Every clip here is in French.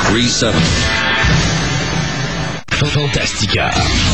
1037. Fantastica.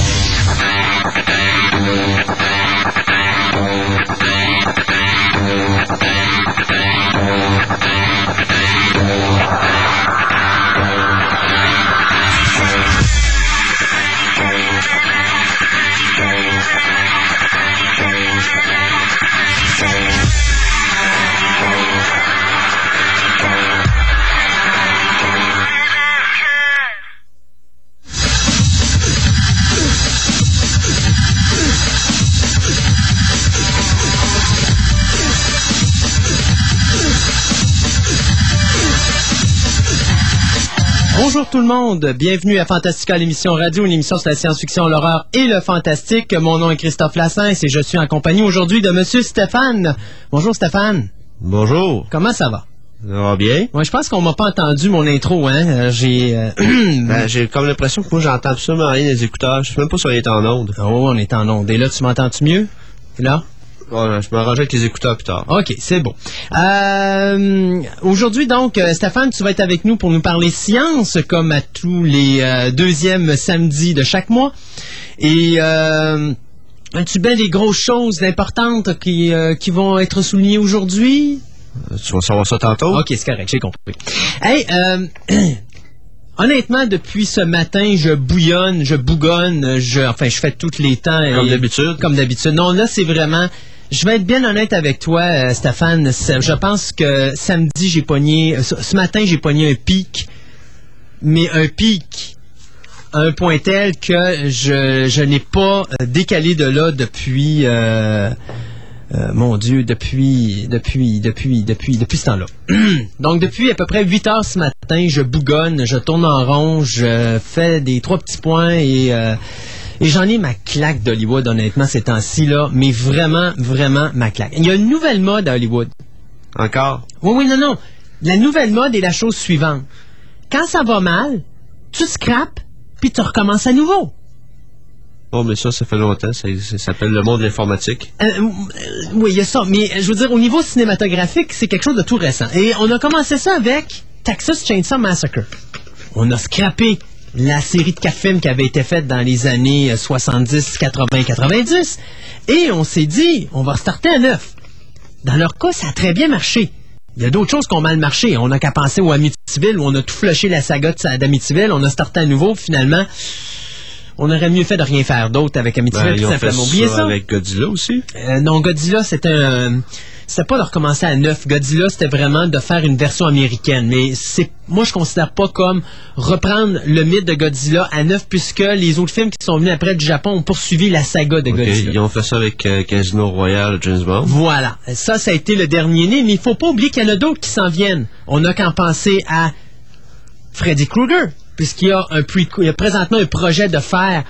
Bonjour tout le monde, bienvenue à Fantastica, l'émission radio, une émission sur la science-fiction, l'horreur et le fantastique. Mon nom est Christophe Lassens et je suis en compagnie aujourd'hui de Monsieur Stéphane. Bonjour Stéphane. Bonjour. Comment ça va? Ça va bien? Ouais, je pense qu'on m'a pas entendu mon intro, hein. J'ai comme l'impression que moi j'entends absolument rien des écouteurs. Je sais même pas si on est en onde. Oh, on est en onde. Et là, tu m'entends-tu mieux? Et là? Ouais, je m'arrange avec les écouteurs plus tard. OK, c'est bon. Aujourd'hui, donc, Stéphane, tu vas être avec nous pour nous parler science, comme à tous les deuxièmes samedis de chaque mois. Et as-tu bien des grosses choses importantes qui vont être soulignées aujourd'hui? Tu vas savoir ça tantôt? OK, c'est correct, j'ai compris. Hey, honnêtement, depuis ce matin, je bouillonne, je bougonne, je fais tous les temps. Comme d'habitude? Comme d'habitude. Non, là, c'est vraiment... Je vais être bien honnête avec toi, Stéphane. Je pense que samedi, j'ai pogné... Ce matin, j'ai pogné un pic. Mais un pic à un point tel que je n'ai pas décalé de là depuis... mon Dieu, depuis ce temps-là. Donc, depuis à peu près 8 heures ce matin, je bougonne, je tourne en rond, je fais des 3 petits points et j'en ai ma claque d'Hollywood, honnêtement, ces temps-ci, là. Mais vraiment, vraiment ma claque. Il y a une nouvelle mode à Hollywood. Encore? Oui, non. La nouvelle mode est la chose suivante. Quand ça va mal, tu scrapes, puis tu recommences à nouveau. Oh, mais ça fait longtemps. Ça s'appelle le monde de l'informatique. Oui, il y a ça. Mais je veux dire, au niveau cinématographique, c'est quelque chose de tout récent. Et on a commencé ça avec Texas Chainsaw Massacre. On a scrappé la série de 4 films qui avait été faite dans les années 70, 80, 90. Et on s'est dit, on va starter à 9. Dans leur cas, ça a très bien marché. Il y a d'autres choses qui ont mal marché. On n'a qu'à penser au Amityville, où on a tout flushé la saga d'Amityville. On a starté à nouveau, finalement... On aurait mieux fait de rien faire d'autre avec Amityville, tout simplement. Oubliez ça. Avec Godzilla aussi? Non, Godzilla, c'était pas de recommencer à 9. Godzilla, c'était vraiment de faire une version américaine. Mais moi, je considère pas comme reprendre le mythe de Godzilla à 9, puisque les autres films qui sont venus après du Japon ont poursuivi la saga de Godzilla. Ils ont fait ça avec Casino Royale, James Bond. Voilà. Ça a été le dernier né, mais il faut pas oublier qu'il y en a d'autres qui s'en viennent. On n'a qu'à en penser à Freddy Krueger. Puisqu'il y a il y a présentement un projet de faire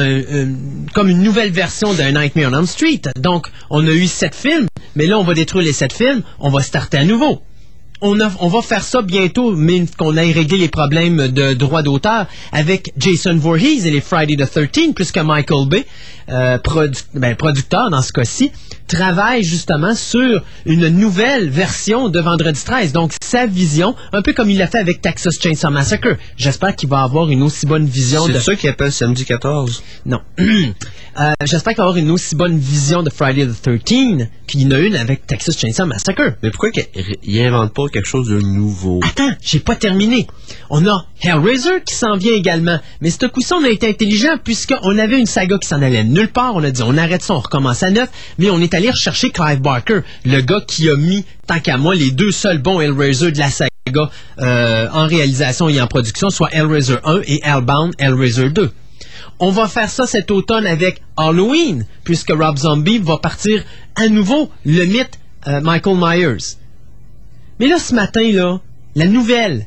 comme une nouvelle version d'un Nightmare on Elm Street. Donc, on a eu 7 films, mais là, on va détruire les 7 films, on va starter à nouveau. On va faire ça bientôt, mais qu'on aille régler les problèmes de droits d'auteur avec Jason Voorhees et les Friday the 13th, puisque Michael Bay, producteur dans ce cas-ci, travaille justement sur une nouvelle version de Vendredi 13. Donc, sa vision, un peu comme il l'a fait avec Texas Chainsaw Massacre. J'espère qu'il va avoir une aussi bonne vision C'est ça qu'il appelle Samedi 14? Non. J'espère qu'il va avoir une aussi bonne vision de Friday the 13th qu'il y en a une avec Texas Chainsaw Massacre. Mais pourquoi qu'il invente pas quelque chose de nouveau? Attends, j'ai pas terminé. On a Hellraiser qui s'en vient également. Mais ce coup-ci, on a été intelligent puisqu'on avait une saga qui s'en allait nulle part. On a dit, on arrête ça, on recommence à 9. Mais on est allé rechercher Clive Barker, le gars qui a mis, tant qu'à moi, les 2 seuls bons Hellraiser de la saga en réalisation et en production, soit Hellraiser 1 et Hellbound Hellraiser 2. On va faire ça cet automne avec Halloween, puisque Rob Zombie va partir à nouveau le mythe Michael Myers. Mais là, ce matin, là, la nouvelle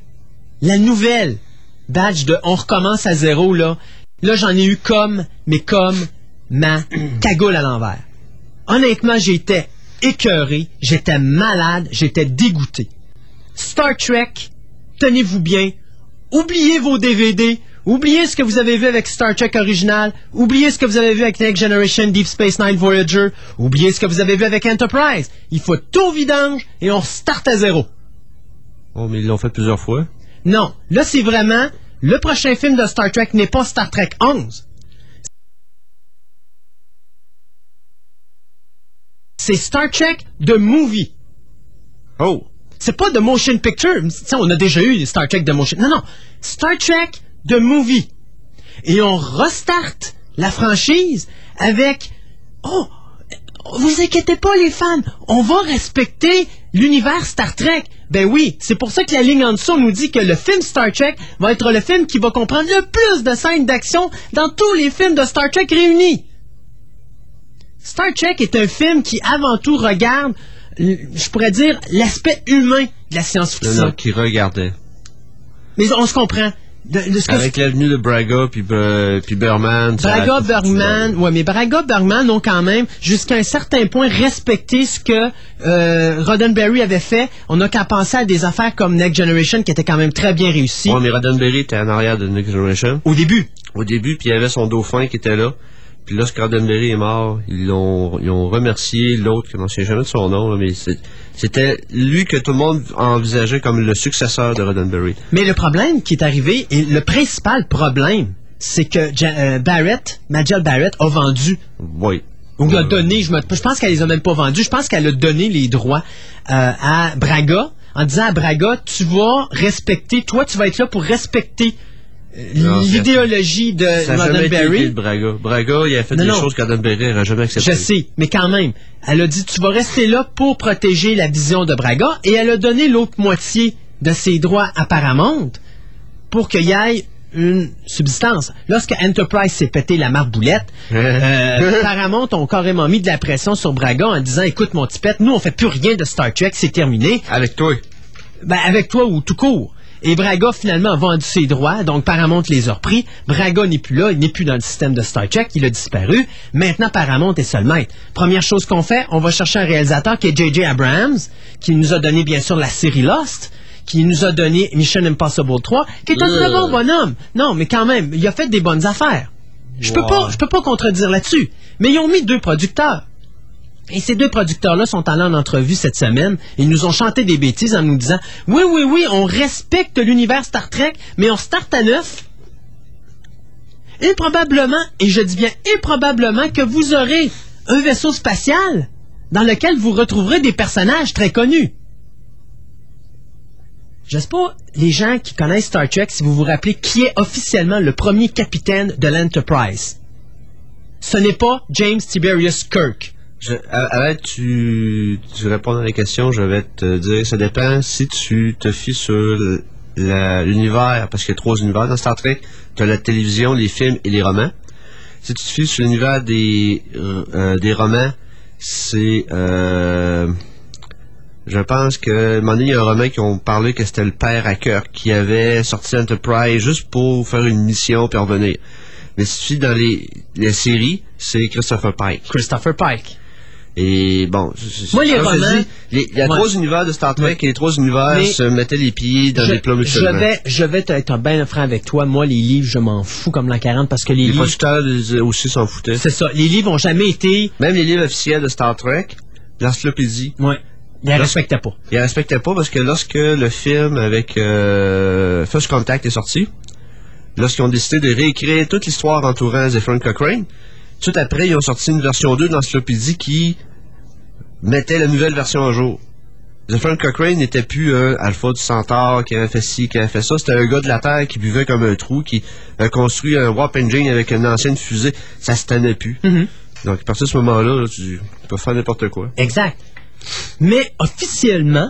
badge de on recommence à zéro, là j'en ai eu comme ma cagoule à l'envers. Honnêtement, j'étais écœuré, j'étais malade, j'étais dégoûté. Star Trek, tenez-vous bien, oubliez vos DVD, oubliez ce que vous avez vu avec Star Trek original, oubliez ce que vous avez vu avec Next Generation, Deep Space Nine, Voyager, oubliez ce que vous avez vu avec Enterprise. Il faut tout au vidange et on start à zéro. Oh, mais ils l'ont fait plusieurs fois. Non. Là, c'est vraiment... Le prochain film de Star Trek n'est pas Star Trek 11. C'est Star Trek The Movie. Oh! C'est pas The Motion Picture. T'sais, on a déjà eu Star Trek The Motion. Non. Star Trek The Movie. Et on restarte la franchise avec... Oh! Vous inquiétez pas, les fans. On va respecter l'univers Star Trek. Ben oui, c'est pour ça que la ligne en dessous nous dit que le film Star Trek va être le film qui va comprendre le plus de scènes d'action dans tous les films de Star Trek réunis. Star Trek est un film qui, avant tout, regarde, je pourrais dire, l'aspect humain de la science-fiction. Qui regardait. Mais on se comprend. Avec l'avenue de Braga puis Bergman. Braga, Bergman, ouais, mais Braga, Bergman ont quand même, jusqu'à un certain point, respecté ce que Roddenberry avait fait. On n'a qu'à penser à des affaires comme Next Generation qui étaient quand même très bien réussies. Ouais, mais Roddenberry était en arrière de Next Generation. Au début, puis il y avait son dauphin qui était là. Puis lorsque Roddenberry est mort, ils ont remercié l'autre, je ne me souviens jamais de son nom, là, mais c'était lui que tout le monde envisageait comme le successeur de Roddenberry. Mais le problème qui est arrivé, et le principal problème, c'est que Majel Barrett a vendu. Oui. On lui a donné, je pense qu'elle les a même pas vendus, je pense qu'elle a donné les droits à Braga, en disant à Braga, tu vas respecter, toi tu vas être là pour respecter l'idéologie de Roddenberry. Braga, il a fait des choses que Roddenberry n'aurait jamais acceptées. Je sais, mais quand même, elle a dit tu vas rester là pour protéger la vision de Braga, et elle a donné l'autre moitié de ses droits à Paramount pour qu'il y ait une subsistance. Lorsque Enterprise s'est pété la marboulette, Paramount ont carrément mis de la pression sur Braga en disant écoute mon tipette, nous on fait plus rien de Star Trek, c'est terminé. Avec toi. Ben avec toi ou tout court. Et Braga, finalement, a vendu ses droits, donc Paramount les a repris. Braga n'est plus là, il n'est plus dans le système de Star Trek, il a disparu. Maintenant, Paramount est seul maître. Première chose qu'on fait, on va chercher un réalisateur qui est J.J. Abrams, qui nous a donné, bien sûr, la série Lost, qui nous a donné Mission Impossible 3, qui est un très bon bonhomme. Non, mais quand même, il a fait des bonnes affaires. Je peux pas contredire là-dessus. Mais ils ont mis 2 producteurs. Et ces 2 producteurs-là sont allés en entrevue cette semaine. Ils nous ont chanté des bêtises en nous disant « Oui, on respecte l'univers Star Trek, mais on starte à 9. Improbablement, et je dis bien improbablement, que vous aurez un vaisseau spatial dans lequel vous retrouverez des personnages très connus. » Je sais pas, les gens qui connaissent Star Trek, si vous vous rappelez qui est officiellement le premier capitaine de l'Enterprise. Ce n'est pas James Tiberius Kirk. Avant que tu réponds à la question, je vais te dire, ça dépend si tu te fies sur l'univers, parce qu'il y a 3 univers dans Star Trek. Tu as la télévision, les films et les romans. Si tu te fies sur l'univers des romans, c'est... je pense que, à un moment donné, il y a un roman qui ont parlé que c'était le père à Kirk qui avait sorti Enterprise juste pour faire une mission puis revenir. Mais si tu te fies dans les séries, c'est Christopher Pike. Et bon, moi, les romans... Il y a 3 univers de Star Trek et les 3 univers se mettaient les pieds dans des plats mutuellement. Je vais être bien franc avec toi. Moi, les livres, je m'en fous comme l'an 40 parce que les producteurs aussi s'en foutaient. C'est ça. Les livres ont jamais été... Même les livres officiels de Star Trek, l'encyclopédie... Ouais. Ils ne respectaient pas. Ils ne respectaient pas parce que lorsque le film avec First Contact est sorti, lorsqu'ils ont décidé de réécrire toute l'histoire entourant Zefram Cochrane, tout après, ils ont sorti une version 2 de l'encyclopédie qui mettait la nouvelle version à jour. Zefram Cochrane n'était plus un Alpha du Centaure qui avait fait ci, qui avait fait ça. C'était un gars de la Terre qui buvait comme un trou, qui a construit un warp engine avec une ancienne fusée. Ça se tenait plus. Mm-hmm. Donc, à partir de ce moment-là, tu peux faire n'importe quoi. Exact. Mais officiellement,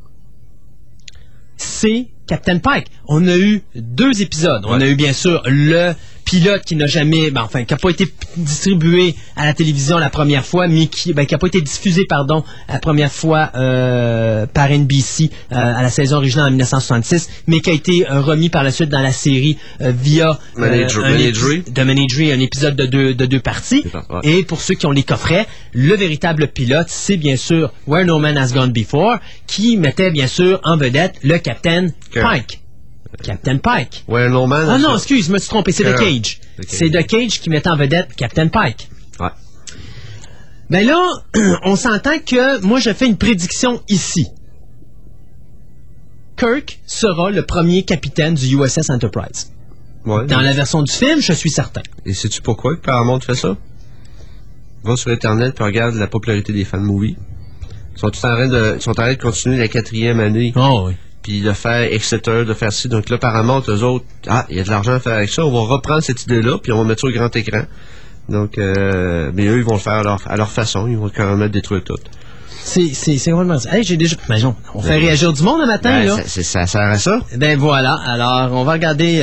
c'est Captain Pike. On a eu 2 épisodes. On a eu bien sûr le pilote qui n'a jamais, qui n'a pas été distribué à la télévision la première fois, mais qui n'a pas été diffusé, la première fois par NBC à la saison originale en 1966, mais qui a été remis par la suite dans la série via Managry, un épisode de deux parties. Et pour ceux qui ont les coffrets, le véritable pilote, c'est bien sûr Where No Man Has Gone Before, qui mettait bien sûr en vedette le Captain Pike. Captain Pike. Ouais, non, man. Ah non, excuse, je me suis trompé, c'est The Cage. C'est The Cage qui met en vedette Captain Pike. Ouais. Ben là, on s'entend que moi, je fais une prédiction ici. Kirk sera le premier capitaine du USS Enterprise. Ouais. Dans la version du film, je suis certain. Et sais-tu pourquoi que Paramount fait ça? Va sur Internet et regarde la popularité des fan movies. Ils sont en train de continuer la 4e année. Oh oui. Puis de faire Exeter, de faire ci. Donc là, Paramount, eux autres, il y a de l'argent à faire avec ça. On va reprendre cette idée-là, puis on va mettre ça au grand écran. Donc, mais eux, ils vont le faire à leur façon. Ils vont quand même détruire tout. C'est vraiment... Hey, j'ai déjà... Imagine, on fait réagir du monde le matin, là. Ça sert à ça. Ben voilà. Alors, on va regarder...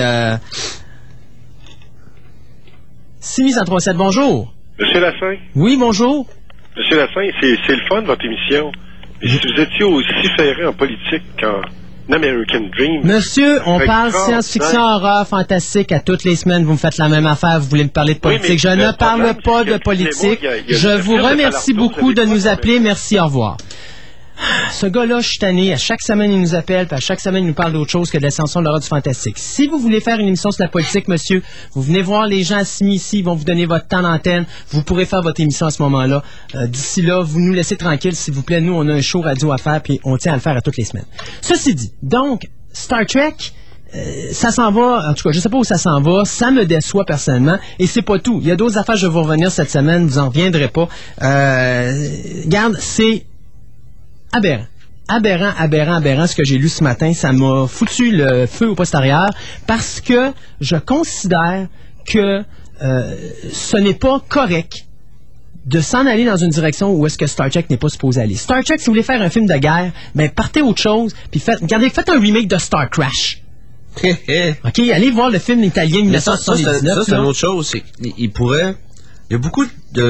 6137, bonjour. Monsieur Lassin. Oui, bonjour. Monsieur Lassin, c'est le fun, votre émission. Mais si vous étiez aussi ferré en politique qu'en American Dream... Monsieur, on Fait parle que, science-fiction, horreur, fantastique à toutes les semaines. Vous me faites la même affaire. Vous voulez me parler de politique. Oui, mais je ne le parle problème, pas c'est que de le politique. cinéma, il y a Je le vous film de remercie Falardeau, beaucoup vous de avez nous pas appeler. de- Merci, au revoir. Ce gars-là, je suis tanné. À chaque semaine, il nous appelle, puis à chaque semaine, il nous parle d'autre chose que de l'ascension de l'horreur du fantastique. Si vous voulez faire une émission sur la politique, monsieur, vous venez voir les gens assis ici, ils vont vous donner votre temps d'antenne. Vous pourrez faire votre émission à ce moment-là. D'ici là, vous nous laissez tranquille, s'il vous plaît. Nous, on a un show radio à faire, puis on tient à le faire à toutes les semaines. Ceci dit, donc, Star Trek... ça s'en va, en tout cas, je sais pas où ça s'en va, ça me déçoit personnellement, et c'est pas tout. Il y a d'autres affaires, je vais vous revenir cette semaine, vous en reviendrez pas. Regarde, c'est aberrant. Aberrant, ce que j'ai lu ce matin, ça m'a foutu le feu au poste arrière, parce que je considère que ce n'est pas correct de s'en aller dans une direction où est-ce que Star Trek n'est pas supposé aller. Star Trek, si vous voulez faire un film de guerre, ben partez autre chose, puis faites un remake de Star Crash. OK, allez voir le film italien 1979. Ça, c'est une autre chose. C'est qu'il pourrait... Il y a beaucoup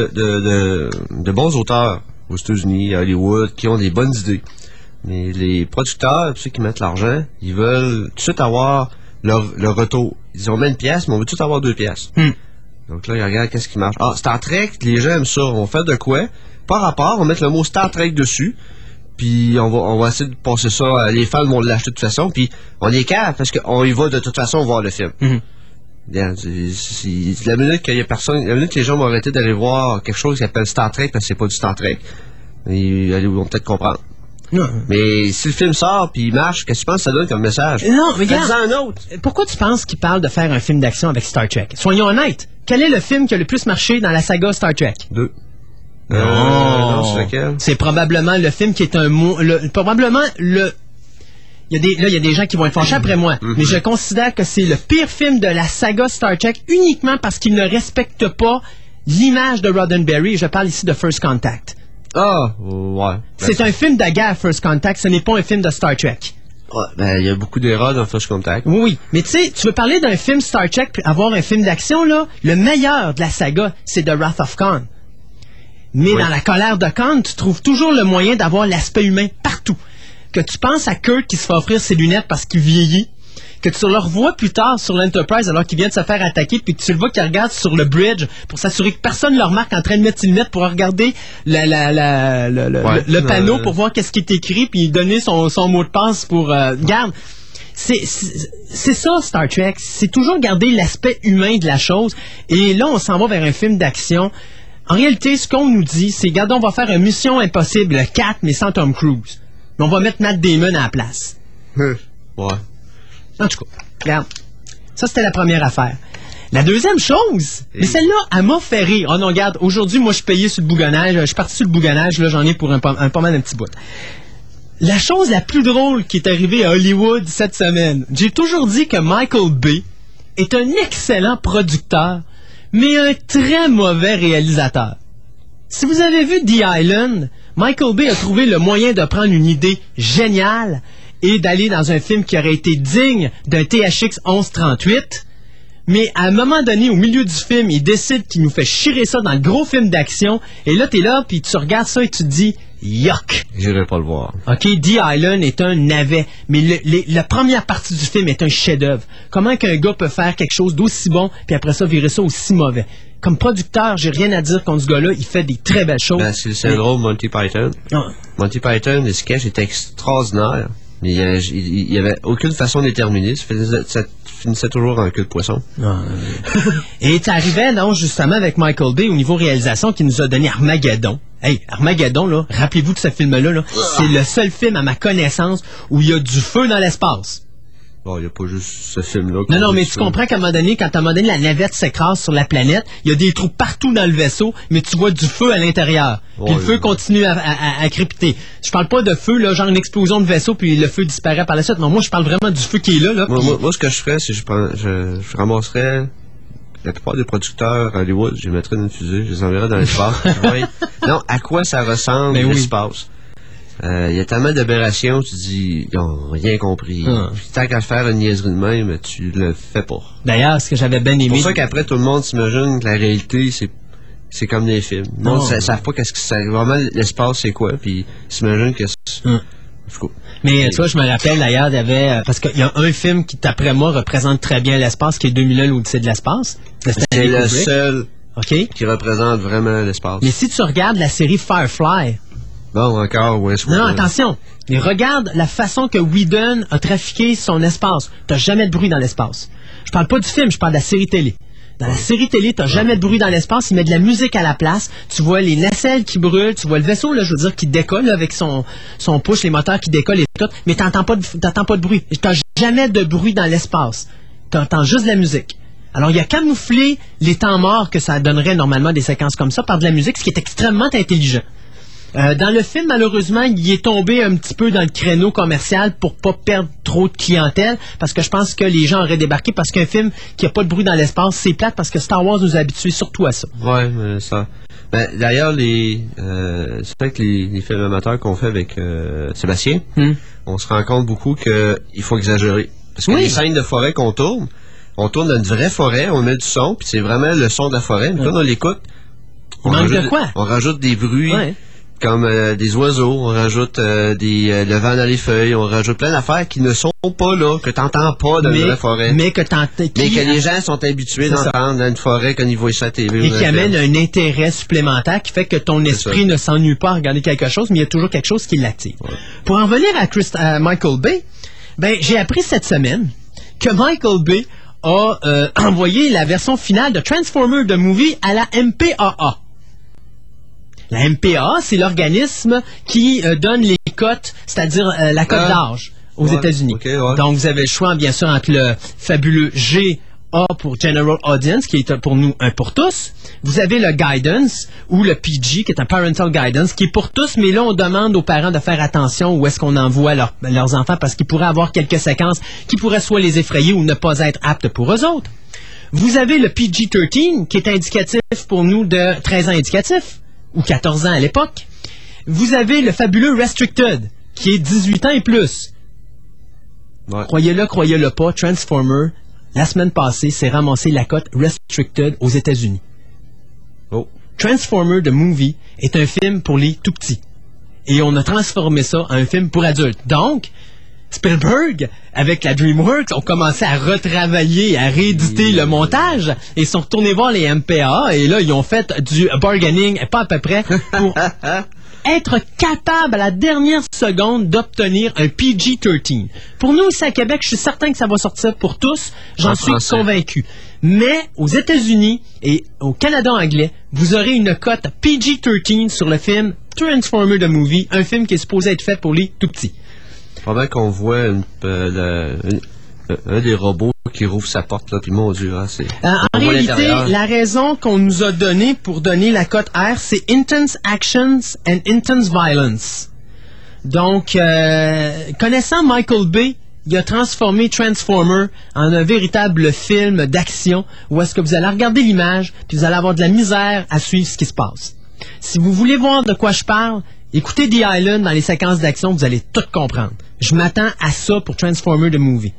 de bons auteurs aux États-Unis, à Hollywood, qui ont des bonnes idées. Mais les producteurs, ceux qui mettent l'argent, ils veulent tout de suite avoir leur retour. Ils ont même une pièce, mais on veut tout de suite avoir 2 pièces. Donc là, ils regardent qu'est-ce qui marche. Ah, Star Trek, les gens aiment ça. On va faire de quoi? Par rapport, on va mettre le mot Star Trek dessus. Puis on va essayer de passer ça. Les fans vont l'acheter de toute façon. Puis on est calme parce qu'on y va de toute façon voir le film. Bien, la minute qu'il y a personne, la minute que les gens vont arrêter d'aller voir quelque chose qui s'appelle Star Trek parce que c'est pas du Star Trek, ils vont peut-être comprendre. Non. Mais si le film sort puis il marche, qu'est-ce que tu penses que ça donne comme message? Non, mais regarde. Faites-en un autre. Pourquoi tu penses qu'il parle de faire un film d'action avec Star Trek? Soyons honnêtes. Quel est le film qui a le plus marché dans la saga Star Trek? 2. Non, c'est lequel? C'est probablement le film qui est probablement le... Il y a des gens qui vont être fâchés après moi, mais je considère que c'est le pire film de la saga Star Trek uniquement parce qu'il ne respecte pas l'image de Roddenberry. Je parle ici de First Contact. Ah, ouais. C'est un film de guerre, First Contact, ce n'est pas un film de Star Trek. Ouais, ben, il y a beaucoup d'erreurs dans First Contact. Oui, mais tu sais, tu veux parler d'un film Star Trek puis avoir un film d'action, là, le meilleur de la saga, c'est The Wrath of Khan. Mais dans la colère de Khan, tu trouves toujours le moyen d'avoir l'aspect humain partout. Que tu penses à Kirk qui se fait offrir ses lunettes parce qu'il vieillit, que tu le revois plus tard sur l'Enterprise alors qu'il vient de se faire attaquer, puis que tu le vois qu'il regarde sur le bridge pour s'assurer que personne ne le remarque en train de mettre ses lunettes pour regarder le panneau pour voir qu'est-ce qui est écrit, puis donner son mot de passe pour... Garde, c'est ça, Star Trek. C'est toujours garder l'aspect humain de la chose. Et là, on s'en va vers un film d'action. En réalité, ce qu'on nous dit, c'est, regardez, on va faire une Mission Impossible 4, mais sans Tom Cruise. Mais on va mettre Matt Damon à la place. Ouais. En tout cas, regarde. Ça, c'était la première affaire. La deuxième chose, mais celle-là, elle m'a fait rire. Oh non, regarde, aujourd'hui, moi, je suis payé sur le bougonnage. Je suis parti sur le bougonnage, là, j'en ai pour pas mal un petit bout. La chose la plus drôle qui est arrivée à Hollywood cette semaine, j'ai toujours dit que Michael Bay est un excellent producteur, mais un très mauvais réalisateur. Si vous avez vu The Island, Michael Bay a trouvé le moyen de prendre une idée géniale et d'aller dans un film qui aurait été digne d'un THX 1138, mais à un moment donné, au milieu du film, il décide qu'il nous fait chier ça dans le gros film d'action, et là, t'es là, puis tu regardes ça et tu te dis « Yuck! » J'irai pas le voir. OK, The Island est un navet, mais la première partie du film est un chef-d'œuvre. Comment qu'un gars peut faire quelque chose d'aussi bon, puis après ça, virer ça aussi mauvais? Comme producteur, j'ai rien à dire contre ce gars-là, il fait des très belles choses. Ben, c'est drôle, Monty Python. Ah. Monty Python, les sketchs étaient extraordinaires. Mais il y avait aucune façon déterminée. Ça finissait toujours en queue de poisson. Et tu arrivais, donc, justement, avec Michael Bay au niveau réalisation qui nous a donné Armageddon. Hey, Armageddon, là, rappelez-vous de ce film-là, là, c'est le seul film à ma connaissance où il y a du feu dans l'espace. Bon, il n'y a pas juste ce film-là. Non, mais tu comprends qu'à un moment donné, quand à un moment donné, la navette s'écrase sur la planète, il y a des trous partout dans le vaisseau, mais tu vois du feu à l'intérieur. Puis le feu continue à crépiter. Je parle pas de feu, là, genre une explosion de vaisseau, puis le feu disparaît par la suite. Non, moi, je parle vraiment du feu qui est là. Moi, ce que je ferais, c'est que je ramasserais la plupart des producteurs à Hollywood, je les mettrais dans une fusée, je les enverrais dans l'espace. Non, à quoi ça ressemble l'espace? Il y a tellement d'aberrations, tu dis, ils n'ont rien compris. Puis tant qu'à faire une niaiserie de même, tu le fais pas. D'ailleurs, ce que j'avais bien aimé... C'est pour ça qu'après, tout le monde s'imagine que la réalité, c'est comme des films. Non, ils savent pas qu'est-ce que c'est. Vraiment, l'espace, c'est quoi, puis ils s'imaginent que c'est... Mais tu vois, je me rappelle d'ailleurs, il y avait... parce qu'il y a un film qui, d'après moi, représente très bien l'espace, qui est 2001, l'Odyssée de l'espace. C'est le seul qui représente vraiment l'espace. Mais si tu regardes la série Firefly... Bon, encore, ouais. Non, attention. Mais regarde la façon que Whedon a trafiqué son espace. T'as jamais de bruit dans l'espace. Je parle pas du film, je parle de la série télé. Dans la série télé, t'as jamais de bruit dans l'espace, il met de la musique à la place, tu vois les nacelles qui brûlent, tu vois le vaisseau, là, je veux dire, qui décolle là, avec son push, les moteurs qui décollent et tout, mais t'entends pas de bruit. T'as jamais de bruit dans l'espace. T'entends juste de la musique. Alors, il a camouflé les temps morts que ça donnerait normalement des séquences comme ça par de la musique, ce qui est extrêmement intelligent. Dans le film, malheureusement, il est tombé un petit peu dans le créneau commercial pour pas perdre trop de clientèle, parce que je pense que les gens auraient débarqué, parce qu'un film qui a pas de bruit dans l'espace, c'est plate, parce que Star Wars nous a habitués surtout à ça. Ouais, mais ça... d'ailleurs, c'est vrai que les films amateurs qu'on fait avec Sébastien, on se rend compte beaucoup qu'il faut exagérer. Parce que les scènes de forêt qu'on tourne, on tourne dans une vraie forêt, on met du son, puis c'est vraiment le son de la forêt, mais quand on l'écoute, on rajoute des bruits... Ouais. Comme des oiseaux, on rajoute le vent dans les feuilles, on rajoute plein d'affaires qui ne sont pas là, que t'entends pas dans la vraie forêt. Mais que les gens sont habitués d'entendre dans une forêt quand ils voient ça à la TV. Et qui amène un intérêt supplémentaire qui fait que ton esprit ne s'ennuie pas à regarder quelque chose, mais il y a toujours quelque chose qui l'active. Ouais. Pour en venir à Michael Bay, j'ai appris cette semaine que Michael Bay a envoyé la version finale de Transformers The Movie à la MPAA. La MPAA, c'est l'organisme qui donne les cotes, c'est-à-dire la cote d'âge aux États-Unis. Okay, donc, vous avez le choix, bien sûr, entre le fabuleux GA pour General Audience, qui est pour nous un pour tous. Vous avez le Guidance, ou le PG, qui est un Parental Guidance, qui est pour tous, mais là, on demande aux parents de faire attention où est-ce qu'on envoie leurs enfants, parce qu'ils pourraient avoir quelques séquences qui pourraient soit les effrayer ou ne pas être aptes pour eux autres. Vous avez le PG-13, qui est indicatif pour nous de 13 ans indicatif, ou 14 ans à l'époque. Vous avez le fabuleux Restricted, qui est 18 ans et plus. Ouais. Croyez-le pas, Transformer, la semaine passée, s'est ramassé la cote Restricted aux États-Unis. Oh. Transformer The Movie est un film pour les tout-petits. Et on a transformé ça en un film pour adultes. Donc, Spielberg, avec la DreamWorks, ont commencé à retravailler, à rééditer le montage et sont retournés voir les MPAA et là, ils ont fait du bargaining, pas à peu près, pour être capable à la dernière seconde d'obtenir un PG-13. Pour nous, ici à Québec, je suis certain que ça va sortir pour tous, j'en suis convaincu. Mais aux États-Unis et au Canada anglais, vous aurez une cote PG-13 sur le film Transformers The Movie, un film qui est supposé être fait pour les tout-petits. Pendant qu'on voit un des robots qui rouvre sa porte, là, puis mon Dieu, c'est... en réalité, la raison qu'on nous a donnée pour donner la cote R, c'est Intense Actions and Intense Violence. Donc, connaissant Michael Bay, il a transformé Transformer en un véritable film d'action où est-ce que vous allez regarder l'image, puis vous allez avoir de la misère à suivre ce qui se passe. Si vous voulez voir de quoi je parle, écoutez The Island dans les séquences d'action, vous allez tout comprendre. Je m'attends à ça pour Transformers The Movie.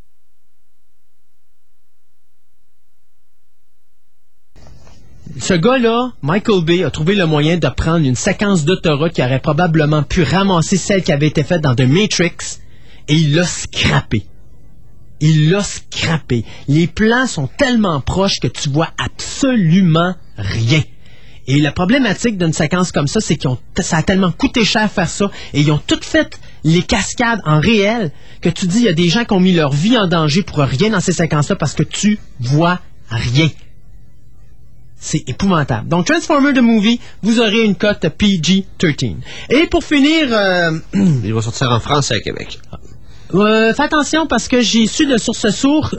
Ce gars-là, Michael Bay, a trouvé le moyen de prendre une séquence d'autoroute qui aurait probablement pu ramasser celle qui avait été faite dans The Matrix et il l'a scrappé. Il l'a scrappé. Les plans sont tellement proches que tu vois absolument rien. Et la problématique d'une séquence comme ça, c'est que ça a tellement coûté cher faire ça, et ils ont toutes fait les cascades en réel, que tu dis, il y a des gens qui ont mis leur vie en danger pour rien dans ces séquences-là parce que tu vois rien. C'est épouvantable. Donc, Transformer the Movie, vous aurez une cote PG-13. Et pour finir... Il va sortir en français à Québec. fais attention parce que j'ai su de sources sûres,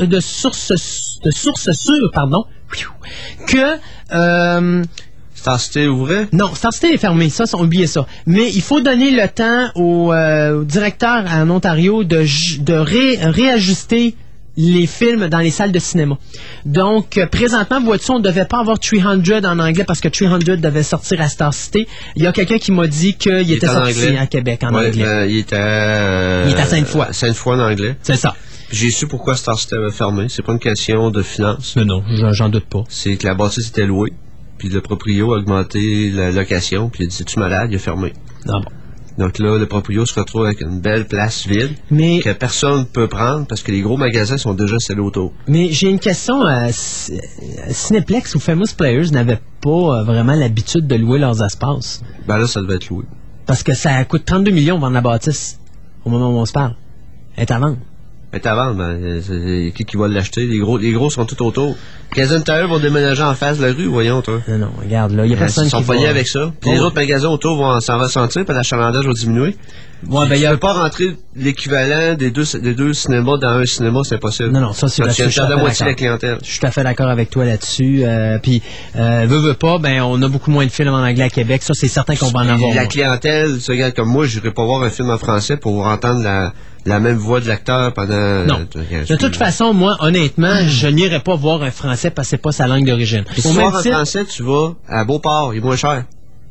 que... Star City ouvrait? Non, Star City est fermé, ça, oubliez ça. Mais il faut donner le temps au directeur en Ontario de réajuster les films dans les salles de cinéma. Donc, présentement, vois-tu, on ne devait pas avoir 300 en anglais parce que 300 devait sortir à Star City. Il y a quelqu'un qui m'a dit qu'il était sorti à Québec en anglais. Il était à Sainte-Foy. Sainte-Foy en anglais. C'est ça. J'ai su pourquoi Star City avait fermé. C'est pas une question de finance. Non, j'en doute pas. C'est que la bâtisse était louée. Puis le proprio a augmenté la location. Puis il a dit, c'est-tu malade? Il a fermé. Ah bon. Donc là, le proprio se retrouve avec une belle place vide que personne ne peut prendre parce que les gros magasins sont déjà scellés autour. Mais j'ai une question. Cineplex ou Famous Players n'avaient pas vraiment l'habitude de louer leurs espaces. Ben là, ça devait être loué. Parce que ça coûte 32 millions vendre la bâtisse au moment où on se parle. Elle est à vendre. Elle est à vendre, qui va l'acheter? Les gros sont tout autour. Casino Tire vont déménager en face de la rue, voyons, toi. Non, regarde, là, il y a personne qui va... Ils sont pognés avec ça. Puis les autres magasins autour vont s'en ressentir, puis l'achalandage va diminuer. Ouais, tu peux pas rentrer l'équivalent des deux cinémas dans un cinéma, c'est impossible. Non, ça, c'est tu viens de la moitié de la clientèle. Je suis tout à fait d'accord avec toi là-dessus. Puis, veux pas, on a beaucoup moins de films en anglais à Québec. Ça, c'est certain qu'on va en avoir. La clientèle, regarde, comme moi, je n'irai pas voir un film en français pour entendre la même voix de l'acteur pendant... Non. De toute façon, moi, honnêtement, je n'irai pas voir un français parce que c'est pas sa langue d'origine. Si tu vas en français, tu vas à Beauport, il est moins cher.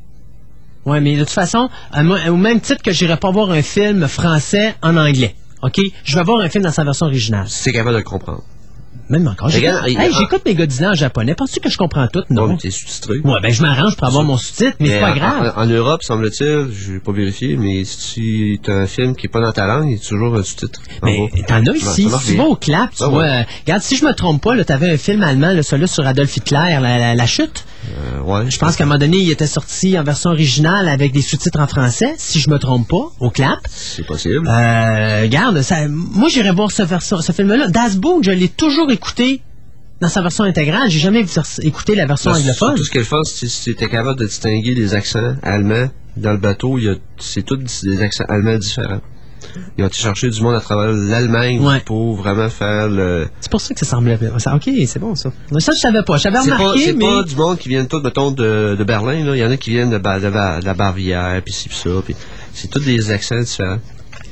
Oui, mais de toute façon, au même titre que j'irai pas voir un film français en anglais. OK? Je vais voir un film dans sa version originale. Si tu es capable de le comprendre. Même encore. J'écoute mes Godzilla en japonais. Penses-tu que je comprends tout? Non. Ouais, mais t'es sous-titré. Ouais, je m'arrange pour avoir mon sous-titre, mais c'est pas grave. En Europe, semble-t-il, je n'ai pas vérifié, mais si tu as un film qui n'est pas dans ta langue, il y a toujours un sous-titre. Mais t'en as ici. Si tu vas au clap, tu vois. Regarde, si je me trompe pas, tu avais un film allemand, celui sur Adolf Hitler, la chute. Ouais. Je pense qu'à un moment donné, il était sorti en version originale avec des sous-titres en français, si je me trompe pas, au clap. C'est possible. Regarde, moi j'irais voir ce film-là. Das Boot, je l'ai toujours écouté dans sa version intégrale. J'ai jamais écouté la version anglophone. Tout ce qu'elle fait, c'est si tu étais capable de distinguer les accents allemands dans le bateau, c'est tous des accents allemands différents. Ils ont été chercher du monde à travers l'Allemagne pour vraiment faire le... C'est pour ça que ça semblait... OK, c'est bon, ça. Ça, je savais pas. J'avais remarqué, c'est pas du monde qui vient tous, mettons, de Berlin. Là. Il y en a qui viennent de la Bavière, puis ci, puis ça. Puis c'est tous des accents différents.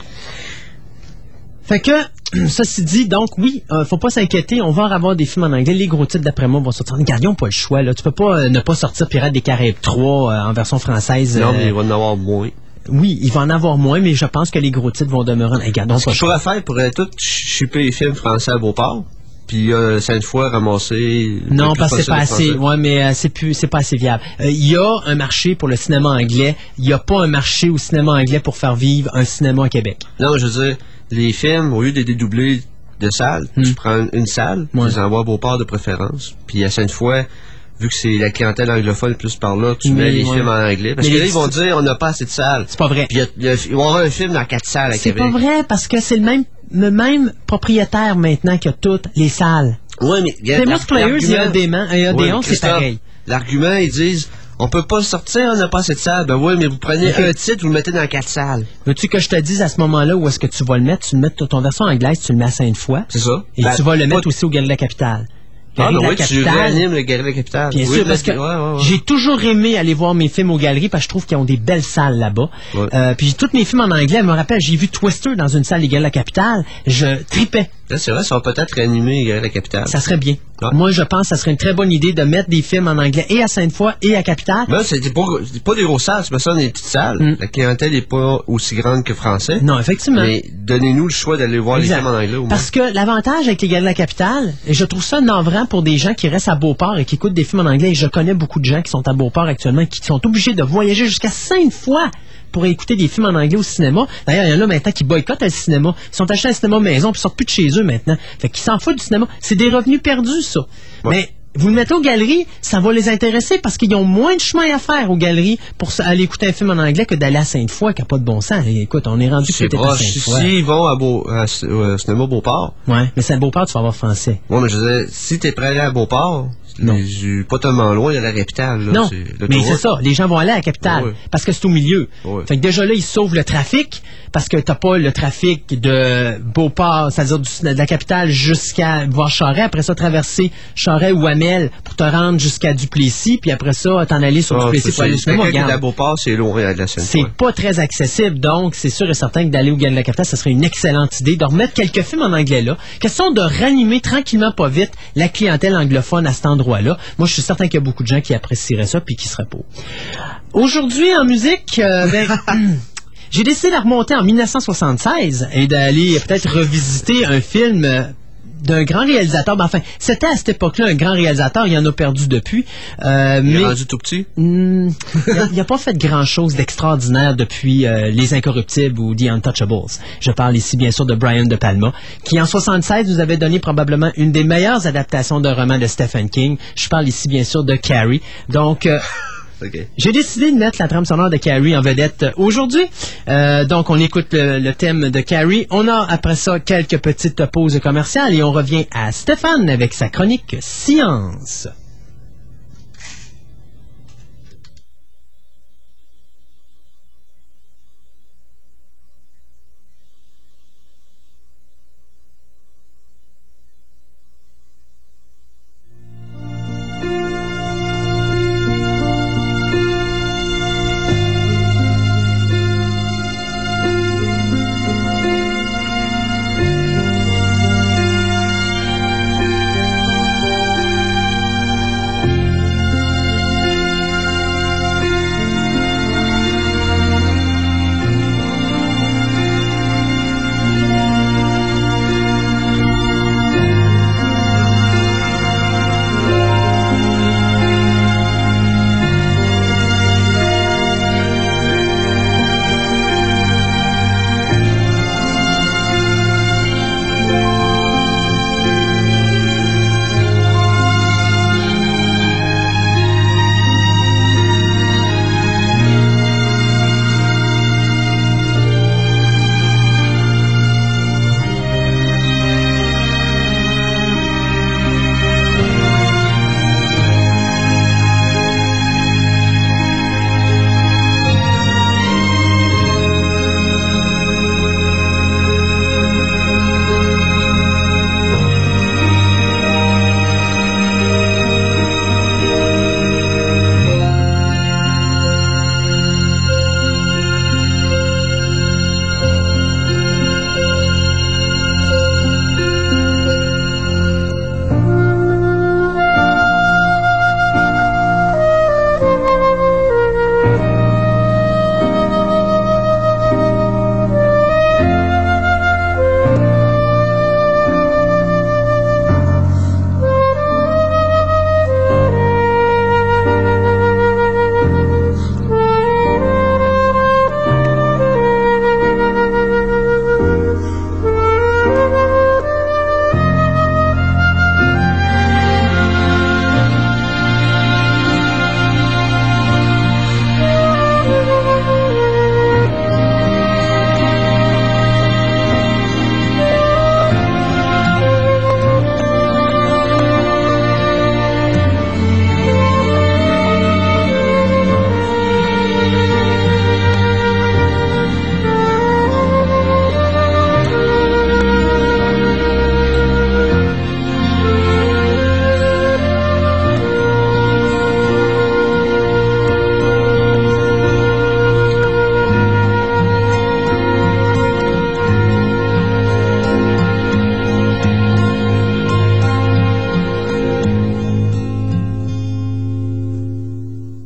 Fait que, ceci dit, donc oui, faut pas s'inquiéter, on va avoir des films en anglais. Les gros titres, d'après moi, vont sortir. Regarde, ils n'ont pas le choix, là. Tu peux pas ne pas sortir Pirates des Caraïbes 3 en version française. Non, mais il va en avoir moins. Oui, il va en avoir moins, mais je pense que les gros titres vont demeurer. Regarde, ce qu'il pourrait faire pour tout chipper les films français à Beauport, puis cette fois ramasser... Non, parce que c'est pas assez. Ouais, mais c'est pas assez viable. Il y a un marché pour le cinéma anglais. Il n'y a pas un marché au cinéma anglais pour faire vivre un cinéma à Québec. Non, je veux dire, les films, au lieu de dédoubler de salles, tu prends une salle, tu les envoies à Beauport de préférence, puis à Sainte-Foy, vu que c'est la clientèle anglophone plus par là, tu mets les films en anglais. Parce que là, ils vont dire, on n'a pas assez de salles. C'est pas vrai. Puis il va y avoir un film dans 4 salles à Québec. C'est pas vrai, parce que c'est le même propriétaire maintenant que toutes les salles. Oui, mais... Famous Players, il y a Odéon, c'est pareil. L'argument, ils disent... On peut pas sortir, on n'a pas assez de salles. Ben oui, mais vous prenez un titre, vous le mettez dans 4 salles. Veux-tu que je te dise à ce moment-là où est-ce que tu vas le mettre? Tu le mets ton version anglaise, tu le mets à Sainte-Foy. C'est ça. Et tu vas le mettre aussi au Galerie de la Capitale. Tu réanimes le Galerie de la Capitale. Bien sûr, parce que j'ai toujours aimé aller voir mes films aux galeries parce que je trouve qu'ils ont des belles salles là-bas. Ouais. Puis tous mes films en anglais, je me rappelle, j'ai vu Twister dans une salle des Galeries de la Capitale. Je tripais. Là, c'est vrai, ça va peut-être réanimer les Galeries de la Capitale. Ça serait bien. Ouais. Moi, je pense que ça serait une très bonne idée de mettre des films en anglais et à Sainte-Foy et à Capitale. Mais c'est pas des grosses salles, c'est ça, des petites salles. La clientèle n'est pas aussi grande que français. Non, effectivement. Mais donnez-nous le choix d'aller voir les films en anglais au moins. Parce que l'avantage avec les Galeries de la Capitale, et je trouve ça navrant pour des gens qui restent à Beauport et qui écoutent des films en anglais, et je connais beaucoup de gens qui sont à Beauport actuellement, qui sont obligés de voyager jusqu'à Sainte-Foy pour écouter des films en anglais au cinéma. D'ailleurs, il y en a maintenant qui boycottent le cinéma. Ils sont achetés un cinéma maison puis sortent plus de chez eux maintenant. Fait qu'ils s'en foutent du cinéma. C'est des revenus perdus, ça. Ouais. Mais vous le mettez aux galeries, ça va les intéresser parce qu'ils ont moins de chemin à faire aux galeries pour aller écouter un film en anglais que d'aller à Sainte-Foy, qui n'a pas de bon sens. Et écoute, on est rendu C'est peut-être à proche. Sainte-Foy. S'ils vont à Cinéma Beauport. Ouais, mais c'est à Beauport, tu vas avoir français. Ouais, mais je disais, si t'es prêt à aller à Beauport, Non. pas tellement loin, il y a la capitale. Là, Non, mais c'est ça. Les gens vont aller à la capitale Ouais. parce que c'est au milieu. Ouais. Fait que déjà là, ils sauvent le trafic parce que t'as pas le trafic de Beauport, c'est-à-dire de la capitale jusqu'à voir Charest. Après ça, traverser Charest ou Hamel pour te rendre jusqu'à Duplessis. Puis après ça, t'en aller sur Duplessis pour aller au cinéma. Quelqu'un qui est à Regarde, Beauport, c'est loin à la c'est Seine-Foy. pas très accessible, donc c'est sûr et certain que d'aller au Galerie de la Capitale, ça serait une excellente idée de remettre quelques films en anglais là. Question de ranimer tranquillement, pas vite, la clientèle anglophone à cet endroit-là. Moi, je suis certain qu'il y a beaucoup de gens qui apprécieraient ça puis qui seraient pour. Aujourd'hui, en musique, j'ai décidé de remonter en 1976 et d'aller peut-être revisiter un film d'un grand réalisateur. Ben, enfin, c'était à cette époque-là un grand réalisateur. Il y en a perdu depuis. Il est Mais rendu tout petit. il n'a pas fait grand-chose d'extraordinaire depuis Les Incorruptibles ou The Untouchables. Je parle ici, bien sûr, de Brian De Palma, qui, en 76, nous avait donné probablement une des meilleures adaptations d'un roman de Stephen King. Je parle ici, bien sûr, de Carrie. Donc... Okay. J'ai décidé de mettre la trame sonore de Carrie en vedette aujourd'hui. Donc, on écoute le thème de Carrie. On a, après ça, quelques petites pauses commerciales et on revient à Stéphane avec sa chronique Science.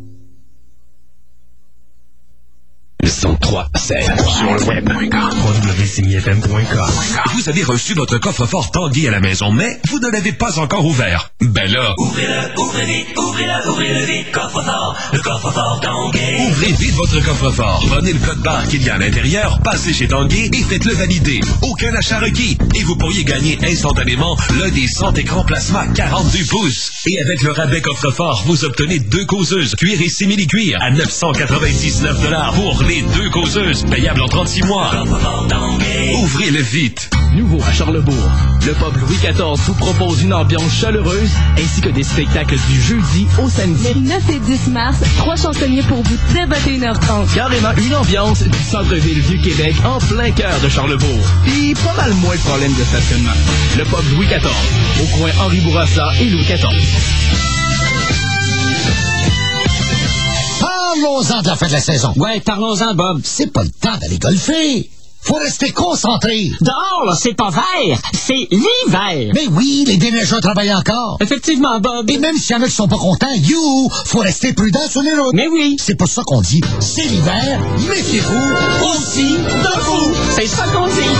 Sur le web.com. www.simifm.com. Vous avez reçu votre coffre-fort Tanguy à la maison, mais vous ne l'avez pas encore ouvert. Ben là... Ouvrez-le vite, coffre-fort, le coffre-fort Tanguy. Ouvrez vite votre coffre-fort. Prenez le code barre qu'il y a à l'intérieur, passez chez Tanguy et faites-le valider. Aucun achat requis. Et vous pourriez gagner instantanément l'un des 100 écrans plasma 42 pouces. Et avec le rabais coffre-fort, vous obtenez 2 causeuses cuir et simili-cuir à 999$ pour les 2 causeuses, payable en 36 mois. Ouvrez-le vite. Nouveau à Charlebourg, le pub Louis XIV vous propose une ambiance chaleureuse ainsi que des spectacles du jeudi au samedi. Les 9 et 10 mars, 3 chansonniers pour vous dès 21h30. Carrément une ambiance du centre-ville Vieux-Québec en plein cœur de Charlebourg. Et pas mal moins de problèmes de stationnement. Le pub Louis XIV, au coin Henri Bourassa et Louis XIV. Parlons-en de la fin de la saison. Ouais, parlons-en, Bob. C'est pas le temps d'aller golfer. Faut rester concentré. Dehors, là, c'est pas vert, c'est l'hiver. Mais oui, les déneigeurs travaillent encore. Effectivement, Bob. Et même s'il y en a qui sont pas contents, faut rester prudent sur les routes. Mais oui. C'est pour ça qu'on dit, c'est l'hiver, méfiez-vous aussi de vous. C'est ça qu'on dit.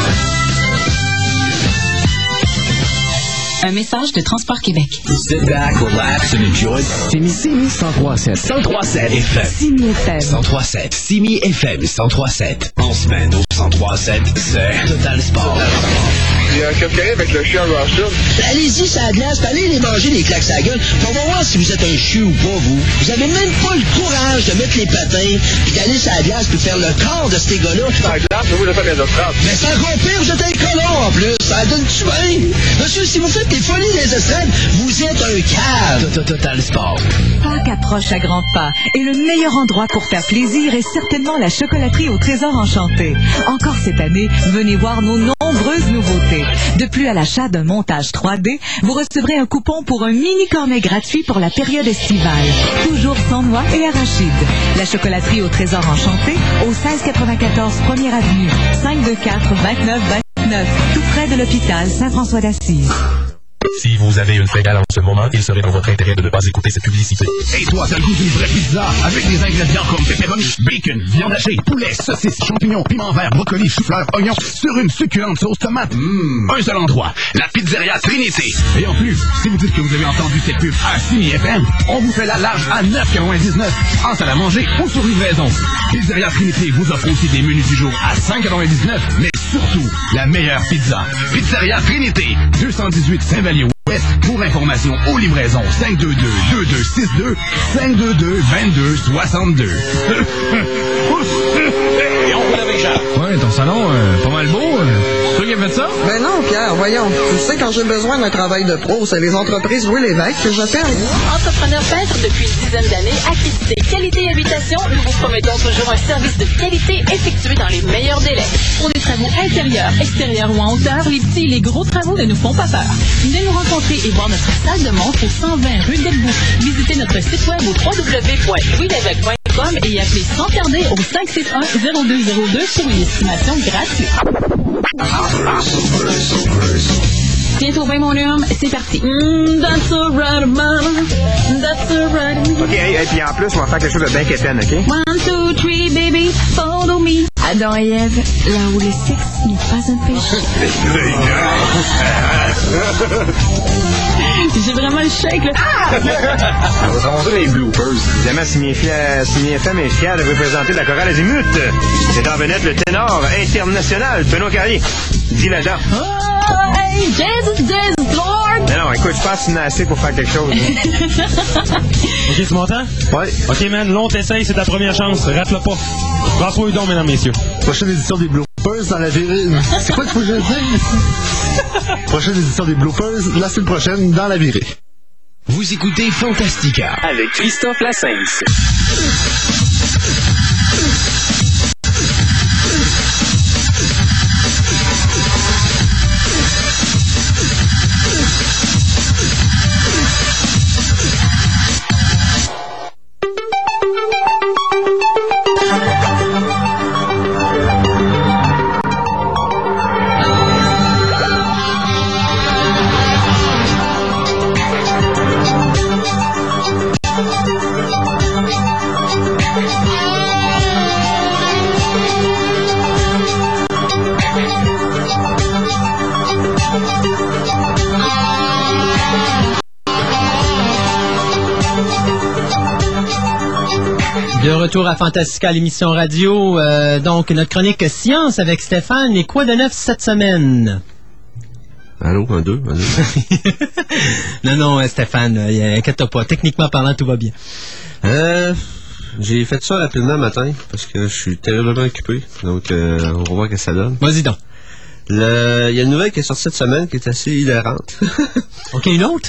Un message de Transport Québec. Sit back, relax and enjoy. Simi 103.7. 103.7 FM. Simi FM. 103.7. Simi FM 103.7. En semaine au 103.7, c'est Total Sport. Il y a quelqu'un avec le chien Russell. Allez-y, ça a glace, allez les manger les claques à la gueule. On va voir si vous êtes un chien ou pas, vous. Vous avez même pas le courage de mettre les patins, puis d'aller sur la glace, puis faire le corps de ces gars-là. Sur la glace, vous êtes pas les autres. Mais c'est encore pire, vous êtes un colon en plus. Ça donne-tu bien? Monsieur, si vous faites des folies des estrades, vous êtes un cave. Total Sport. Pâques approche à grands pas et le meilleur endroit pour faire plaisir est certainement la chocolaterie au Trésor Enchanté. Encore cette année, venez voir nos nombreuses nouveautés. De plus, à l'achat d'un montage 3D, vous recevrez un coupon pour un mini cornet gratuit pour la période estivale. Toujours sans noix et arachides. La chocolaterie au Trésor Enchanté, au 1694 1er Avenue, 524-2929, tout près de l'hôpital Saint-François d'Assise. Si vous avez une fringale en ce moment, il serait dans votre intérêt de ne pas écouter cette publicité. Et toi, t'as le goût d'une vraie pizza avec des ingrédients comme pepperoni, bacon, viande hachée, poulet, saucisse, champignons, piment vert, brocoli, chou-fleur, oignons, sur une succulente sauce tomate. Un seul endroit, la pizzeria Trinité. Et en plus, si vous dites que vous avez entendu cette pub à Simi FM, on vous fait la large à 9,99 en salle à manger ou sur livraison. Pizzeria Trinité vous offre aussi des menus du jour à 5,99, mais surtout, la meilleure pizza. Pizzeria Trinité, 218 Saint-Vallier Ouest. Pour information ou livraison, 522-2262, 522-2262. Et on roule avec Jacques. Ouais, ton salon, pas mal beau. C'est toi qui as fait ça? Ben non, Pierre, voyons. Tu sais, quand j'ai besoin d'un travail de pro, c'est les entreprises Louis Lévesque que j'appelle. Entrepreneur peintre depuis une dizaine d'années, accrédité qualité et habitation, nous vous promettons toujours un service de qualité effectué dans les meilleurs délais. Pour des travaux intérieurs, extérieurs ou en hauteur, les petits et les gros travaux ne nous font pas peur. Venez nous rencontrer et voir notre salle de montre au 120 rue d'Elbout. Visitez notre site web au www.louislevesque.com et appelez sans tarder au 561-0202 pour une estimation gratuite. Viens trouver mon homme, c'est parti. That's alright, mama. That's alright. OK, et puis en plus, on va faire quelque chose de bien quétaine, OK? 1, 2, 3, baby, follow me. Adam et Ève, là où le sexe n'est pas un péché. J'ai vraiment le shake, là. On va se ramasser les bloopers. Évidemment, Simi FM est fier de représenter la chorale Azimut. C'est en vedette le ténor international, Benoît Carrier. Dis la dent. Oh, hey, Jesus, Lord! Mais non, écoute, je pense que tu n'as assez pour faire quelque chose. OK, tu m'entends? Ouais. OK, man, long t'essayes, c'est ta première chance. Rate-le pas. François Hudon, mesdames, messieurs. Prochaine édition des bloopers dans la virée. C'est quoi qu'il faut que je dise? Prochaine édition des bloopers, la semaine prochaine, dans la virée. Vous écoutez Fantastica avec Christophe Lassens. De retour à Fantastica, l'émission radio. Donc, notre chronique Science avec Stéphane. Et quoi de neuf cette semaine? Allô, un, deux. Non, Stéphane, inquiète-toi pas. Techniquement parlant, tout va bien. J'ai fait ça rapidement matin parce que je suis terriblement occupé. Donc, on va voir ce que ça donne. Vas-y donc. Il y a une nouvelle qui est sortie cette semaine qui est assez hilarante. OK, une autre?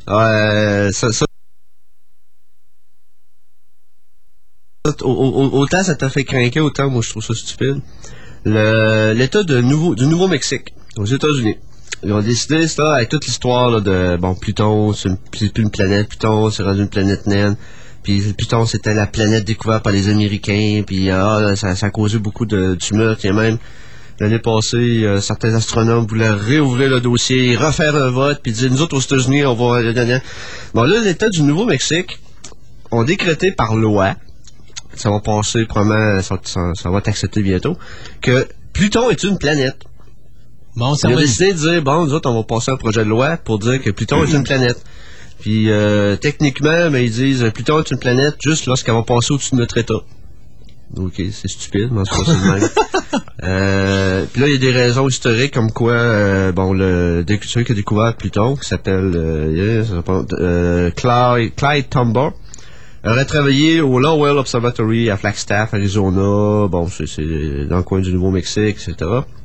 Autant ça t'a fait craquer, autant moi je trouve ça stupide. L'État du Nouveau-Mexique, aux États-Unis, ils ont décidé ça avec toute l'histoire là, de Pluton, c'est plus une planète, Pluton c'est rendu une planète naine. Puis Pluton c'était la planète découverte par les Américains, puis ça a causé beaucoup de tumulte. Il y a même l'année passée, certains astronomes voulaient réouvrir le dossier, refaire un vote, puis dire nous autres aux États-Unis on va Bon là l'État du Nouveau-Mexique ont décrété par loi, ça va passer probablement, ça va être accepté bientôt, que Pluton est une planète. Bon, ils ont décidé de dire, nous autres, on va passer un projet de loi pour dire que Pluton est une planète. Puis, techniquement, ils disent, Pluton est une planète juste lorsqu'elle va passer au-dessus de notre État. OK, c'est stupide, mais c'est pas ça de même. Puis là, il y a des raisons historiques comme quoi, celui qui a découvert Pluton, qui s'appelle Clyde Tombaugh, aurait travaillé au Lowell Observatory à Flagstaff, Arizona. Bon, c'est dans le coin du Nouveau-Mexique, etc.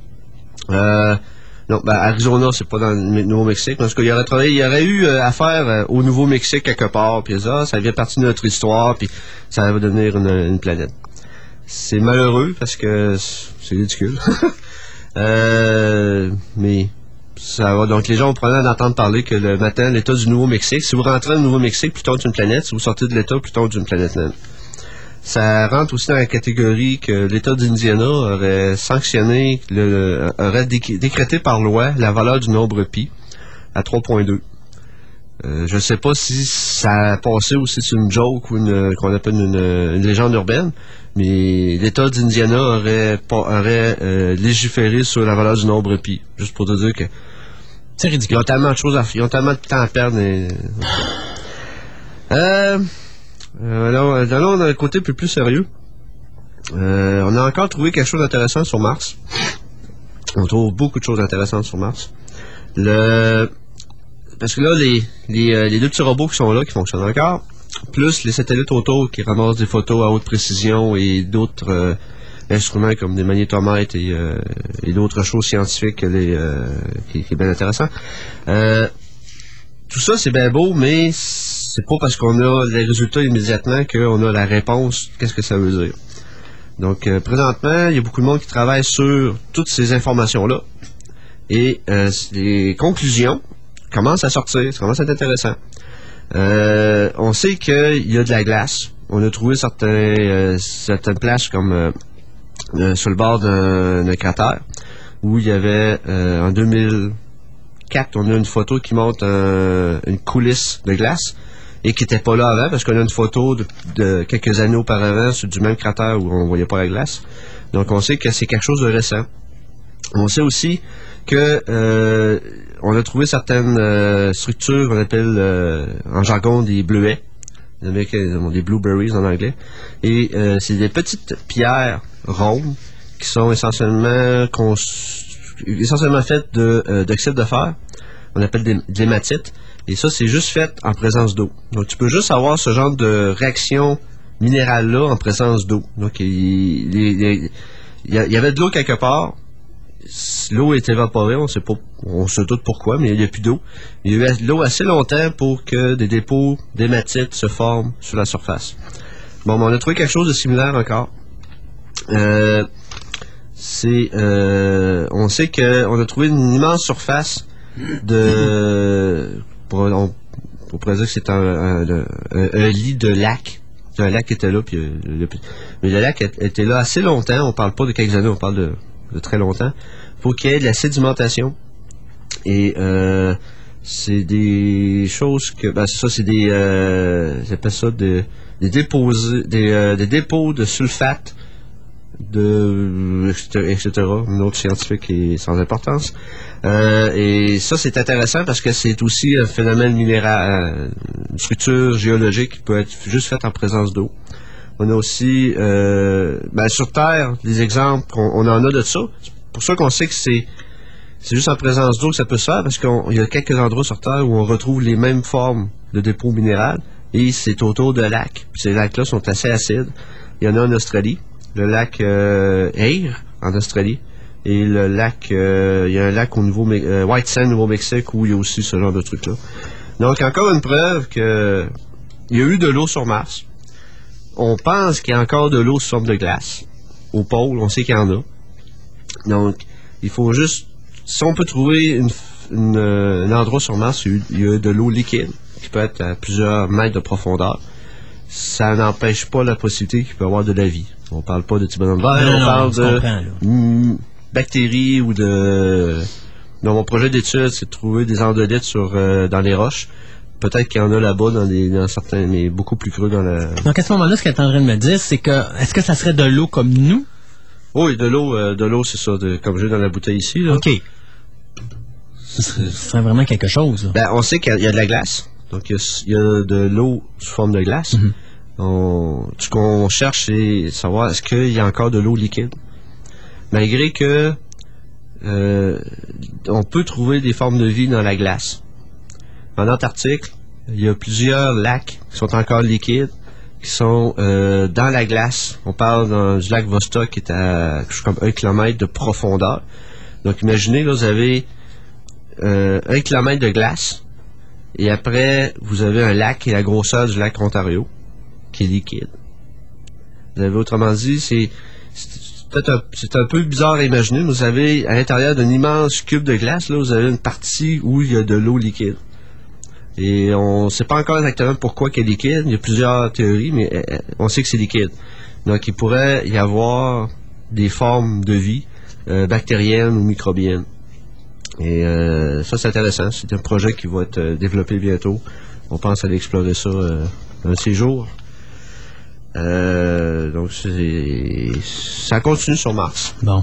Non, Arizona, c'est pas dans le Nouveau-Mexique. Parce qu'il il aurait eu affaire au Nouveau-Mexique quelque part, puis ça vient partie de notre histoire, puis ça va devenir une planète. C'est malheureux parce que c'est ridicule. Mais ça va. Donc les gens ont probablement d'entendre parler que le matin, l'État du Nouveau-Mexique, si vous rentrez dans le Nouveau-Mexique, Pluton est une planète. Si vous sortez de l'État, Pluton est une planète naine. Ça rentre aussi dans la catégorie que l'État d'Indiana aurait sanctionné, aurait décrété par loi la valeur du nombre pi à 3.2. Je ne sais pas si ça a passé ou si c'est une joke ou qu'on appelle une légende urbaine, mais l'État d'Indiana aurait légiféré sur la valeur du nombre pi. Juste pour te dire que c'est ridicule. Ils ont tellement de choses ils ont tellement de temps à perdre. Allons d'un côté plus sérieux. On a encore trouvé quelque chose d'intéressant sur Mars. On trouve beaucoup de choses intéressantes sur Mars. Parce que là, les deux petits robots qui sont là, qui fonctionnent encore, plus les satellites autour qui ramassent des photos à haute précision et d'autres instruments comme des magnétomètres et d'autres choses scientifiques qui est bien intéressant. Tout ça, c'est bien beau, mais c'est pas parce qu'on a les résultats immédiatement qu'on a la réponse. Qu'est-ce que ça veut dire? Donc, présentement, il y a beaucoup de monde qui travaille sur toutes ces informations-là. Et les conclusions commencent à sortir. Ça commence à être intéressant. On sait qu'il y a de la glace. On a trouvé certaines places comme sur le bord d'un cratère où il y avait, en 2004, on a une photo qui montre une coulisse de glace et qui n'était pas là avant parce qu'on a une photo de quelques années auparavant sur du même cratère où on ne voyait pas la glace. Donc on sait que c'est quelque chose de récent. On sait aussi que on a trouvé certaines structures qu'on appelle en jargon des bleuets, des blueberries en anglais, et c'est des petites pierres rondes qui sont essentiellement faites d'oxyde de fer. On appelle des hématites. Et ça, c'est juste fait en présence d'eau. Donc, tu peux juste avoir ce genre de réaction minérale-là en présence d'eau. Donc, il y avait de l'eau quelque part. L'eau est évaporée, on se doute pourquoi, mais il n'y a plus d'eau. Il y a eu de l'eau assez longtemps pour que des dépôts d'hématite se forment sur la surface. Bon, on a trouvé quelque chose de similaire encore. On sait qu'on a trouvé une immense surface on pourrait dire que c'est un lit de lac. C'est un lac qui était là, mais le lac était là assez longtemps. On parle pas de quelques années, on parle de très longtemps. Faut qu'il y ait de la sédimentation. Et c'est des choses que c'est des j'appelle ça des dépôts de sulfate etc. Une autre scientifique qui est sans importance. Et ça, c'est intéressant parce que c'est aussi un phénomène minéral, une structure géologique qui peut être juste faite en présence d'eau. On a aussi, sur Terre, des exemples, on en a de ça. C'est pour ça qu'on sait que c'est juste en présence d'eau que ça peut se faire, parce qu'il y a quelques endroits sur Terre où on retrouve les mêmes formes de dépôts minéraux, et c'est autour de lacs. Puis ces lacs-là sont assez acides. Il y en a en Australie, le lac Eyre, en Australie, et le lac, il y a un lac au White Sand, Nouveau-Mexique, où il y a aussi ce genre de trucs-là. Donc, encore une preuve que il y a eu de l'eau sur Mars. On pense qu'il y a encore de l'eau sous forme de glace. Au pôle, on sait qu'il y en a. Donc, il faut juste... Si on peut trouver un endroit sur Mars où il y a de l'eau liquide, qui peut être à plusieurs mètres de profondeur, ça n'empêche pas la possibilité qu'il peut y avoir de la vie. On parle pas de petits bonhommes verts, on parle de bactéries ou de... Dans mon projet d'étude, c'est de trouver des endolites dans les roches. Peut-être qu'il y en a là-bas dans certains, mais beaucoup plus creux dans la... Donc à ce moment-là, ce que tu es en train de me dire, c'est que est-ce que ça serait de l'eau comme nous? Oui, de l'eau, c'est ça, comme j'ai dans la bouteille ici. Là. OK. Ce serait vraiment quelque chose. Ben, on sait qu'il y a de la glace. Donc, il y a de l'eau sous forme de glace. Ce qu'on cherche, c'est savoir est-ce qu'il y a encore de l'eau liquide. Malgré que on peut trouver des formes de vie dans la glace. En Antarctique, il y a plusieurs lacs qui sont encore liquides, qui sont dans la glace. On parle du lac Vostok qui est à quelque chose comme 1 km de profondeur. Donc imaginez, là, vous avez 1 km de glace, et après, vous avez un lac qui est la grosseur du lac Ontario, qui est liquide. Vous avez, autrement dit, c'est un peu bizarre à imaginer, mais vous avez, à l'intérieur d'un immense cube de glace, là, vous avez une partie où il y a de l'eau liquide. Et on ne sait pas encore exactement pourquoi il est liquide. Il y a plusieurs théories, mais on sait que c'est liquide. Donc, il pourrait y avoir des formes de vie bactériennes ou microbiennes. Et ça, c'est intéressant. C'est un projet qui va être développé bientôt. On pense aller explorer ça un de ces jours. Donc, ça continue sur Mars. Bon.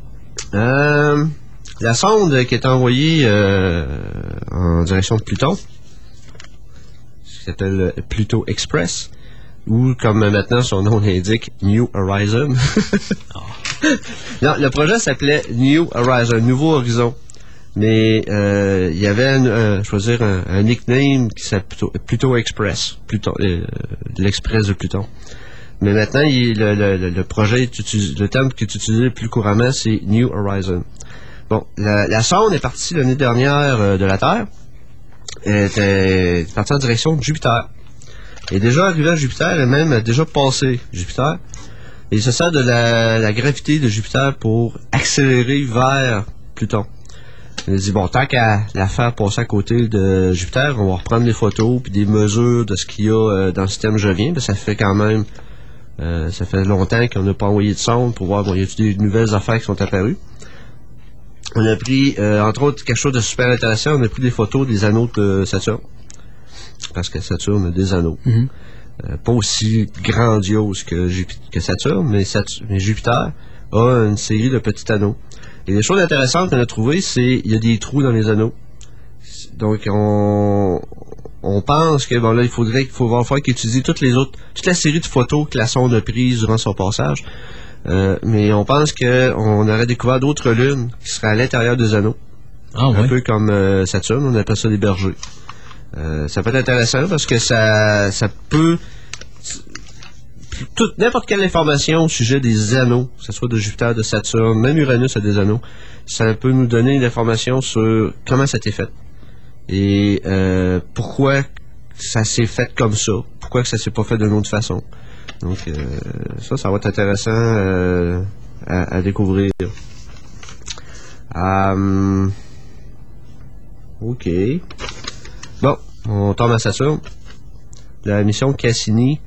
La sonde qui est envoyée en direction de Pluton, qui s'appelle Pluto Express, ou comme maintenant son nom l'indique, New Horizon. Non, le projet s'appelait New Horizon, Nouveau Horizon. Mais il y avait un nickname qui s'appelle Pluto Express, l'Express de Pluton. Mais maintenant, le projet, le terme qui est utilisé plus couramment, c'est New Horizon. Bon, la sonde est partie l'année dernière de la Terre. Elle était partie en direction de Jupiter. Elle est déjà arrivée à Jupiter, elle-même a déjà passé Jupiter. Et il se sert de la gravité de Jupiter pour accélérer vers Pluton. Elle dit, bon, tant qu'à la faire passer à côté de Jupiter, on va reprendre des photos puis des mesures de ce qu'il y a dans le système Jovien. Ça fait quand même, ça fait longtemps qu'on n'a pas envoyé de sonde pour voir, bon, y a-t-il des nouvelles affaires qui sont apparues. On a pris, entre autres, quelque chose de super intéressant, on a pris des photos des anneaux de Saturne. Parce que Saturne a des anneaux. Pas aussi grandiose que Saturne, mais Jupiter a une série de petits anneaux. Et les choses intéressantes qu'on a trouvées, c'est qu'il y a des trous dans les anneaux. Donc, on pense que, bon, là, il faut falloir qu'il utilise toute la série de photos que la sonde a prises durant son passage. Mais on pense qu'on aurait découvert d'autres lunes qui seraient à l'intérieur des anneaux. Un peu comme Saturne, on appelle ça des bergers. Ça peut être intéressant parce que ça peut... N'importe quelle information au sujet des anneaux, que ce soit de Jupiter, de Saturne, même Uranus a des anneaux, ça peut nous donner une information sur comment ça a été fait. Et pourquoi ça s'est fait comme ça. Pourquoi que ça s'est pas fait d'une autre façon. Donc, ça va être intéressant à découvrir. OK. Bon, on tombe à Saturne. La mission Cassini.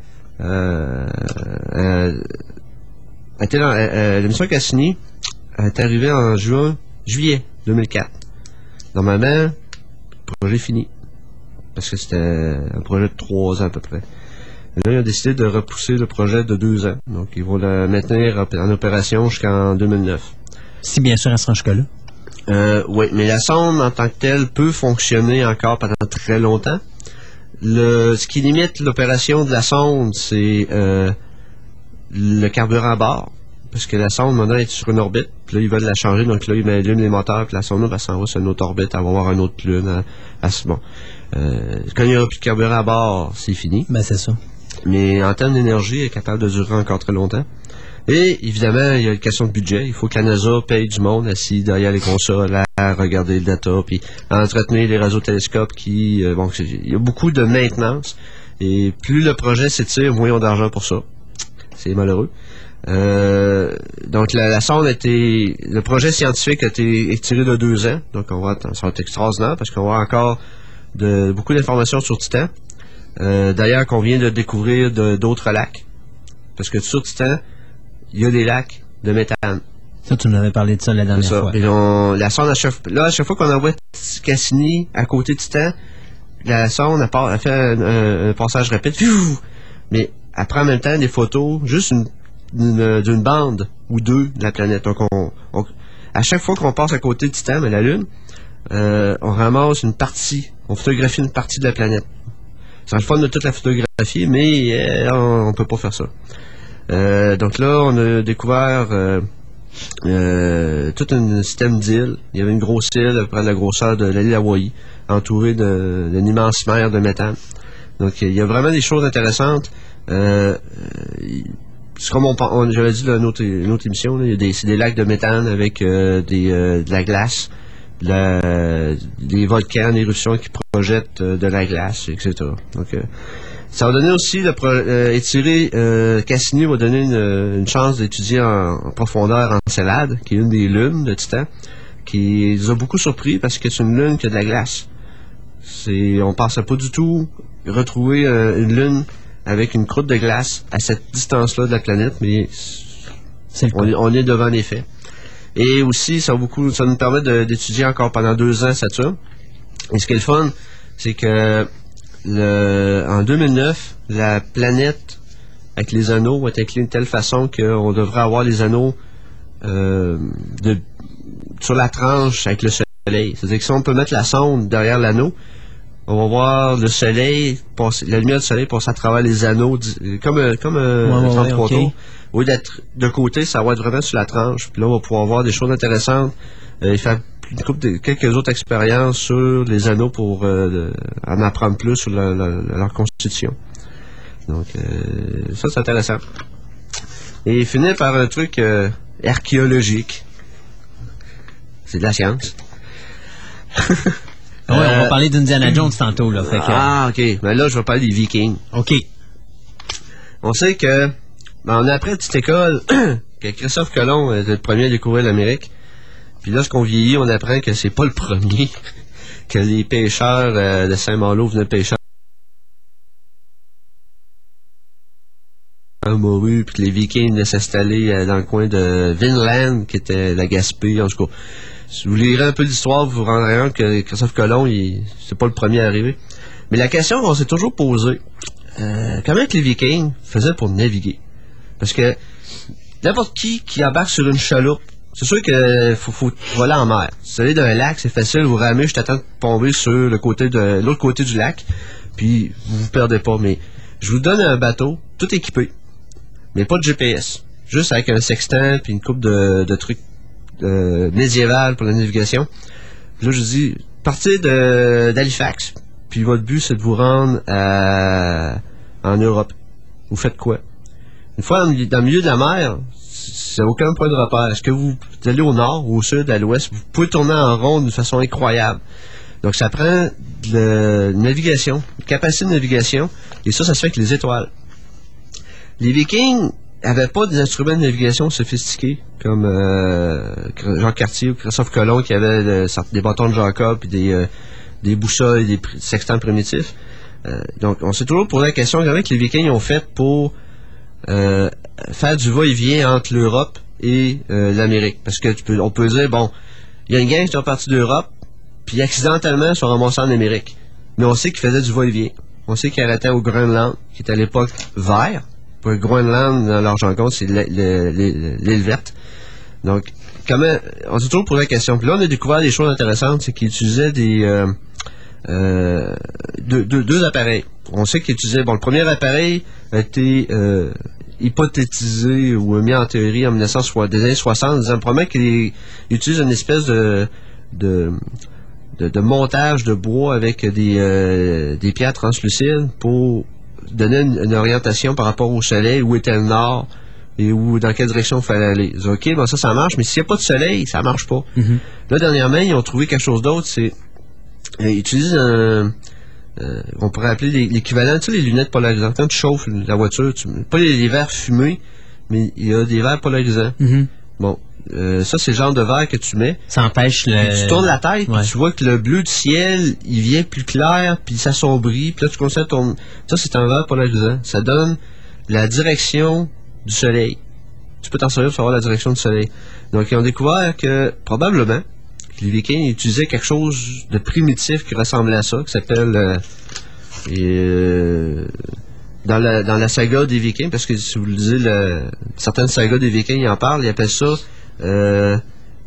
La mission Cassini est arrivée en juillet 2004. Normalement, le projet est fini. Parce que c'était un projet de 3 ans à peu près. Et là, ils ont décidé de repousser le projet de 2 ans. Donc, ils vont le maintenir en opération jusqu'en 2009. Si bien sûr, elle sera jusque-là. Oui, mais la sonde en tant que telle peut fonctionner encore pendant très longtemps. Ce qui limite l'opération de la sonde, c'est le carburant à bord. Parce que la sonde, maintenant, est sur une orbite. Puis là, ils veulent la changer. Donc là, ils allument les moteurs. Puis la sonde, elle s'en va sur une autre orbite. Elle va avoir une autre lune. Bon. Quand il n'y aura plus de carburant à bord, c'est fini. Ben, c'est ça. Mais en termes d'énergie, elle est capable de durer encore très longtemps. Et évidemment, il y a une question de budget. Il faut que la NASA paye du monde assis derrière les consoles à regarder le data, puis à entretenir les radiotélescopes il y a beaucoup de maintenance. Et plus le projet s'étire, moins ils ont d'argent pour ça. C'est malheureux. Donc la sonde le projet scientifique a été étiré de 2 ans. Donc ça va être extraordinaire parce qu'on va avoir encore beaucoup d'informations sur Titan. D'ailleurs, qu'on vient de découvrir d'autres lacs. Parce que sur Titan, il y a des lacs de méthane. Ça, tu nous avais parlé de ça la dernière fois. Et la sonde, à chaque fois qu'on envoie Cassini à côté de Titan, la sonde, elle fait un passage rapide. Mais elle prend en même temps des photos, juste d'une bande ou 2 de la planète. Donc, à chaque fois qu'on passe à côté de Titan, la Lune, on ramasse une partie, on photographie une partie de la planète. C'est le fun de toute la photographie, mais on peut pas faire ça. Donc là, on a découvert tout un système d'îles. Il y avait une grosse île à peu près de la grosseur de l'île Hawaï, entourée d'une immense mer de méthane. Donc il y a vraiment des choses intéressantes. C'est comme j'avais dit dans une autre émission, là, c'est des lacs de méthane avec de la glace, des volcans, des éruptions qui projettent de la glace, etc. Donc ça va donner aussi, étirer Cassini va donner une chance d'étudier en profondeur Encelade, qui est une des lunes de Titan, qui les a beaucoup surpris parce que c'est une lune qui a de la glace. On pensait pas du tout retrouver une lune avec une croûte de glace à cette distance-là de la planète, mais on est devant les faits. Et aussi, ça nous permet d'étudier encore pendant 2 ans Saturne. Et ce qui est le fun, c'est que en 2009, la planète avec les anneaux va être inclinée de telle façon qu'on devrait avoir les anneaux sur la tranche avec le soleil. C'est-à-dire que si on peut mettre la sonde derrière l'anneau, on va voir le soleil, la lumière du soleil passer à travers les anneaux, comme un 33 tours. Au lieu d'être de côté, ça va être vraiment sur la tranche. Puis là, on va pouvoir voir des choses intéressantes. Faire quelques autres expériences sur les anneaux pour en apprendre plus sur leur constitution. Donc, ça, c'est intéressant. Et finir par un truc archéologique. C'est de la science. On va parler d'Indiana Jones tantôt. Là, OK. Mais là, je vais parler des Vikings. OK. On sait que, on a appris à petite école que Christophe Colomb était le premier à découvrir l'Amérique. Puis lorsqu'on vieillit, on apprend que c'est pas le premier, que les pêcheurs de Saint-Malo venaient pêcher en morue, puis que les Vikings venaient s'installer dans le coin de Vinland, qui était la Gaspé. En tout cas, si vous lirez un peu l'histoire, vous vous rendrez compte que Christophe Colomb, c'est pas le premier à arriver. Mais la question qu'on s'est toujours posée, comment que les Vikings faisaient pour naviguer? Parce que n'importe qui embarque sur une chaloupe, c'est sûr qu'il faut voler en mer. Si vous allez dans un lac, c'est facile, vous ramez, je t'attends de tomber sur l'autre côté du lac, puis vous vous perdez pas. Mais je vous donne un bateau, tout équipé, mais pas de GPS. Juste avec un sextant, puis une coupe de trucs médiéval pour la navigation. Puis là, je vous dis, partez d'Halifax, puis votre but, c'est de vous rendre en Europe. Vous faites quoi? Une fois dans le milieu de la mer, c'est aucun point de repère. Est-ce que vous allez au nord, au sud, à l'ouest? Vous pouvez tourner en rond d'une façon incroyable. Donc, ça prend de navigation, une capacité de navigation, et ça se fait avec les étoiles. Les Vikings n'avaient pas des instruments de navigation sophistiqués, comme Jacques Cartier ou Christophe Colomb, qui avait des bâtons de Jacob, puis des boussoles et des sextants primitifs. Donc, on s'est toujours posé la question, comment que les Vikings ont fait pour faire du va-et-vient entre l'Europe et l'Amérique. Parce que on peut dire, bon, il y a une gang qui est partie d'Europe, puis accidentellement, ils sont ramassés en Amérique. Mais on sait qu'ils faisaient du va-et-vient. On sait qu'il arrêtait au Groenland, qui était à l'époque vert. Pour le Groenland, dans leur jargon, c'est l'île verte. Donc, comment, on s'est toujours posé la question. Puis là, on a découvert des choses intéressantes, c'est qu'ils utilisaient deux appareils. On sait qu'ils utilisaient, le premier appareil a été hypothétisé ou mis en théorie en des années 60, en disant probablement qu'il utilise une espèce de montage de bois avec des pierres translucides pour donner une orientation par rapport au soleil, où était le nord et dans quelle direction il fallait aller. Ils disent, OK, ça marche, mais s'il n'y a pas de soleil, ça marche pas. Mm-hmm. Là, dernièrement, ils ont trouvé quelque chose d'autre, c'est ils utilisent on pourrait appeler l'équivalent, tu sais, les lunettes polarisantes. Quand tu chauffes la voiture, pas les verres fumés, mais il y a des verres polarisants. Mm-hmm. Bon, ça, c'est le genre de verre que tu mets. Ça empêche tu tournes la tête, puis tu vois que le bleu du ciel, il vient plus clair, puis ça s'assombrit, puis là, tu commences à tourner. Ça, c'est un verre polarisant. Ça donne la direction du soleil. Tu peux t'en servir pour savoir la direction du soleil. Donc, ils ont découvert que, probablement, les Vikings utilisaient quelque chose de primitif qui ressemblait à ça, qui s'appelle dans la saga des Vikings, parce que si vous le lisez certaines sagas des Vikings, ils en parlent, ils appellent ça le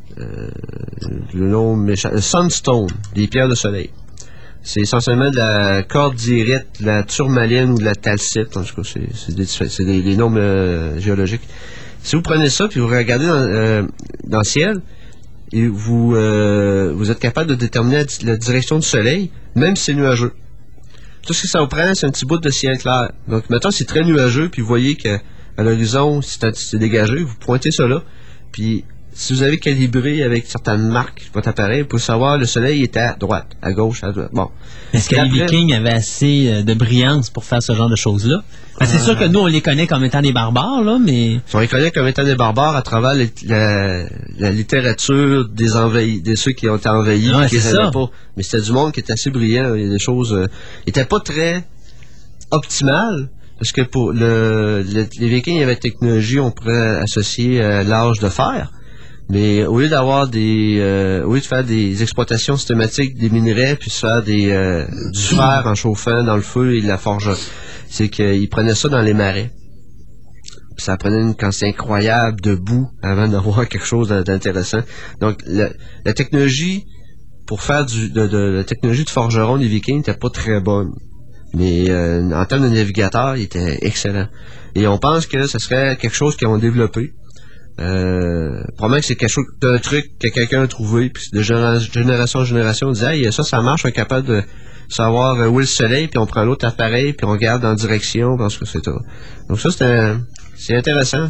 nom méchant, Sunstone, des pierres de soleil. C'est essentiellement de la cordierite, de la tourmaline ou de la talcite. En tout cas, c'est des noms géologiques. Si vous prenez ça puis vous regardez dans le ciel, et vous êtes capable de déterminer la direction du soleil, même si c'est nuageux. Tout ce que ça vous prend, c'est un petit bout de ciel clair. Donc, maintenant, c'est très nuageux, puis vous voyez qu'à l'horizon, c'est dégagé, vous pointez ça là, puis si vous avez calibré avec certaines marques votre appareil, vous pouvez savoir le soleil est à droite, à gauche, à droite. Bon. Est-ce que les Vikings avaient assez de brillance pour faire ce genre de choses-là? C'est sûr que nous, on les connaît comme étant des barbares, là, mais... On les connaît comme étant des barbares à travers la littérature des envahis, de ceux qui ont été envahis, qui les avaient pas. Mais c'était du monde qui était assez brillant. Il y a des choses... n'étaient pas très optimales, parce que pour les Vikings, il y avait une technologie, on pourrait associer l'âge de fer. Mais au lieu d'avoir au lieu de faire des exploitations systématiques des minerais, puis de faire du fer en chauffant dans le feu et de la forge, c'est qu'ils prenaient ça dans les marais. Puis ça prenait une quantité incroyable de boue avant d'avoir quelque chose d'intéressant. Donc la technologie pour faire la technologie de forgeron des Vikings n'était pas très bonne. Mais en termes de navigateur, il était excellent. Et on pense que ce serait quelque chose qu'ils ont développé. Probablement que c'est quelque chose d'un truc que quelqu'un a trouvé, puis de génération en génération, on disait hey, ça marche, on est capable de savoir où est le soleil, puis on prend l'autre appareil, puis on regarde en direction, parce que c'est tout. Donc ça, c'est intéressant.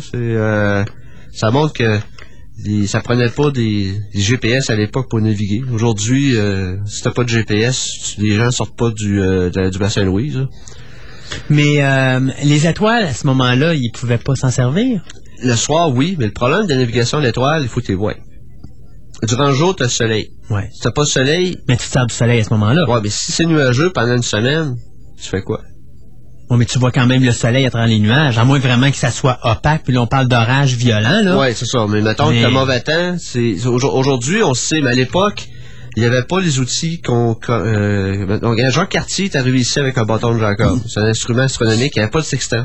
Ça montre que ça prenait pas des GPS à l'époque pour naviguer. Aujourd'hui, si t'as pas de GPS, les gens sortent pas du bassin Louise. Là. Mais les étoiles, à ce moment-là, ils pouvaient pas s'en servir? Le soir, oui, mais le problème de la navigation de l'étoile, il faut que tu les vois. Durant le jour, tu as le soleil. Ouais. Si t'as pas le soleil... Mais tu te sers du soleil à ce moment-là. Ouais, mais si c'est nuageux pendant une semaine, tu fais quoi? Ouais, mais tu vois quand même le soleil à travers les nuages, à moins vraiment que ça soit opaque, puis là, on parle d'orage violent, là. Ouais, c'est ça. Mais mettons que le mauvais temps, aujourd'hui, on sait, mais à l'époque, il n'y avait pas les outils donc, Jacques Cartier est arrivé ici avec un bâton de Jacob. C'est un instrument astronomique, il n'y avait pas de sextant.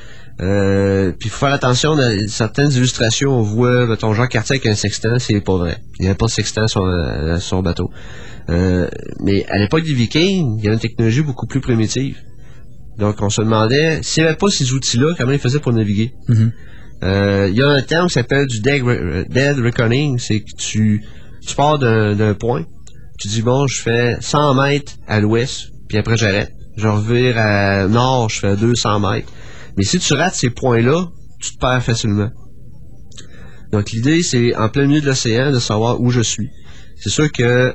Puis il faut faire attention, dans certaines illustrations, on voit mettons, Jacques Cartier avec un sextant, c'est pas vrai. Il n'y avait pas de sextant sur son bateau. Mais à l'époque des Vikings, il y avait une technologie beaucoup plus primitive. Donc on se demandait, s'il n'y avait pas ces outils-là, comment ils faisaient pour naviguer. Il y a un terme qui s'appelle du dead reckoning, c'est que tu pars d'un point, tu dis bon, je fais 100 mètres à l'ouest, puis après j'arrête. Je revire à nord, je fais 200 mètres. Mais si tu rates ces points-là, tu te perds facilement. Donc l'idée, c'est en plein milieu de l'océan de savoir où je suis. C'est sûr que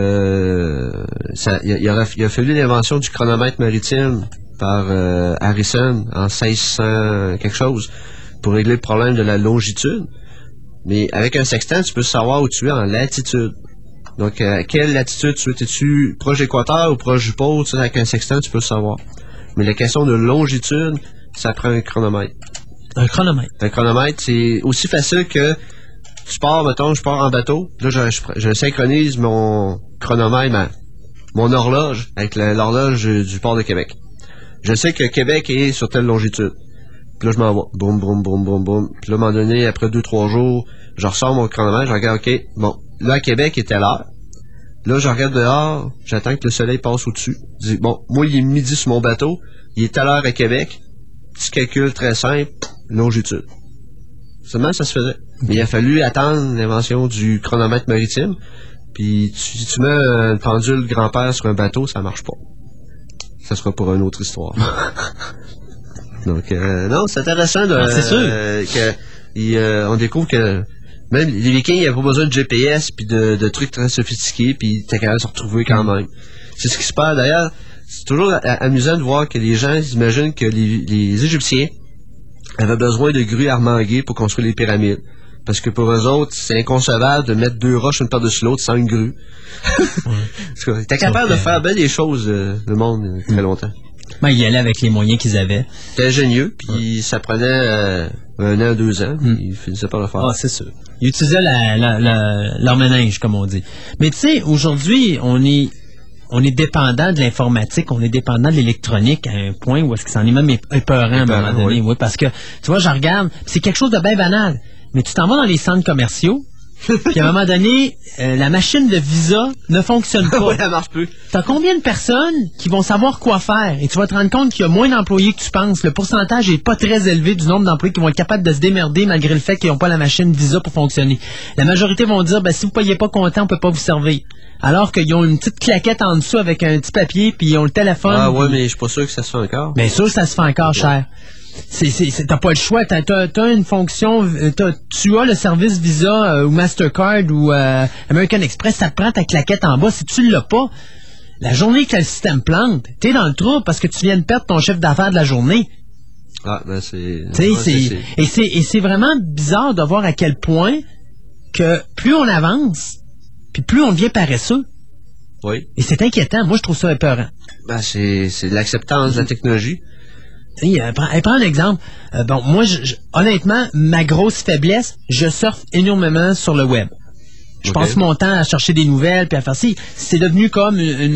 il a fallu l'invention du chronomètre maritime par Harrison en 1600 quelque chose pour régler le problème de la longitude. Mais avec un sextant, tu peux savoir où tu es en latitude. Donc à quelle latitude tu es? Es-tu proche de l'équateur ou proche du pôle? Avec un sextant, tu peux le savoir. Mais la question de longitude, ça prend un chronomètre. Un chronomètre? Un chronomètre, c'est aussi facile que tu pars, mettons, je pars en bateau. Là, je synchronise mon chronomètre, mon horloge avec l'horloge du port de Québec. Je sais que Québec est sur telle longitude. Puis là, je m'en vais. Boum, boum, boum, boum, boum. Puis là, à un moment donné, après 2-3 jours, je ressors mon chronomètre, je regarde, OK, bon, là, à Québec, il est telle heure. Là, je regarde dehors, j'attends que le soleil passe au-dessus. Je dis, bon, moi, il est midi sur mon bateau, il est telle heure à Québec. Petit calcul très simple, longitude. Seulement, ça se faisait. Mais il a fallu attendre l'invention du chronomètre maritime. Puis, si tu mets une pendule grand-père sur un bateau, ça marche pas. Ça sera pour une autre histoire. Donc, non, c'est intéressant de... c'est sûr. On découvre que même les Vikings, il n'y a pas besoin de GPS puis de trucs très sophistiqués, puis t'es capable de se retrouver quand même. C'est ce qui se passe. D'ailleurs, c'est toujours amusant de voir que les gens imaginent que les Égyptiens avaient besoin de grues armanguées pour construire les pyramides. Parce que pour eux autres, c'est inconcevable de mettre 2 roches une par-dessus l'autre sans une grue. T'es capable de faire bien des choses, le monde, très longtemps. Ben, ils allaient avec les moyens qu'ils avaient. C'était ingénieux, puis ça prenait 1 an, 2 ans, puis ils finissaient par le faire. Ah, c'est sûr. Ils utilisaient leur ménage, comme on dit. Mais tu sais, aujourd'hui, on est dépendant de l'informatique, on est dépendant de l'électronique à un point où est-ce que ça en est même épeurant à un moment donné. Oui, parce que, tu vois, je regarde, c'est quelque chose de bien banal. Mais tu t'en vas dans les centres commerciaux, puis à un moment donné, la machine de Visa ne fonctionne pas. Oui, elle marche plus. T'as combien de personnes qui vont savoir quoi faire? Et tu vas te rendre compte qu'il y a moins d'employés que tu penses. Le pourcentage est pas très élevé du nombre d'employés qui vont être capables de se démerder malgré le fait qu'ils n'ont pas la machine Visa pour fonctionner. La majorité vont dire, ben, si vous ne payez pas content, on peut pas vous servir. Alors qu'ils ont une petite claquette en dessous avec un petit papier, puis ils ont le téléphone. Ah ouais, mais je suis pas sûr que ça se fait encore. Bien sûr que ça se fait encore cher. T'as pas le choix, t'as une fonction, tu as le service Visa ou Mastercard ou American Express, ça te prend ta claquette en bas. Si tu l'as pas, la journée que le système plante, t'es dans le trou parce que tu viens de perdre ton chiffre d'affaires de la journée. Ah, ben c'est... Et c'est vraiment bizarre de voir à quel point que plus on avance, puis plus on devient paresseux. Oui. Et c'est inquiétant. Moi, je trouve ça épeurant. Ben, c'est l'acceptance de la technologie. Prends un exemple. Bon, moi, honnêtement, ma grosse faiblesse, je surfe énormément sur le web. Je passe mon temps à chercher des nouvelles puis à faire ça. C'est devenu comme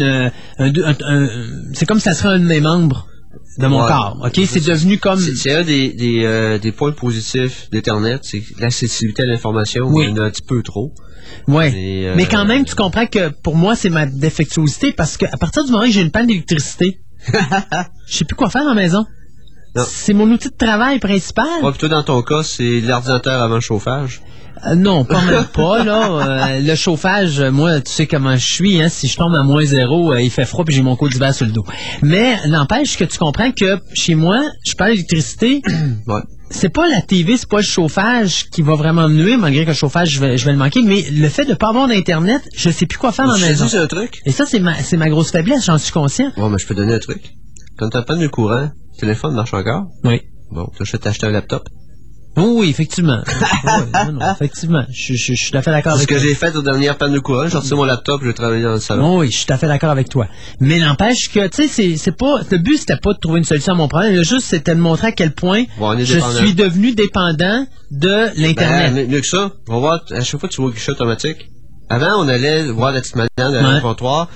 c'est comme si ça serait un de mes membres de mon corps. Ok, c'est devenu comme. C'est un des points positifs d'Internet, c'est l'accessibilité à l'information. Oui. Il y en a un petit peu trop. Oui. Mais quand même, tu comprends que pour moi, c'est ma défectuosité parce qu'à partir du moment où j'ai une panne d'électricité, je sais plus quoi faire dans la maison. C'est mon outil de travail principal. Ouais, plutôt dans ton cas, c'est l'ordinateur avant le chauffage. Non, pas même pas, là. Le chauffage, moi, tu sais comment je suis, hein. Si je tombe à -0, il fait froid puis j'ai mon coup d'hiver sur le dos. Mais n'empêche que tu comprends que chez moi, je parle d'électricité. Ouais. C'est pas la TV, c'est pas le chauffage qui va vraiment me nuire, malgré que le chauffage, je vais le manquer. Mais le fait de pas avoir d'Internet, je sais plus quoi faire dans ma maison. C'est un truc. Et ça, c'est ma grosse faiblesse, j'en suis conscient. Bon, mais je peux donner un truc. Quand t'as pas de courant, le téléphone marche encore. Oui. Bon, je vais t'acheter un laptop. Oui, effectivement. Non, effectivement. Je suis tout à fait d'accord avec toi. C'est ce que j'ai fait aux dernières pannes de courant. J'ai reçu mon laptop, je vais travailler dans le salon. Oui, je suis tout à fait d'accord avec toi. Mais n'empêche que, tu sais, c'est pas, le but c'était pas de trouver une solution à mon problème. Le juste c'était de montrer à quel point je suis devenu dépendant de l'Internet. Ben, mieux que ça. On va voir, à chaque fois que tu vois le guichet automatique. Avant, on allait voir la petite madame dans le comptoir.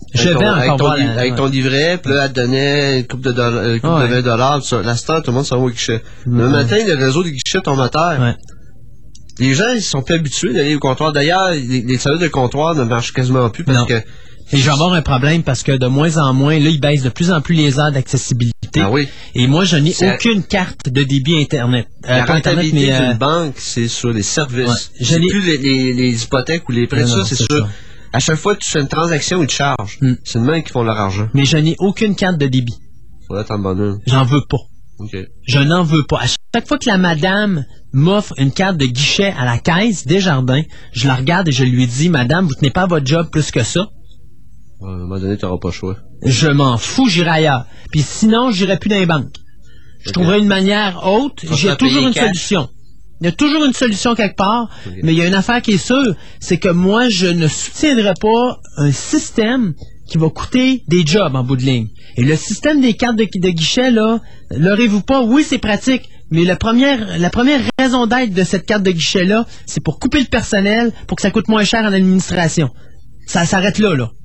Avec ton livret, puis là, elle te donnait une coupe de $20. L'instant, tout le monde s'en va au guichet. Le matin, le réseau des guichets tombe à terre. Ouais. Les gens, ils sont plus habitués d'aller au comptoir. D'ailleurs, les services de comptoir ne marchent quasiment plus parce que... Et je vais avoir un problème parce que de moins en moins, là, ils baissent de plus en plus les heures d'accessibilité. Ah oui. Et moi, je n'ai aucune carte de débit Internet. La rentabilité d'une banque, c'est sur les services. Ouais. C'est plus les hypothèques ou les prêts. Ça, c'est sûr. À chaque fois que tu fais une transaction, ils te chargent. C'est de même qu'ils font leur argent. Mais je n'ai aucune carte de débit. Faudrait t'en donner. J'en veux pas. Okay. Je n'en veux pas. À chaque fois que la madame m'offre une carte de guichet à la caisse Desjardins, je la regarde et je lui dis, madame, vous tenez pas votre job plus que ça. À un moment donné, tu n'auras pas le choix. Je m'en fous, j'irai ailleurs. Puis sinon, j'irai plus dans les banques. Je trouverai une manière autre. J'ai toujours une solution. Il y a toujours une solution quelque part, mais il y a une affaire qui est sûre, c'est que moi, je ne soutiendrai pas un système qui va coûter des jobs en bout de ligne. Et le système des cartes de guichet, là, l'aurez-vous pas? Oui, c'est pratique, mais la première raison d'être de cette carte de guichet-là, c'est pour couper le personnel, pour que ça coûte moins cher en administration. Ça s'arrête là.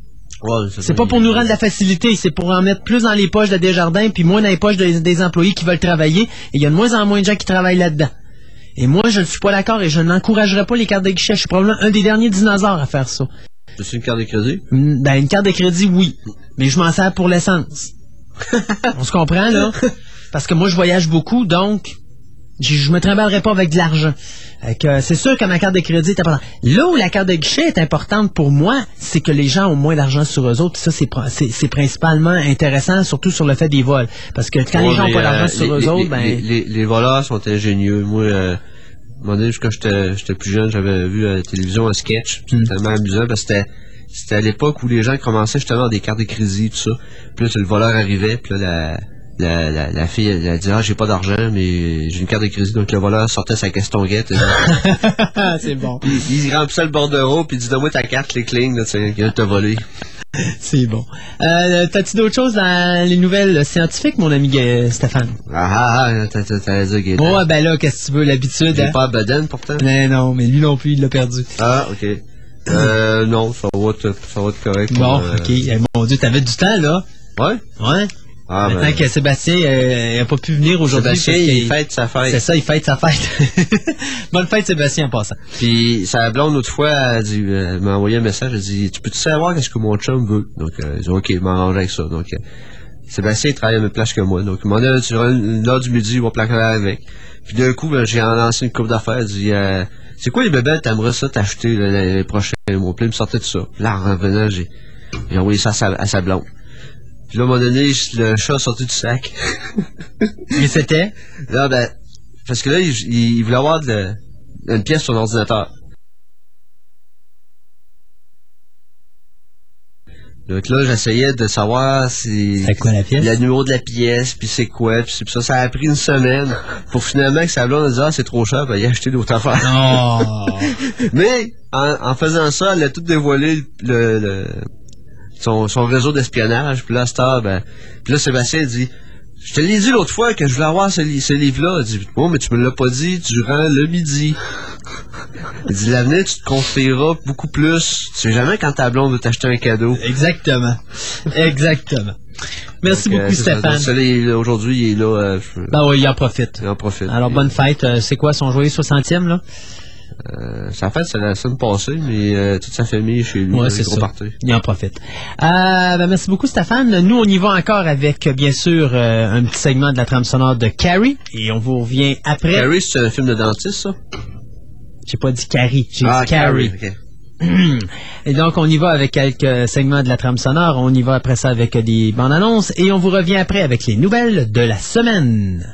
Ouais, c'est pas pour nous rendre la facilité, c'est pour en mettre plus dans les poches de Desjardins puis moins dans les poches des employés qui veulent travailler. Et il y a de moins en moins de gens qui travaillent là-dedans. Et moi, je ne suis pas d'accord et je n'encouragerais pas les cartes de guichet. Je suis probablement un des derniers dinosaures à faire ça. C'est une carte de crédit? Ben, une carte de crédit, oui. Mais je m'en sers pour l'essence. On se comprend, là? Parce que moi, je voyage beaucoup, donc je me trimballerai pas avec de l'argent. C'est sûr que ma carte de crédit est importante. Là où la carte de guichet est importante pour moi, c'est que les gens ont moins d'argent sur eux autres. Ça, c'est principalement intéressant, surtout sur le fait des vols. Parce que quand les gens n'ont pas d'argent sur eux autres, ben... Les voleurs sont ingénieux. Moi, à un moment donné, quand j'étais plus jeune, j'avais vu à la télévision un sketch. C'était tellement amusant parce que c'était à l'époque où les gens commençaient justement des cartes de crédit, tout ça. Puis là, le voleur arrivait, puis là, la fille, elle a dit, j'ai pas d'argent, mais j'ai une carte de crédit. Donc le voleur sortait sa castonguette. C'est bon. Il remplissait le bordereau, puis il dit, donne-moi ta carte, les clignes, là, il vient de te voler. C'est bon. T'as-tu d'autres choses dans les nouvelles scientifiques, mon ami Stéphane? T'as dit Gaëtan. Ouais, ben là, qu'est-ce que tu veux, l'habitude? J'ai pas à Baden, pourtant. Non, mais lui non plus, il l'a perdu. Ah, ok. Non, ça va être correct. Bon, ok. Mon Dieu, t'avais du temps, là? Ouais. Maintenant que Sébastien n'a pas pu venir aujourd'hui. Sébastien, il fête sa fête. C'est ça, il fête sa fête. Bonne fête, Sébastien, en passant. Puis, sa blonde, l'autre fois, elle m'a envoyé un message, elle dit, tu peux-tu savoir qu'est-ce que mon chum veut? Donc, elle dit, ok, je m'arrange avec ça. Donc, Sébastien, il travaille à la même place que moi. Donc, il m'a dit, sur une heure du midi, il va plaquer avec. Puis, d'un coup, j'ai lancé une coupe d'affaires, elle dit, c'est quoi les bébés, t'aimerais ça t'acheter les prochains mois? Puis, il me sortait de ça. Là, en revenant, j'ai envoyé ça à sa blonde. Puis là, à un moment donné, le chat a sorti du sac. Et c'était? Là, ben, parce que là, il voulait avoir une pièce sur l'ordinateur. Donc là, j'essayais de savoir c'est quoi la pièce? Le numéro de la pièce, puis c'est quoi, puis ça a pris une semaine pour finalement que sa blonde a dit, c'est trop cher, ben, il a acheté d'autres affaires. Oh. Mais, en faisant ça, elle a tout dévoilé son réseau d'espionnage, puis là, puis là, Sébastien dit, je te l'ai dit l'autre fois que je voulais avoir ce livre-là. Il dit, mais tu me l'as pas dit durant le midi. Il dit, l'avenir, tu te confieras beaucoup plus. Tu sais jamais quand ta blonde veut t'acheter un cadeau. Exactement. Merci beaucoup, Stéphane. Aujourd'hui, il est là. Ben oui, il en profite. Alors, bonne fête. C'est quoi son joyeux 60e, là? Sa fête, c'est la semaine passée, mais toute sa famille est chez lui. Ouais, c'est ça. Il en profite. Merci beaucoup, Stéphane. Nous, on y va encore avec, bien sûr, un petit segment de la trame sonore de Carrie. Et on vous revient après. Carrie, c'est un film de dentiste, ça? J'ai pas dit Carrie, j'ai dit Carrie. Okay. Et donc, on y va avec quelques segments de la trame sonore. On y va après ça avec des bandes annonces. Et on vous revient après avec les nouvelles de la semaine.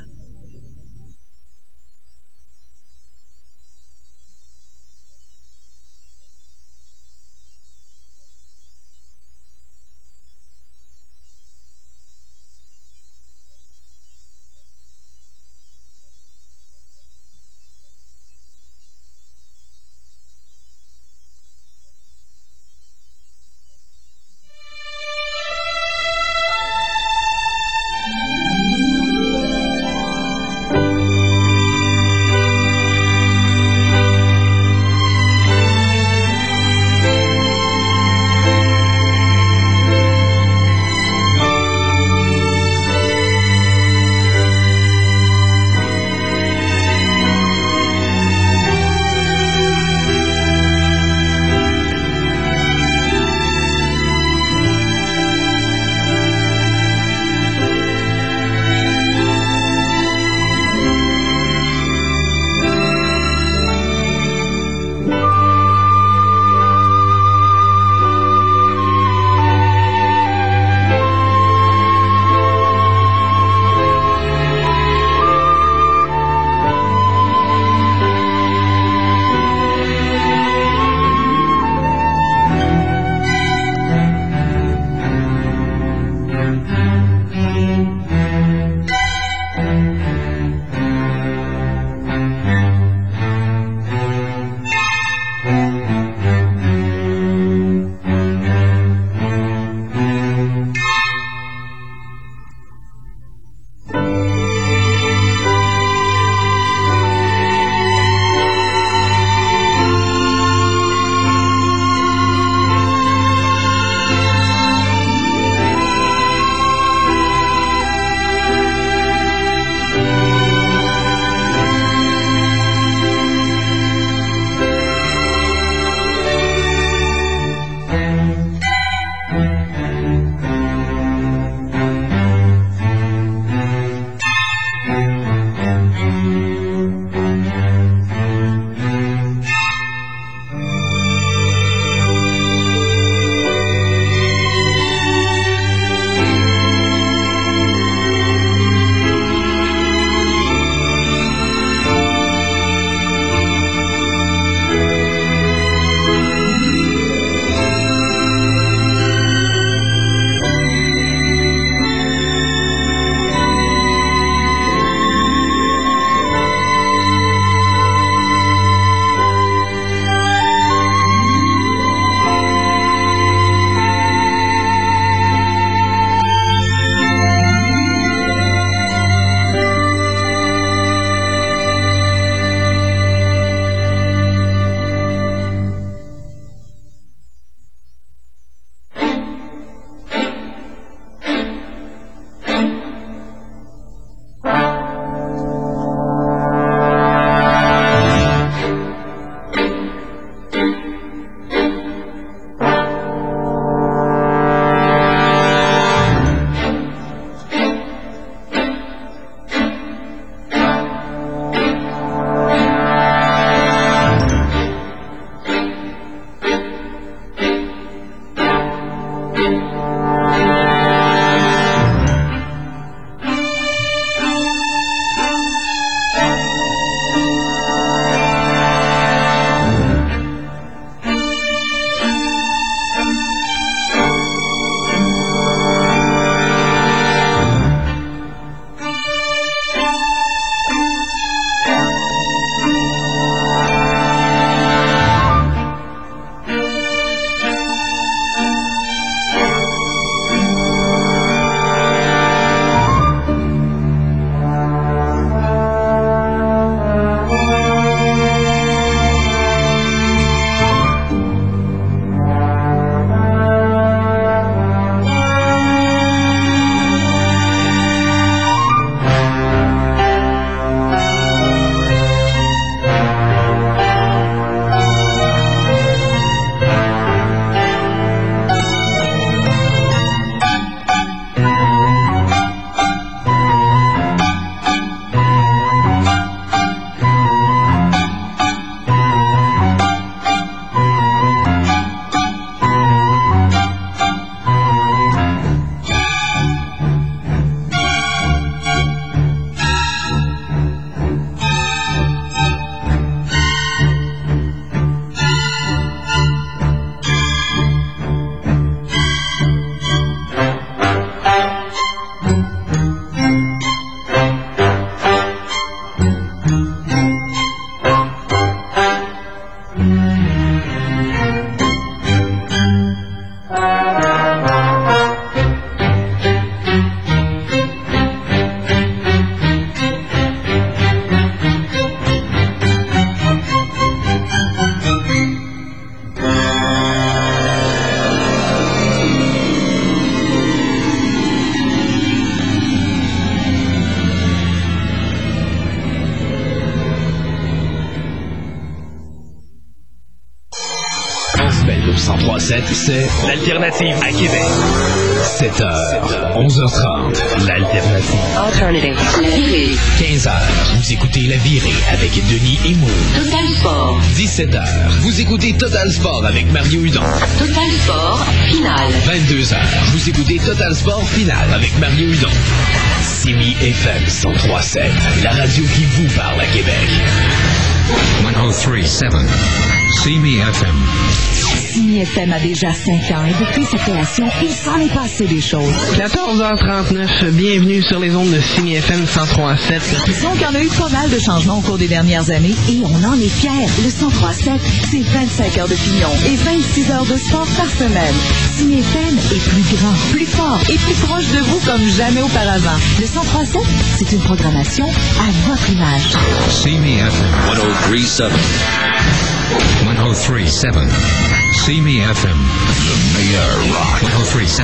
103.7, c'est l'alternative à Québec. 7h, 11h30, l'alternative. Alternative. La virée. 15h, vous écoutez La Virée avec Denis et Maud. Total Sport. 17h, vous écoutez Total Sport avec Mario Hudon. Total Sport. Finale. 22h, vous écoutez Total Sport Finale avec Mario Hudon. Simi FM 103.7, la radio qui vous parle à Québec. 103.7, Simi FM. Simi FM a déjà 5 ans et depuis sa création, il s'en est passé des choses. 14h39, bienvenue sur les ondes de Simi FM 103.7. Disons qu'il y en a eu pas mal de changements au cours des dernières années et on en est fiers. Le 103.7, c'est 25 heures de pignon et 26 heures de sport par semaine. Simi FM est plus grand, plus fort et plus proche de vous comme jamais auparavant. Le 103.7, c'est une programmation à votre image. Simi FM 103.7. 103.7. Simi FM. The meilleur rock. 103.7.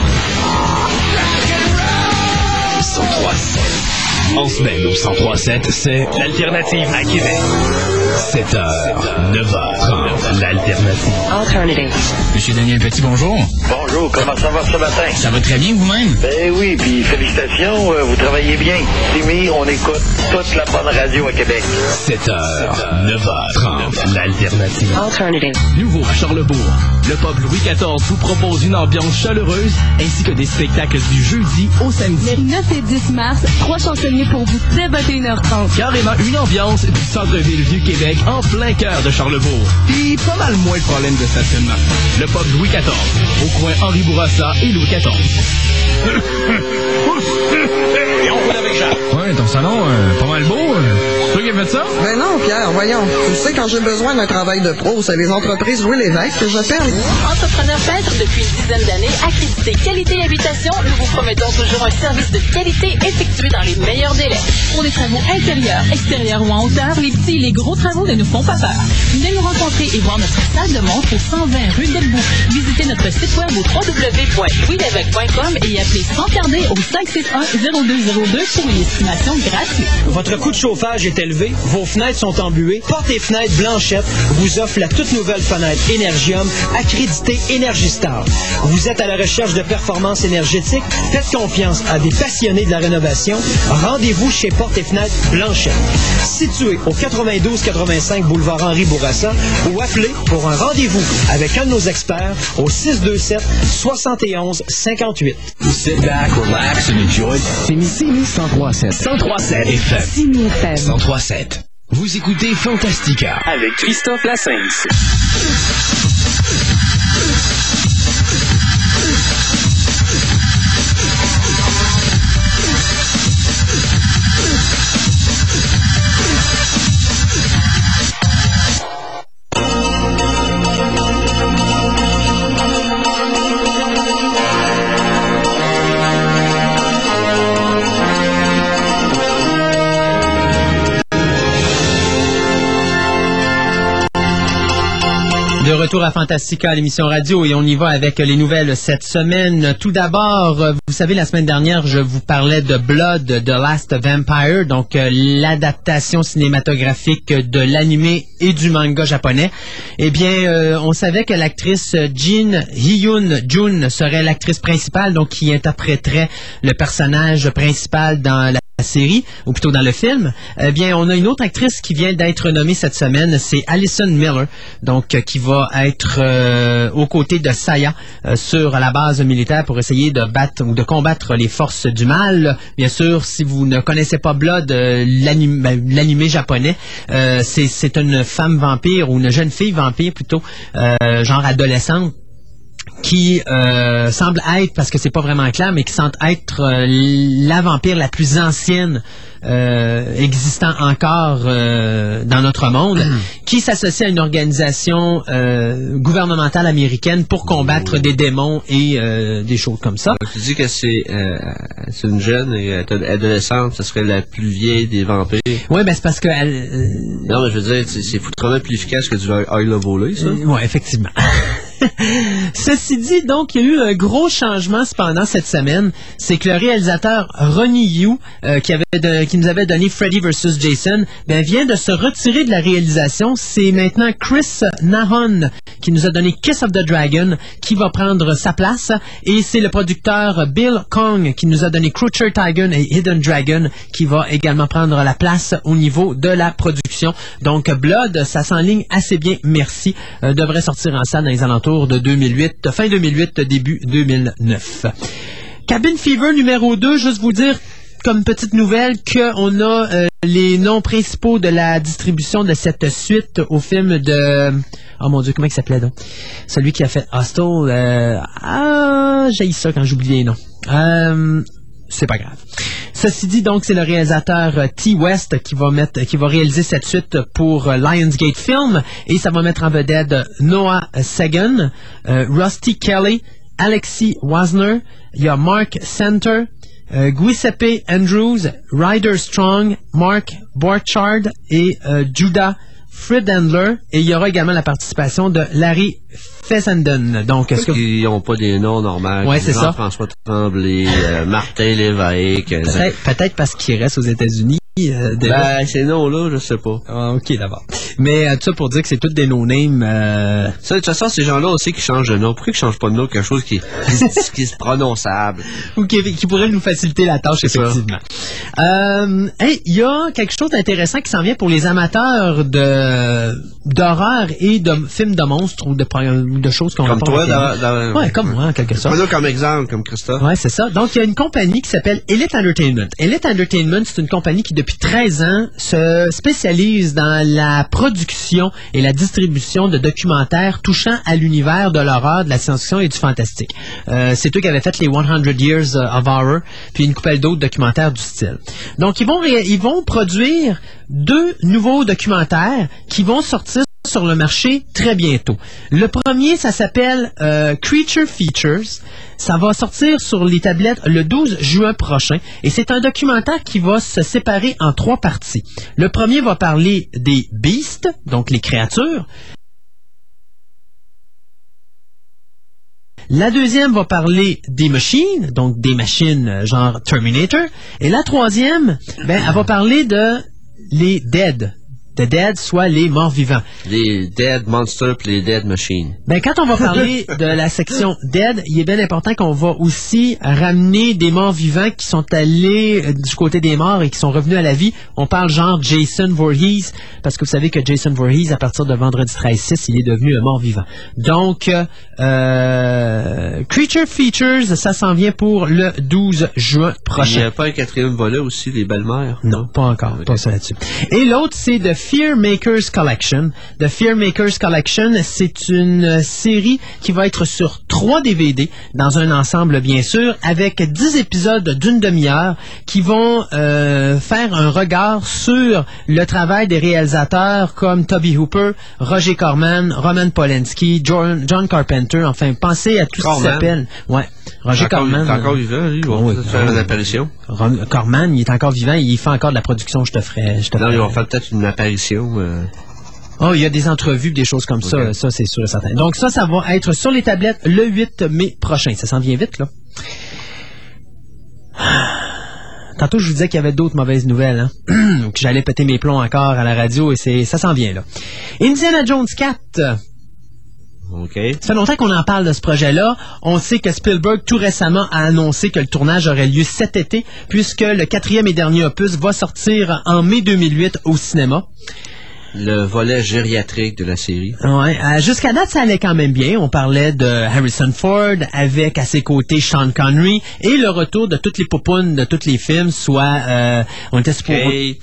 103.7. En semaine au 103.7, c'est l'alternative à Québec. 7h, 9h30, l'alternative. Alternative. Monsieur Daniel Petit, bonjour. Bonjour, comment ça va ce matin? Ça va très bien vous-même? Ben oui, puis félicitations, vous travaillez bien. Simi, on écoute toute la bonne radio à Québec. 7h, 9h30, l'alternative. Alternative. Nouveau à Charlebourg, le pub Louis XIV vous propose une ambiance chaleureuse ainsi que des spectacles du jeudi au samedi. Les 9 et 10 mars, 3 chansonniers pour vous dès 21h30. Carrément une ambiance du centre-ville Vieux-Québec en plein cœur de Charlebourg. Puis pas mal moins de problèmes de stationnement. Le pub Louis XIV, au coin Henri Bourassa et Louis XIV. Et on roule avec Jacques. Ouais, ton salon, pas mal beau. C'est toi qui as fait ça? Ben non, Pierre, voyons. Tu sais, quand j'ai besoin d'un travail de pro, c'est les entreprises Louis Lévesque que j'appelle. Entrepreneur peintre depuis une dizaine d'années, accrédité qualité habitation, nous vous promettons toujours un service de qualité effectué dans les meilleurs délais. Pour des travaux intérieurs, extérieurs ou en hauteur, les petits et les gros travaux ne nous font pas peur. Venez nous rencontrer et voir notre salle de montre au 120 rue Delbourg. Visitez notre site web au www.louislevesque.com et appelez sans tarder au 561-0202 pour une estimation gratuite. Votre coût de chauffage est élevé, vos fenêtres sont embuées. Portes et Fenêtres Blanchette vous offre la toute nouvelle fenêtre Energium accréditée Energy Star. Vous êtes à la recherche de performance énergétique? Faites confiance à des passionnés de la rénovation. Rendez-vous chez Portes et Fenêtres Blanchette. Situé au 92-85 boulevard Henri Bourassa ou appelez pour un rendez-vous avec un de nos experts au 627-71-58. Sit back, relax and enjoy. Simi 103.7. 103.7 FM. Simi FM. 103.7. Vous écoutez Fantastica Avec Christophe Lassens. De retour à Fantastica, l'émission radio, et on y va avec les nouvelles cette semaine. Tout d'abord, vous savez, la semaine dernière, je vous parlais de Blood, The Last Vampire, donc l'adaptation cinématographique de l'animé et du manga japonais. Eh bien, on savait que l'actrice Jin Hyun-jun serait l'actrice principale, donc qui interpréterait le personnage principal dans la série, ou plutôt dans le film. Eh bien, on a une autre actrice qui vient d'être nommée cette semaine, c'est Alison Miller, donc qui va être aux côtés de Saya sur la base militaire pour essayer de battre ou de combattre les forces du mal. Bien sûr, si vous ne connaissez pas Blood, l'animé japonais, c'est une femme vampire ou une jeune fille vampire plutôt, genre adolescente, qui semble être, parce que c'est pas vraiment clair, mais qui semble être la vampire la plus ancienne existant encore dans notre monde, qui s'associe à une organisation gouvernementale américaine pour combattre des démons et des choses comme ça. Tu dis que c'est une jeune et adolescente, ce serait la plus vieille des vampires. Oui, ben c'est parce que... Non, mais je veux dire, c'est foutrement plus efficace que du high level, ça. Oui, effectivement. Ceci dit, donc, il y a eu un gros changement cependant cette semaine. C'est que le réalisateur Ronnie Yu, qui nous avait donné Freddy vs. Jason, vient de se retirer de la réalisation. C'est maintenant Chris Nahon qui nous a donné Kiss of the Dragon qui va prendre sa place. Et c'est le producteur Bill Kong qui nous a donné Croucher Tiger et Hidden Dragon qui va également prendre la place au niveau de la production. Donc, Blood, ça s'enligne assez bien, merci. Devrait sortir en salle dans les alentours de 2008, fin 2008, début 2009. Cabin Fever numéro 2, juste vous dire comme petite nouvelle qu'on a les noms principaux de la distribution de cette suite au film de... Oh mon Dieu, comment il s'appelait donc? Celui qui a fait Hostel. J'haïs ça quand j'oublie les noms. C'est pas grave. Ceci dit, donc, c'est le réalisateur T. West qui va réaliser cette suite pour Lionsgate Film et ça va mettre en vedette Noah Segan, Rusty Kelly, Alexi Wasner, il y a Mark Center, Giuseppe Andrews, Ryder Strong, Mark Borchardt et Judah Friedlander, et il y aura également la participation de Larry Fessenden. Donc, est-ce qu'ils n'ont pas des noms normaux? Ouais, c'est ça. François Tremblay, Martin Lévesque. Peut-être parce qu'il reste aux États-Unis. Ces noms-là, je sais pas. Ok, d'abord. Mais tout ça pour dire que c'est tous des no-names. Ça, de toute façon, ces gens-là aussi qui changent de nom. Pourquoi ils ne changent pas de nom? Quelque chose qui est prononçable. Ou qui pourrait nous faciliter la tâche, effectivement. Il y a quelque chose d'intéressant qui s'en vient pour les amateurs d'horreur et de films de monstres ou de choses qu'on va pas... Comme toi, ouais, comme moi, en quelque sorte. Prenons comme exemple, comme Christophe. Ouais, c'est ça. Donc, il y a une compagnie qui s'appelle Elite Entertainment. Elite Entertainment, c'est une compagnie qui, depuis 13 ans, se spécialise dans la production et la distribution de documentaires touchant à l'univers de l'horreur, de la science-fiction et du fantastique. C'est eux qui avaient fait les 100 Years of Horror, puis une couple d'autres documentaires du style. Donc, ils vont produire 2 nouveaux documentaires qui vont sortir sur le marché très bientôt. Le premier, ça s'appelle Creature Features. Ça va sortir sur les tablettes le 12 juin prochain et c'est un documentaire qui va se séparer en 3 parties. Le premier va parler des beasts, donc les créatures. La deuxième va parler des machines, donc des machines genre Terminator. Et la troisième, elle va parler de les dead. The Dead, soit les morts-vivants. Les Dead Monsters et les Dead Machines. Quand on va parler de la section Dead, il est bien important qu'on va aussi ramener des morts-vivants qui sont allés du côté des morts et qui sont revenus à la vie. On parle genre Jason Voorhees, parce que vous savez que Jason Voorhees, à partir de vendredi 13/6, il est devenu un mort-vivant. Donc, Creature Features, ça s'en vient pour le 12 juin prochain. Il n'y a pas un 4e volet aussi, les belles-mères? Non, pas encore, okay. Pas ça là-dessus. Et l'autre, c'est The Fear Makers Collection. The Fear Makers Collection, c'est une série qui va être sur 3 DVD, dans un ensemble bien sûr, avec 10 épisodes d'une demi-heure qui vont faire un regard sur le travail des réalisateurs comme Toby Hooper, Roger Corman, Roman Polanski, John Carpenter, enfin, pensez à tout ce qui s'appelle... Ouais, Roger Corman... Il est encore vivant, lui, il va faire une apparition. Corman, il est encore vivant, il fait encore de la production, je te ferai... Non, il va faire peut-être une apparition. Oh, il y a des entrevues, des choses comme ça, ça c'est sûr et certain. Donc ça va être sur les tablettes le 8 mai prochain. Ça s'en vient vite, là. Tantôt, je vous disais qu'il y avait d'autres mauvaises nouvelles, hein. Donc j'allais péter mes plombs encore à la radio et ça s'en vient, là. Indiana Jones 4. Okay. Ça fait longtemps qu'on en parle de ce projet-là. On sait que Spielberg, tout récemment, a annoncé que le tournage aurait lieu cet été, puisque le 4e et dernier opus va sortir en mai 2008 au cinéma. Le volet gériatrique de la série. Ouais, jusqu'à date, ça allait quand même bien. On parlait de Harrison Ford avec à ses côtés Sean Connery et le retour de toutes les poupounes de tous les films, soit on était supposé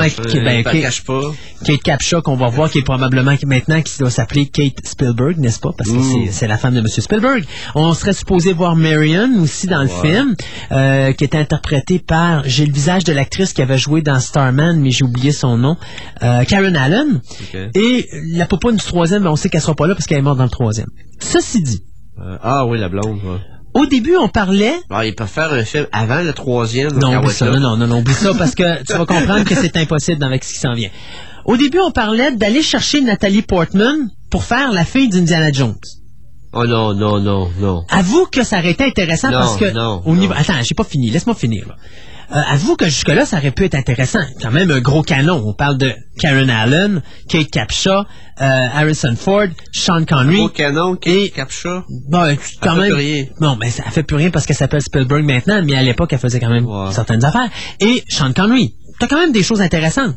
Kate Capshaw qu'on va voir qui est probablement maintenant qui doit s'appeler Kate Spielberg, n'est-ce pas? Parce que c'est la femme de M. Spielberg. On serait supposé voir Marion aussi dans le film, qui était interprétée par, j'ai le visage de l'actrice qui avait joué dans Starman, mais j'ai oublié son nom, Karen Allen. Okay. Et la poupoune du 3e, on sait qu'elle sera pas là parce qu'elle est morte dans le 3e. Ceci dit. Oui, la blonde. Ouais. Au début, on parlait... Ils peuvent faire un film avant le 3e. Non, oublie ça, non, oublie ça parce que tu vas comprendre que c'est impossible avec ce qui s'en vient. Au début, on parlait d'aller chercher Nathalie Portman pour faire la fille d'Indiana Jones. Oh non. Avoue que ça aurait été intéressant parce que... Attends, j'ai pas fini. Laisse-moi finir, là. Avoue que jusque-là, ça aurait pu être intéressant. Quand même un gros canon. On parle de Karen Allen, Kate Capshaw, Harrison Ford, Sean Connery. Gros canon, Kate Capshaw. Bon, quand même. Fait plus rien. Non, mais ça fait plus rien parce qu'elle s'appelle Spielberg maintenant, mais à l'époque, elle faisait quand même certaines affaires. Et Sean Connery. T'as quand même des choses intéressantes.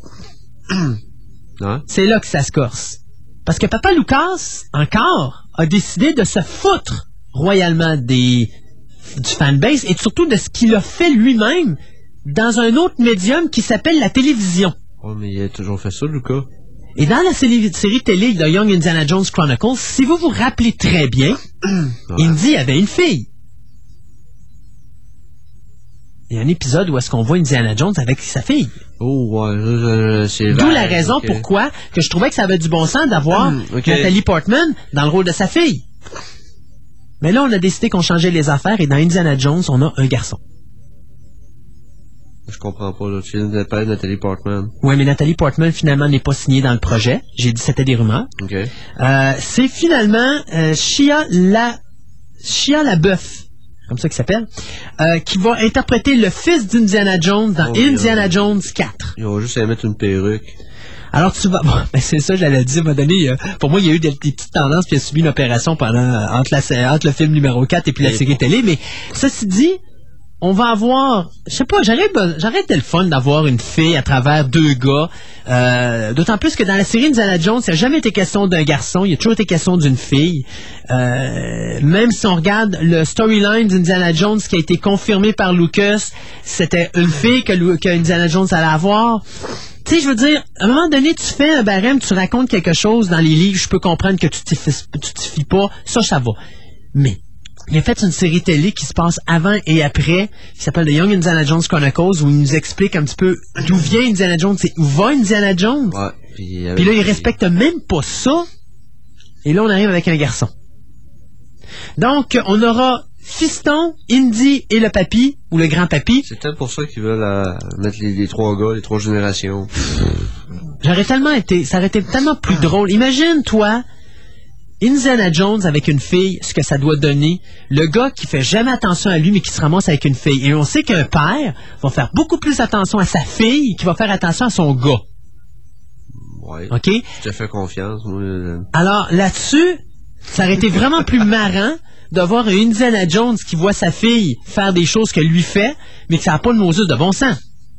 Ouais. C'est là que ça se corse. Parce que Papa Lucas, encore, a décidé de se foutre royalement du fanbase et surtout de ce qu'il a fait lui-même dans un autre médium qui s'appelle la télévision. Oh, mais il a toujours fait ça, Lucas. Et dans la série télé de Young Indiana Jones Chronicles, si vous vous rappelez très bien, Indy avait une fille. Il y a un épisode où est-ce qu'on voit Indiana Jones avec sa fille. Oh, ouais, c'est d'où la raison pourquoi que je trouvais que ça avait du bon sens d'avoir Nathalie Portman dans le rôle de sa fille. Mais là, on a décidé qu'on changeait les affaires et dans Indiana Jones, on a un garçon. Je comprends pas, là. Tu viens de parler de Nathalie Portman. Oui, mais Nathalie Portman, finalement, n'est pas signée dans le projet. J'ai dit c'était des rumeurs. OK. C'est finalement Shia LaBeouf, comme ça qu'il s'appelle, qui va interpréter le fils d'Indiana Jones dans Indiana Jones 4. Ils vont juste aller mettre une perruque. Alors tu vas... Bon, ben c'est ça, j'allais dire, à un moment donné, pour moi, il y a eu des petites tendances, puis il a subi une opération entre le film numéro 4 et puis la série télé, mais ceci dit, on va avoir... Je sais pas, j'arrête de le fun d'avoir une fille à travers deux gars, d'autant plus que dans la série Indiana Jones, il n'a jamais été question d'un garçon, il a toujours été question d'une fille. Même si on regarde le storyline d'Indiana Jones qui a été confirmé par Lucas, c'était une fille que Indiana Jones allait avoir. Tu sais, je veux dire, à un moment donné, tu fais un barème, tu racontes quelque chose dans les livres, je peux comprendre que tu t'y fies pas, ça va. Mais il a fait une série télé qui se passe avant et après, qui s'appelle The Young Indiana Jones Chronicles, où il nous explique un petit peu d'où vient Indiana Jones et où va Indiana Jones. Ouais, puis là, il respecte même pas ça. Et là, on arrive avec un garçon. Donc, on aura Fiston, Indy et le papy, ou le grand-papy. C'est peut-être pour ça qu'ils veulent mettre les trois gars, les trois générations. Ça aurait été tellement plus drôle. Imagine, toi, Indiana Jones avec une fille, ce que ça doit donner. Le gars qui fait jamais attention à lui, mais qui se ramasse avec une fille. Et on sait qu'un père va faire beaucoup plus attention à sa fille qu'il va faire attention à son gars. Ouais. OK? Je te fais confiance. Moi, Alors, là-dessus, ça aurait été vraiment plus marrant de voir un Indiana Jones qui voit sa fille faire des choses que lui fait, mais que ça n'a pas de Moses de bon sens.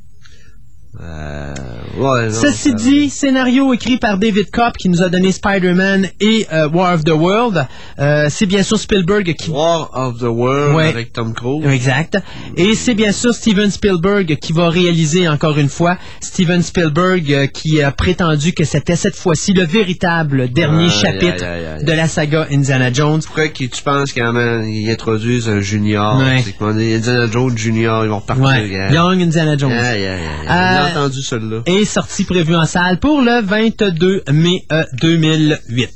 Ouais, non, ceci dit, scénario écrit par David Kopp qui nous a donné Spider-Man et War of the World. C'est bien sûr Spielberg qui... War of the World avec Tom Cruise. Exact. Et c'est bien sûr Steven Spielberg qui va réaliser encore une fois. Steven Spielberg qui a prétendu que c'était cette fois-ci le véritable dernier chapitre de la saga Indiana Jones. Pourquoi tu penses qu'ils introduisent un junior? C'est que Indiana Jones Junior, ils vont repartir. Young Indiana Jones. J'ai entendu celui-là. Et sortie prévue en salle pour le 22 mai 2008.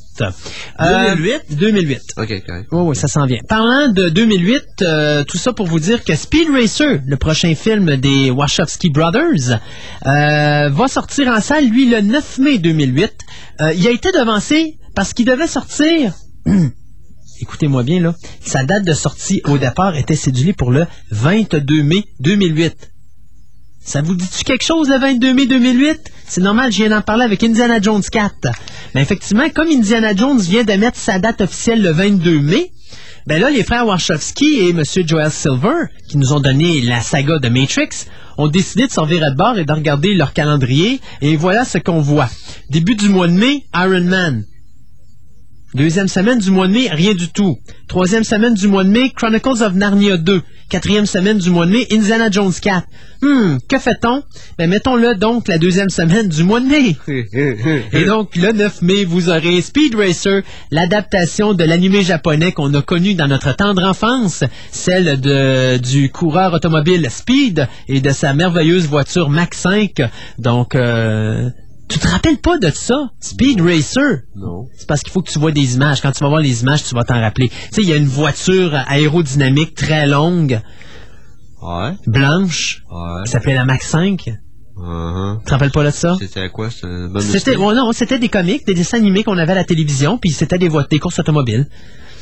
2008. OK, correct. Oui, ça s'en vient. Parlant de 2008, tout ça pour vous dire que Speed Racer, le prochain film des Wachowski Brothers, va sortir en salle, lui, le 9 mai 2008. Il a été devancé parce qu'il devait sortir... Écoutez-moi bien, là. Sa date de sortie au départ était cédulée pour le 22 mai 2008. Ça vous dit-tu quelque chose, le 22 mai 2008? C'est normal, je viens d'en parler avec Indiana Jones 4. Mais effectivement, comme Indiana Jones vient de mettre sa date officielle le 22 mai, ben là, les frères Wachowski et M. Joel Silver, qui nous ont donné la saga de Matrix, ont décidé de s'en virer de bord et de regarder leur calendrier. Et voilà ce qu'on voit. Début du mois de mai, Iron Man. Deuxième semaine du mois de mai, rien du tout. Troisième semaine du mois de mai, Chronicles of Narnia 2. Quatrième semaine du mois de mai, Indiana Jones 4. Que fait-on? Ben, mettons-le donc la deuxième semaine du mois de mai. Et donc, le 9 mai, vous aurez Speed Racer, l'adaptation de l'animé japonais qu'on a connu dans notre tendre enfance, celle du coureur automobile Speed et de sa merveilleuse voiture Mach 5. Donc, tu te rappelles pas de ça? Speed Racer? Non. C'est parce qu'il faut que tu vois des images. Quand tu vas voir les images, tu vas t'en rappeler. Tu sais, il y a une voiture aérodynamique très longue. Ouais. Blanche. Ouais. Qui s'appelait la Mach 5. Tu te rappelles pas de ça? C'était quoi? C'était des comics, des dessins animés qu'on avait à la télévision, puis c'était des courses automobiles.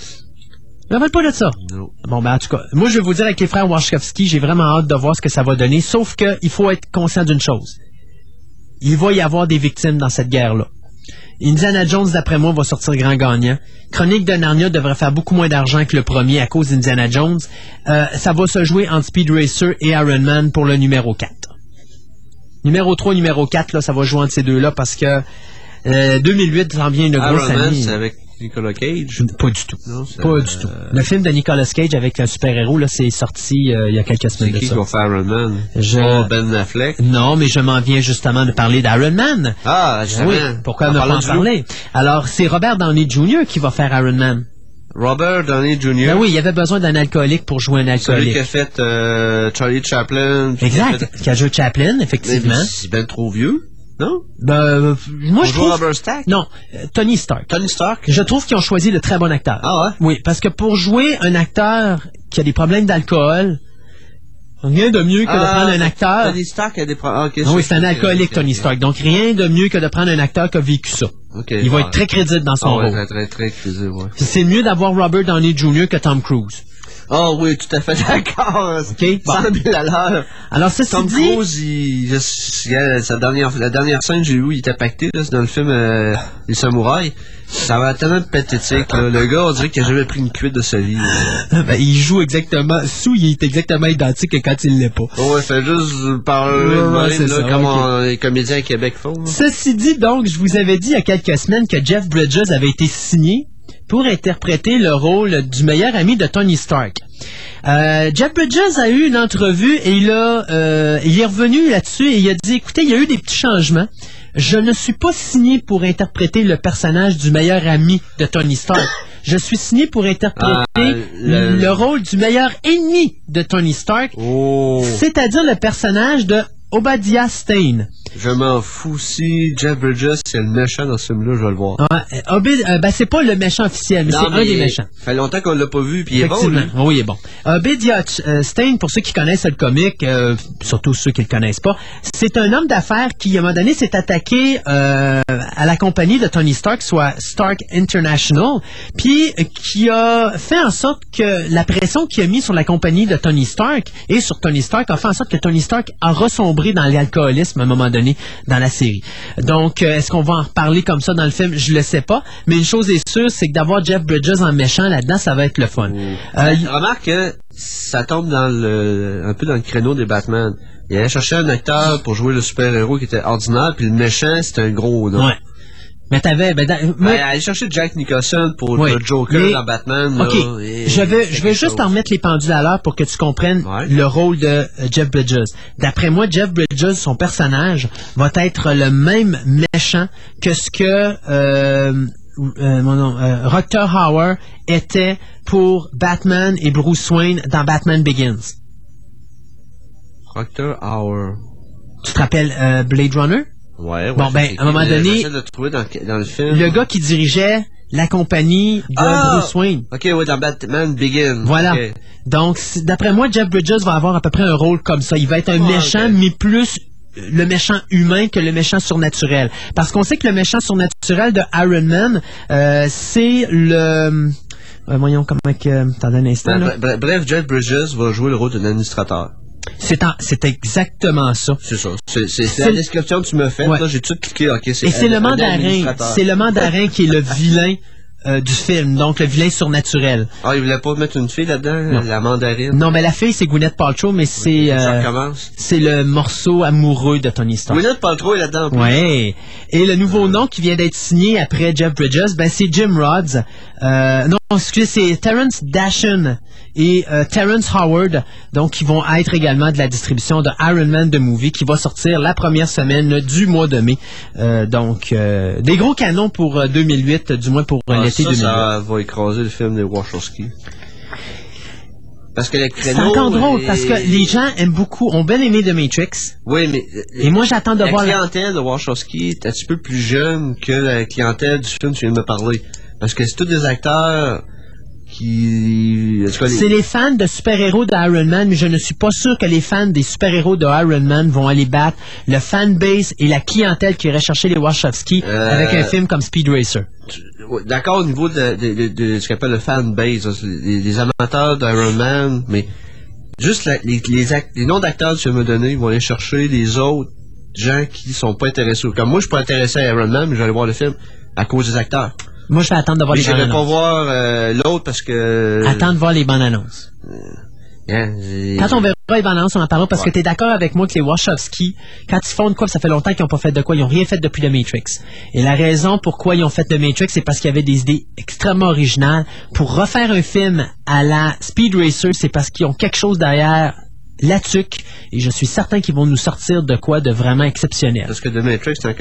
Je me rappelle pas de ça. Non. Bon, ben en tout cas, moi je vais vous dire avec les frères Wachowski, j'ai vraiment hâte de voir ce que ça va donner, sauf qu'il faut être conscient d'une chose. Il va y avoir des victimes dans cette guerre-là. Indiana Jones, d'après moi, va sortir grand gagnant. Chronique de Narnia devrait faire beaucoup moins d'argent que le premier à cause d'Indiana Jones. Ça va se jouer entre Speed Racer et Iron Man pour le numéro 4. Numéro 3, numéro 4, là, ça va jouer entre ces deux-là parce que 2008 s'en vient une grosse Iron Man, année. c'est avec Nicolas Cage? Pas du tout. Non, pas du tout. Le film de Nicolas Cage avec un super-héros, là, c'est sorti il y a quelques semaines. C'est qui va faire Iron Man? Pas Ben Affleck? Non, mais je m'en viens justement de parler d'Iron Man. Ah, justement. Oui, pourquoi ne pas en parler? Alors, c'est Robert Downey Jr. qui va faire Iron Man. Robert Downey Jr. Ben oui, il y avait besoin d'un alcoolique pour jouer un alcoolique. Celui qui a fait Charlie Chaplin. Exact, qui a joué Chaplin, effectivement. Mais c'est ben trop vieux, non? Ben, moi je trouve... Robert Stack? Non, Tony Stark. Tony Stark? Je trouve qu'ils ont choisi le très bon acteur. Ah ouais? Oui, parce que pour jouer un acteur qui a des problèmes d'alcool, rien de mieux que de prendre un acteur... Tony Stark a des problèmes... oui, c'est un alcoolique, Tony Stark. Donc rien de mieux que de prendre un acteur qui a vécu ça. Okay, il va être très crédible dans son rôle. Très crédible, ouais. C'est mieux d'avoir Robert Downey Jr. que Tom Cruise. Oh oui, tout à fait d'accord. OK, bon. 100 000 à l'heure. Alors, ceci Tom dit... Cruise, la dernière scène que j'ai vue, il était pacté, là, c'est dans le film Les Samouraïs. Ça va être tellement pathétique, là. Le gars, on dirait qu'il a jamais pris une cuite de sa vie. Ben, il joue exactement... il est exactement identique que quand il l'est pas. Ouais, fait juste parler comme les comédiens à Québec font. Là. Ceci dit, donc, je vous avais dit il y a quelques semaines que Jeff Bridges avait été signé pour interpréter le rôle du meilleur ami de Tony Stark. Jeff Bridges a eu une entrevue et il est revenu là-dessus et il a dit, écoutez, il y a eu des petits changements. Je ne suis pas signé pour interpréter le personnage du meilleur ami de Tony Stark. Je suis signé pour interpréter le rôle du meilleur ennemi de Tony Stark, c'est-à-dire le personnage de Obadiah Stane. Je m'en fous. Si Jeff Bridges c'est le méchant dans ce film-là, je vais le voir. Ben c'est pas le méchant officiel, mais c'est un des méchants. Ça fait longtemps qu'on l'a pas vu, puis il est bon, lui. Oui, il est bon. Obadiah Stane, pour ceux qui connaissent le comic, surtout ceux qui le connaissent pas, c'est un homme d'affaires qui, à un moment donné, s'est attaqué à la compagnie de Tony Stark, soit Stark International, puis qui a fait en sorte que la pression qu'il a mis sur la compagnie de Tony Stark et sur Tony Stark a fait en sorte que Tony Stark a ressombré dans l'alcoolisme à un moment donné dans la série. Donc, est-ce qu'on va en reparler comme ça dans le film? Je le sais pas, mais une chose est sûre, c'est que d'avoir Jeff Bridges en méchant là-dedans, ça va être le fun. Remarque que ça tombe un peu dans le créneau des Batman. Il allait chercher un acteur pour jouer le super-héros qui était ordinaire, puis le méchant, c'était un gros nom. Ouais. Mais t'avais... aller chercher Jack Nicholson pour le Joker dans Batman. OK. Là, je vais juste en remettre les pendules à l'heure pour que tu comprennes le rôle de Jeff Bridges. D'après moi, Jeff Bridges, son personnage, va être le même méchant que ce que Rutger Hauer était pour Batman et Bruce Wayne dans Batman Begins. Rutger Hauer. Tu te rappelles Blade Runner? Ouais, bon, ben, à un moment donné, de le trouver dans le film. Le gars qui dirigeait la compagnie de Bruce Wayne. OK, ouais, dans Batman Begins. Voilà. Okay. Donc, d'après moi, Jeff Bridges va avoir à peu près un rôle comme ça. Il va être un méchant, mais plus le méchant humain que le méchant surnaturel. Parce qu'on sait que le méchant surnaturel de Iron Man, c'est le... voyons comment que... Attendez un instant. Bref, Jeff Bridges va jouer le rôle d'un administrateur. C'est exactement ça. C'est ça. C'est la description que tu m'as faite. Là, j'ai tout cliqué. OK, c'est. Et c'est le mandarin. C'est le mandarin qui est le vilain du film, donc le vilain surnaturel. Ah, il voulait pas mettre une fille là-dedans, la mandarine? Non, mais la fille, c'est Gwyneth Paltrow, mais c'est le morceau amoureux de Tony Stark. Gwyneth Paltrow est là-dedans. Ouais. Et le nouveau nom qui vient d'être signé après Jeff Bridges, ben c'est Jim Rhodes. Non, excusez, c'est Terrence Dashan et Terrence Howard, donc qui vont être également de la distribution de Iron Man The Movie, qui va sortir la première semaine du mois de mai. Donc, des gros canons pour 2008, du moins pour l'été 2008. Ça va écraser le film des Wachowski. Parce que le créneau... C'est encore drôle, parce que les gens ont bien aimé The Matrix. Oui, mais... Et moi, j'attends de voir... La clientèle de Wachowski est un petit peu plus jeune que la clientèle du film que tu viens de me parler. Parce que c'est tous des acteurs qui... C'est les fans de super-héros de Iron Man, mais je ne suis pas sûr que les fans des super-héros de Iron Man vont aller battre le fanbase et la clientèle qui irait chercher les Wachowski avec un film comme Speed Racer. d'accord au niveau de ce qu'on appelle le fan base, là, les amateurs d'Iron Man, mais juste les noms d'acteurs que tu me donner, ils vont aller chercher les autres gens qui sont pas intéressés. Comme moi, je suis pas intéressé à Iron Man, mais je vais aller voir le film à cause des acteurs. Moi, je vais attendre de voir les bandes annonces. Je vais pas voir l'autre parce que... Attendre de voir les bandes annonces. Quand on verra les bandes annonces, on en parlera parce que tu es d'accord avec moi que les Wachowski, quand ils font de quoi, ça fait longtemps qu'ils n'ont pas fait de quoi, ils n'ont rien fait depuis The Matrix. Et la raison pourquoi ils ont fait The Matrix, c'est parce qu'il y avait des idées extrêmement originales. Pour refaire un film à la Speed Racer, c'est parce qu'ils ont quelque chose derrière la tuque, et je suis certain qu'ils vont nous sortir de quoi de vraiment exceptionnel. Parce que The Matrix, c'est un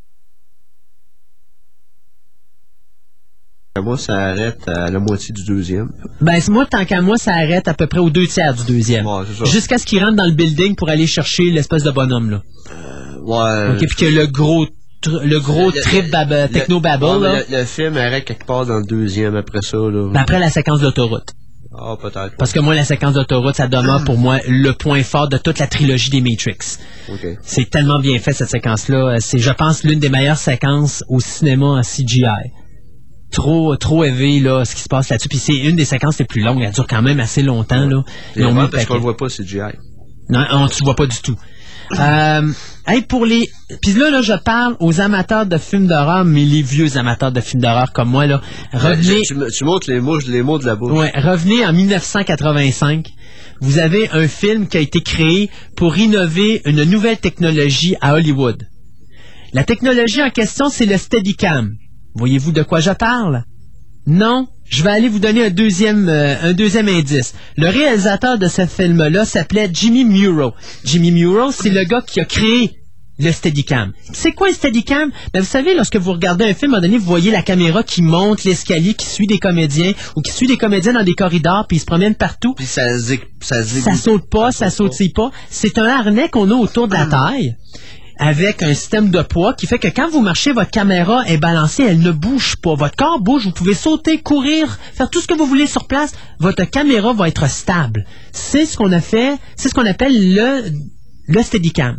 moi, ça arrête à la moitié du deuxième. Ben, moi, tant qu'à moi, ça arrête à peu près aux 2/3 du deuxième. Ouais, jusqu'à ce qu'ils rentrent dans le building pour aller chercher l'espèce de bonhomme, là. Ouais. OK, puis que le gros trip techno-babble, là. Le film arrête quelque part dans le deuxième après ça, là. Ben, après la séquence d'autoroute. Ah, peut-être. Parce que moi, la séquence d'autoroute, ça demeure pour moi le point fort de toute la trilogie des Matrix. Okay. C'est tellement bien fait, cette séquence-là. C'est, je pense, l'une des meilleures séquences au cinéma en CGI. Trop élevé, là, ce qui se passe là-dessus. Puis c'est une des séquences les plus longues. Elle dure quand même assez longtemps, là. Et on parce qu'on le voit pas, CGI. Non, tu le vois pas du tout. Pour les... Puis là, je parle aux amateurs de films d'horreur, mais les vieux amateurs de films d'horreur comme moi, là. Revenez... Tu montres les mots de la bouche. Ouais, revenez en 1985. Vous avez un film qui a été créé pour innover une nouvelle technologie à Hollywood. La technologie en question, c'est le Steadicam. Voyez-vous de quoi je parle? Non? Je vais aller vous donner un deuxième indice. Le réalisateur de ce film-là s'appelait Jimmy Muro. Jimmy Muro, c'est le gars qui a créé le Steadicam. C'est quoi un Steadicam? Ben, vous savez, lorsque vous regardez un film, à un moment donné, vous voyez la caméra qui monte l'escalier, qui suit des comédiens, ou qui suit des comédiens dans des corridors, puis ils se promènent partout. Puis ça saute pas, ça sautille pas. C'est un harnais qu'on a autour de la taille, avec un système de poids qui fait que quand vous marchez, votre caméra est balancée, elle ne bouge pas. Votre corps bouge, vous pouvez sauter, courir, faire tout ce que vous voulez sur place. Votre caméra va être stable. C'est ce qu'on a fait, c'est ce qu'on appelle le Steadicam.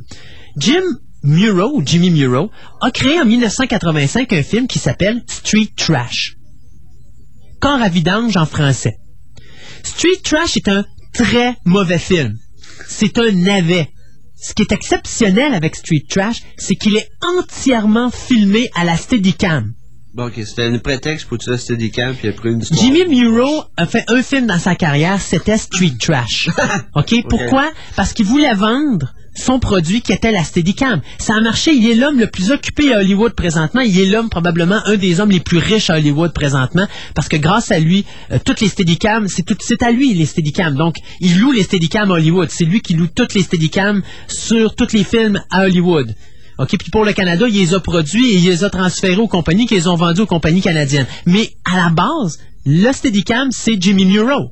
Jimmy Muro, a créé en 1985 un film qui s'appelle Street Trash. Corps à vidange en français. Street Trash est un très mauvais film. C'est un navet. Ce qui est exceptionnel avec Street Trash, c'est qu'il est entièrement filmé à la Steadicam. Bon, ok, c'était un prétexte pour utiliser la Steadicam, puis après une histoire. Jimmy Muro a fait un film dans sa carrière, c'était Street Trash. OK? Pourquoi? Parce qu'il voulait vendre son produit qui était la Steadicam. Ça a marché. Il est l'homme le plus occupé à Hollywood présentement. Il est l'homme, probablement, un des hommes les plus riches à Hollywood présentement, parce que grâce à lui, toutes les Steadicams, c'est à lui, les Steadicams. Donc, il loue les Steadicams à Hollywood. C'est lui qui loue toutes les Steadicams sur tous les films à Hollywood. OK, puis pour le Canada, il les a produits et il les a transférés aux compagnies qui les ont vendus aux compagnies canadiennes. Mais à la base, le Steadicam, c'est Jimmy Muro.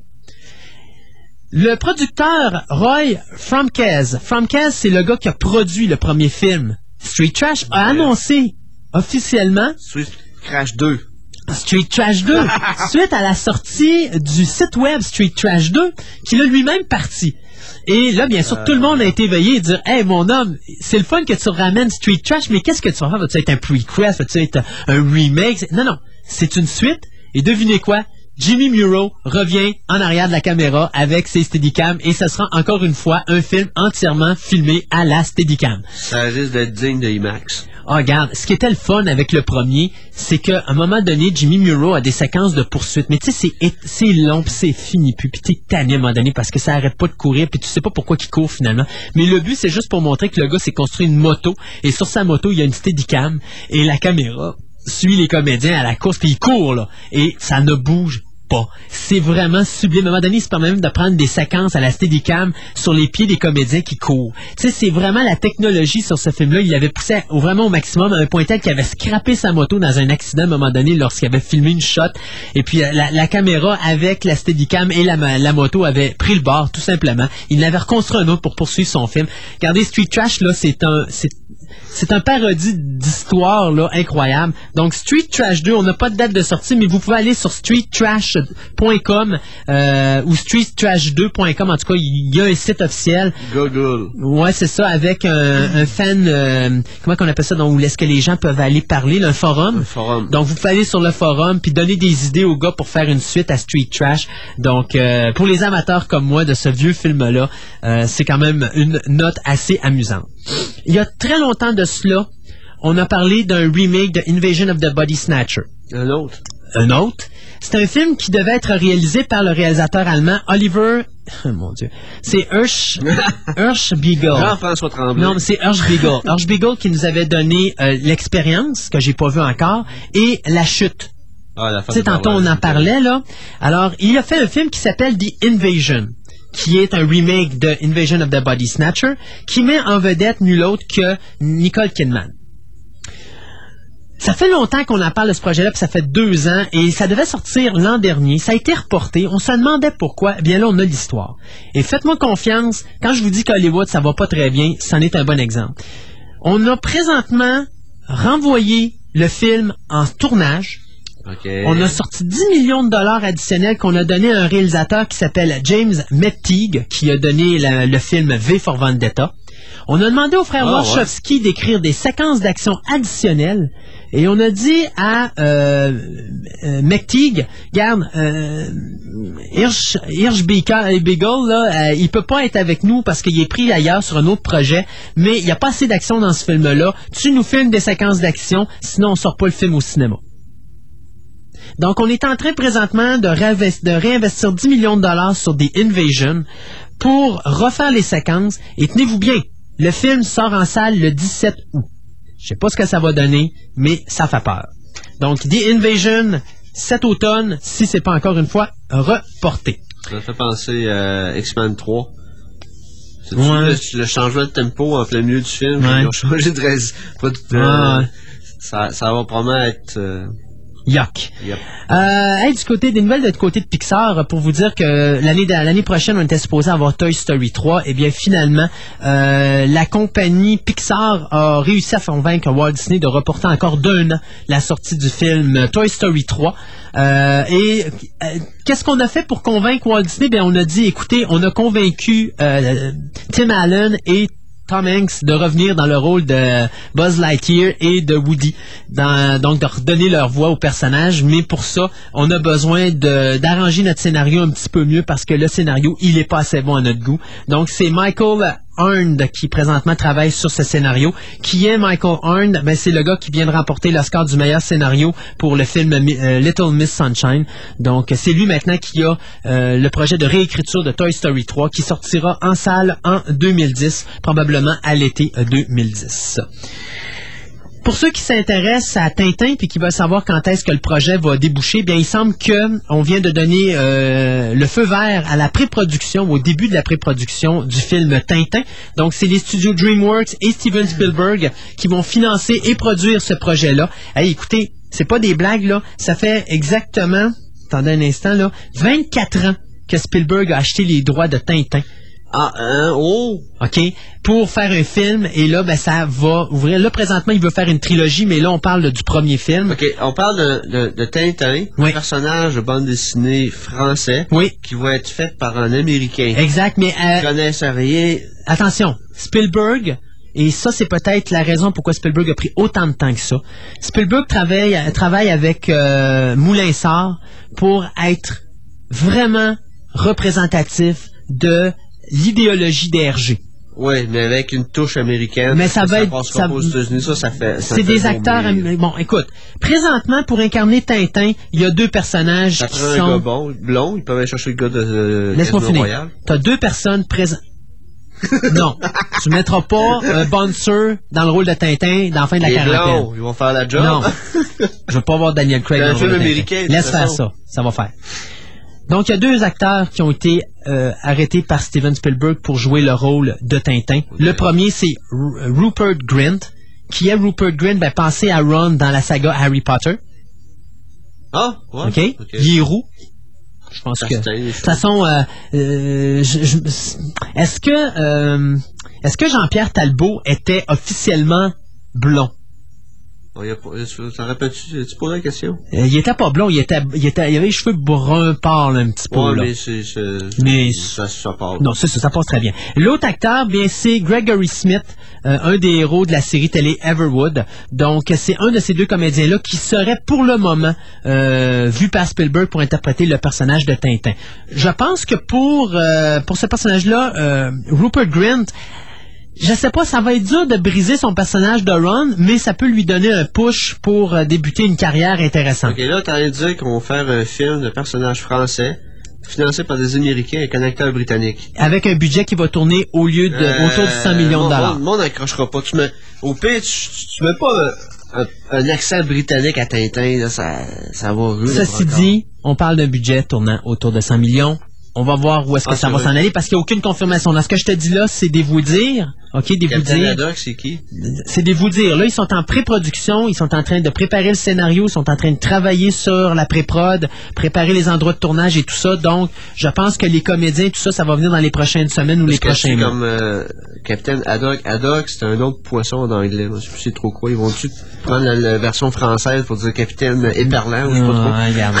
Le producteur Roy Fromkes, c'est le gars qui a produit le premier film. Street Trash a annoncé officiellement Street Trash 2. Street Trash 2, suite à la sortie du site web Street Trash 2, qu'il a lui-même parti. Et là, bien sûr, tout le monde a été éveillé et dire « Hey, mon homme, c'est le fun que tu ramènes Street Trash, mais qu'est-ce que tu vas faire? Vas-tu être un prequel? Vas-tu être un remake? » Non, c'est une suite. Et devinez quoi? Jimmy Muro revient en arrière de la caméra avec ses Steadicam et ce sera encore une fois un film entièrement filmé à la Steadicam. Ça risque d'être digne de IMAX. Ah, regarde, ce qui était le fun avec le premier, c'est qu'à un moment donné, Jimmy Muro a des séquences de poursuite. Mais tu sais, c'est long, puis c'est fini, puis t'es tanné à un moment donné parce que ça arrête pas de courir, puis tu sais pas pourquoi il court finalement. Mais le but, c'est juste pour montrer que le gars s'est construit une moto, et sur sa moto, il y a une Steadicam, et la caméra suit les comédiens à la course, puis il court, là, et ça ne bouge pas. C'est vraiment sublime. À un moment donné, il se permet même de prendre des séquences à la Steadicam sur les pieds des comédiens qui courent. Tu sais, c'est vraiment la technologie sur ce film-là. Il avait poussé vraiment au maximum à un point tel qu'il avait scrappé sa moto dans un accident à un moment donné lorsqu'il avait filmé une shot. Et puis la caméra avec la Steadicam et la moto avait pris le bord, tout simplement. Il avait reconstruit un autre pour poursuivre son film. Regardez, Street Trash, là, c'est un parodie d'histoire là incroyable. Donc Street Trash 2, on n'a pas de date de sortie, mais vous pouvez aller sur streettrash.com ou streettrash2.com. En tout cas, il y a un site officiel. Google. Ouais, c'est ça, avec un fan, comment qu'on appelle ça, donc où est-ce que les gens peuvent aller parler, là, un forum. Un forum. Donc vous pouvez aller sur le forum puis donner des idées aux gars pour faire une suite à Street Trash. Donc pour les amateurs comme moi de ce vieux film-là, c'est quand même une note assez amusante. Il y a très longtemps de cela, on a parlé d'un remake de Invasion of the Body Snatcher. Un autre. C'est un film qui devait être réalisé par le réalisateur allemand Oliver... Oh, mon Dieu. C'est Hirschbiegel. Jean-François Tremblay. Non, mais c'est Hirschbiegel. Hirschbiegel qui nous avait donné l'expérience, que j'ai pas vu encore, et La Chute. Ah, tu sais, tantôt on en parlait, là. Alors, il a fait un film qui s'appelle The Invasion, qui est un remake de Invasion of the Body Snatcher, qui met en vedette nul autre que Nicole Kidman. Ça fait longtemps qu'on en parle de ce projet-là, puis ça fait 2 ans, et ça devait sortir l'an dernier. Ça a été reporté. On se demandait pourquoi. Eh bien là, on a l'histoire. Et faites-moi confiance, quand je vous dis qu'Hollywood, ça va pas très bien, c'en est un bon exemple. On a présentement renvoyé le film en tournage. Okay. On a sorti 10 millions de dollars additionnels qu'on a donné à un réalisateur qui s'appelle James Mettig, qui a donné le film V for Vendetta. On a demandé au frère Wachowski d'écrire des séquences d'action additionnelles et on a dit à Mettig, regarde, Hirschbiegel, là, il peut pas être avec nous parce qu'il est pris ailleurs sur un autre projet, mais il n'y a pas assez d'action dans ce film-là. Tu nous filmes des séquences d'action, sinon on sort pas le film au cinéma. Donc, on est en train présentement de réinvestir 10 millions de dollars sur des Invasion pour refaire les séquences. Et tenez-vous bien, le film sort en salle le 17 août. Je sais pas ce que ça va donner, mais ça fait peur. Donc, The Invasion, cet automne, si c'est pas encore une fois reporté. Ça fait penser à X-Men 3. C'est le changement de tempo en plein milieu du film. Ils ont changé de ça va probablement être... Yuck. Yep. Du côté des nouvelles du côté de Pixar, pour vous dire que l'année prochaine, on était supposé avoir Toy Story 3. Et bien, finalement, la compagnie Pixar a réussi à convaincre Walt Disney de reporter encore d'1 an la sortie du film Toy Story 3. Qu'est-ce qu'on a fait pour convaincre Walt Disney? Bien, on a dit, écoutez, on a convaincu Tim Allen et Tom Hanks de revenir dans le rôle de Buzz Lightyear et de Woody, donc de redonner leur voix au personnage, mais pour ça, on a besoin d'arranger notre scénario un petit peu mieux parce que le scénario, il est pas assez bon à notre goût. Donc c'est Michael Arndt qui présentement travaille sur ce scénario. Qui est Michael Arndt? Ben, c'est le gars qui vient de remporter l'Oscar du meilleur scénario pour le film Little Miss Sunshine. Donc c'est lui maintenant qui a le projet de réécriture de Toy Story 3 qui sortira en salle en 2010, probablement à l'été 2010. Pour ceux qui s'intéressent à Tintin puis qui veulent savoir quand est-ce que le projet va déboucher, bien il semble que on vient de donner le feu vert à la pré-production, au début de la pré-production du film Tintin. Donc c'est les studios DreamWorks et Steven Spielberg qui vont financer et produire ce projet-là. Hey, écoutez, c'est pas des blagues là, ça fait exactement, attendez un instant là, 24 ans que Spielberg a acheté les droits de Tintin. OK, pour faire un film, et là, ben, ça va ouvrir. Là, présentement, il veut faire une trilogie, mais là, on parle du premier film. OK, on parle de Tintin, un personnage de bande dessinée français, qui va être fait par un Américain. Exact, mais... Qui connaissent rien. Attention, Spielberg... Et ça, c'est peut-être la raison pourquoi Spielberg a pris autant de temps que ça. Spielberg travaille avec Moulin-Sarr pour être vraiment représentatif de l'idéologie DRG. Oui, mais avec une touche américaine. Mais ça va être... Ça, aux États-Unis, ça fait... C'est des acteurs... Bon, écoute, présentement, pour incarner Tintin, il y a 2 personnages qui sont... un gars blond, ils peuvent aller chercher le gars de... Laisse-moi finir. T'as 2 personnes présentes... Non, tu mettras pas Bonser dans le rôle de Tintin dans la fin de la quarantaine. Ils vont faire la job. Non, je veux pas voir Daniel Craig dans le rôle de Tintin. Laisse faire ça va faire. Donc, il y a 2 acteurs qui ont été arrêtés par Steven Spielberg pour jouer le rôle de Tintin. Okay. Le premier, c'est Rupert Grint. Qui est Rupert Grint? Ben, pensez à Ron dans la saga Harry Potter. Ah, ouais. OK? Il est roux. Je pense que... De toute façon, est-ce que Jean-Pierre Talbot était officiellement blond. T'en rappelles-tu? Tu posais la question? Il était pas blond, il avait les cheveux brun pâle un petit peu. Ouais, là. mais ça passe. Non, ça passe très bien. L'autre acteur, bien, c'est Gregory Smith, un des héros de la série télé Everwood. Donc, c'est un de ces deux comédiens-là qui serait pour le moment vu par Spielberg pour interpréter le personnage de Tintin. Je pense que pour ce personnage-là, Rupert Grint, je sais pas, ça va être dur de briser son personnage de Ron, mais ça peut lui donner un push pour débuter une carrière intéressante. Ok, là, t'allais dire qu'on va faire un film de personnage français, financé par des Américains avec un acteur britannique. Avec un budget qui va tourner autour de 100 millions de dollars. Le monde n'accrochera pas. Au pire, tu mets pas un accent britannique à Tintin, là, ça va ruiner. Ceci dit, on parle d'un budget tournant autour de 100 millions. On va voir où est-ce que ça va s'en aller parce qu'il n'y a aucune confirmation. Dans ce que je te dis là, c'est des vous-dire. OK, des vous-dire. Captain Haddock, c'est qui? C'est des vous-dire. Là, ils sont en pré-production. Ils sont en train de préparer le scénario. Ils sont en train de travailler sur la pré-prod, préparer les endroits de tournage et tout ça. Donc, je pense que les comédiens, tout ça, ça va venir dans les prochaines semaines ou les prochains mois. C'est comme Captain Haddock. Haddock, c'est un autre poisson en anglais. Je sais plus c'est trop quoi. Ils vont-tu prendre la version française pour dire Capitaine Éperlant ou je sais pas trop? Regarde.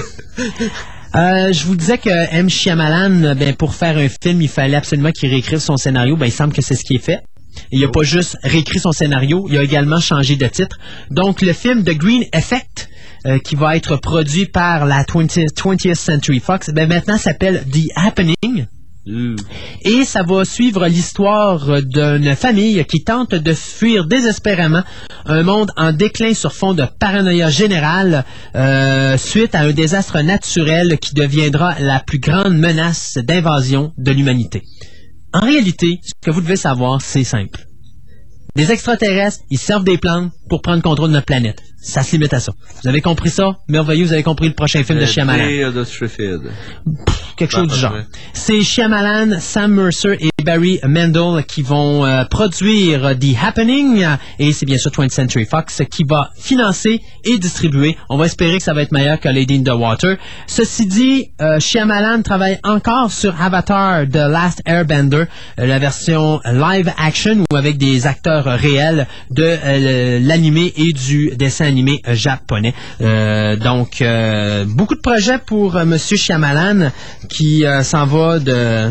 Je vous disais que M. Shyamalan, pour faire un film, il fallait absolument qu'il réécrive son scénario. Il semble que c'est ce qui est fait. Il n'a pas juste réécrit son scénario, il a également changé de titre. Donc, le film The Green Effect, qui va être produit par la 20th Century Fox, maintenant s'appelle The Happening. Et ça va suivre l'histoire d'une famille qui tente de fuir désespérément un monde en déclin sur fond de paranoïa générale suite à un désastre naturel qui deviendra la plus grande menace d'invasion de l'humanité. En réalité, ce que vous devez savoir, c'est simple. Des extraterrestres, ils servent des plantes pour prendre contrôle de notre planète. Ça se limite à ça. Vous avez compris ça? Merveilleux, vous avez compris le prochain film de Shyamalan. Quelque chose du genre. C'est Shyamalan, Sam Mercer et Barry Mendel qui vont produire The Happening et c'est bien sûr 20th Century Fox qui va financer et distribuer. On va espérer que ça va être meilleur que Lady in the Water. Ceci dit, Shyamalan travaille encore sur Avatar The Last Airbender, la version live action ou avec des acteurs réels de l'animé et du dessin animé japonais. Donc, beaucoup de projets pour Monsieur Shyamalan qui s'en va de...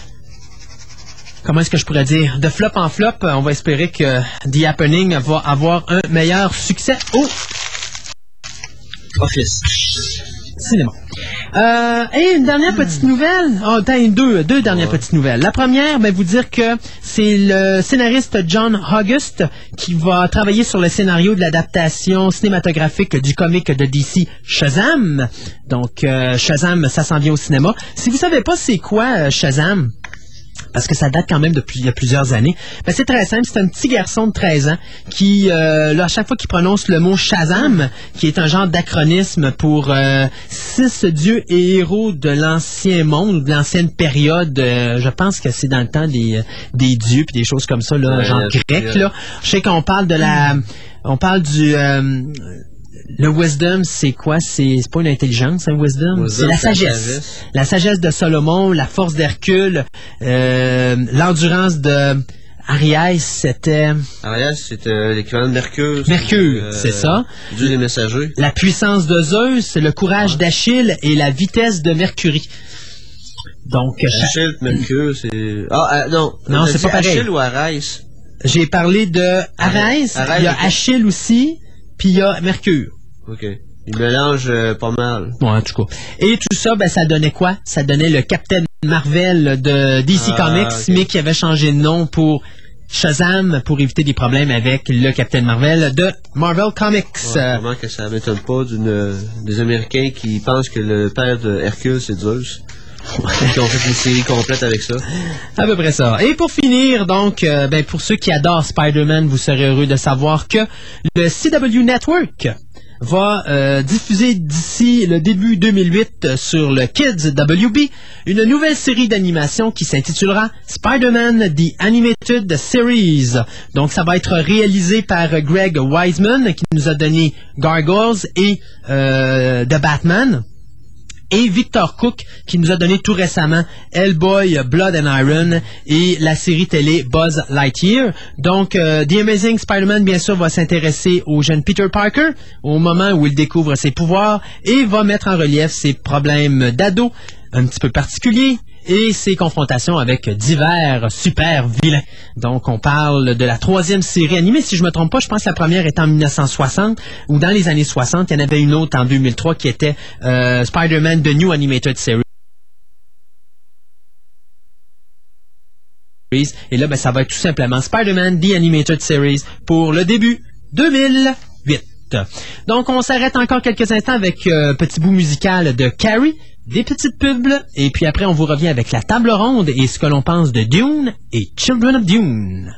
Comment est-ce que je pourrais dire? De flop en flop. On va espérer que The Happening va avoir un meilleur succès. Oh! Office. Cinéma. Et une dernière petite nouvelle. Deux dernières petites nouvelles. La première, vous dire que c'est le scénariste John August qui va travailler sur le scénario de l'adaptation cinématographique du comic de DC Shazam. Donc, Shazam, ça s'en vient au cinéma. Si vous savez pas c'est quoi Shazam, parce que ça date quand même depuis il y a plusieurs années. C'est très simple, c'est un petit garçon de 13 ans qui, à chaque fois qu'il prononce le mot Shazam, qui est un genre d'acronisme pour 6 dieux et héros de l'ancien monde, de l'ancienne période, je pense que c'est dans le temps des dieux puis des choses comme ça, là, genre grec, là. Je sais qu'on parle de on parle du... le wisdom, c'est quoi? C'est pas une intelligence, un wisdom? C'est la sagesse. La sagesse de Salomon, la force d'Hercule, l'endurance de Ariès, c'était... Ariès, c'était l'équivalent de Mercure. Mercure, c'est ça. Dieu des messagers. La puissance de Zeus, le courage d'Achille et la vitesse de Mercury. Donc... Achille, Mercure, c'est... non. Non, c'est pas pareil. Achille ou Arès? J'ai parlé de Arès, il y a Achille aussi, puis il y a Mercure. OK. Il mélange pas mal. Bon, en tout cas. Et tout ça, ça donnait quoi? Ça donnait le Captain Marvel de DC Comics, mais qui avait changé de nom pour Shazam pour éviter des problèmes avec le Captain Marvel de Marvel Comics. Vraiment que ça m'étonne pas des Américains qui pensent que le père de Hercule, c'est Zeus. Qui ont fait une série complète avec ça. À peu près ça. Et pour finir, donc, pour ceux qui adorent Spider-Man, vous serez heureux de savoir que le CW Network va diffuser d'ici le début 2008 sur le Kids WB une nouvelle série d'animation qui s'intitulera Spider-Man The Animated Series. Donc, ça va être réalisé par Greg Weisman qui nous a donné Gargoyles et The Batman. et Victor Cook, qui nous a donné tout récemment Hellboy, Blood and Iron et la série télé Buzz Lightyear. Donc, The Amazing Spider-Man, bien sûr, va s'intéresser au jeune Peter Parker au moment où il découvre ses pouvoirs et va mettre en relief ses problèmes d'ado un petit peu particuliers et ses confrontations avec divers super vilains. Donc, on parle de la 3e série animée. Si je me trompe pas, je pense que la première est en 1960, ou dans les années 60, il y en avait une autre en 2003 qui était Spider-Man The New Animated Series. Et là, ben, ça va être tout simplement Spider-Man The Animated Series pour le début 2008. Donc, on s'arrête encore quelques instants avec petit bout musical de Carrie, des petites pubs, et puis après, on vous revient avec la table ronde et ce que l'on pense de Dune et Children of Dune.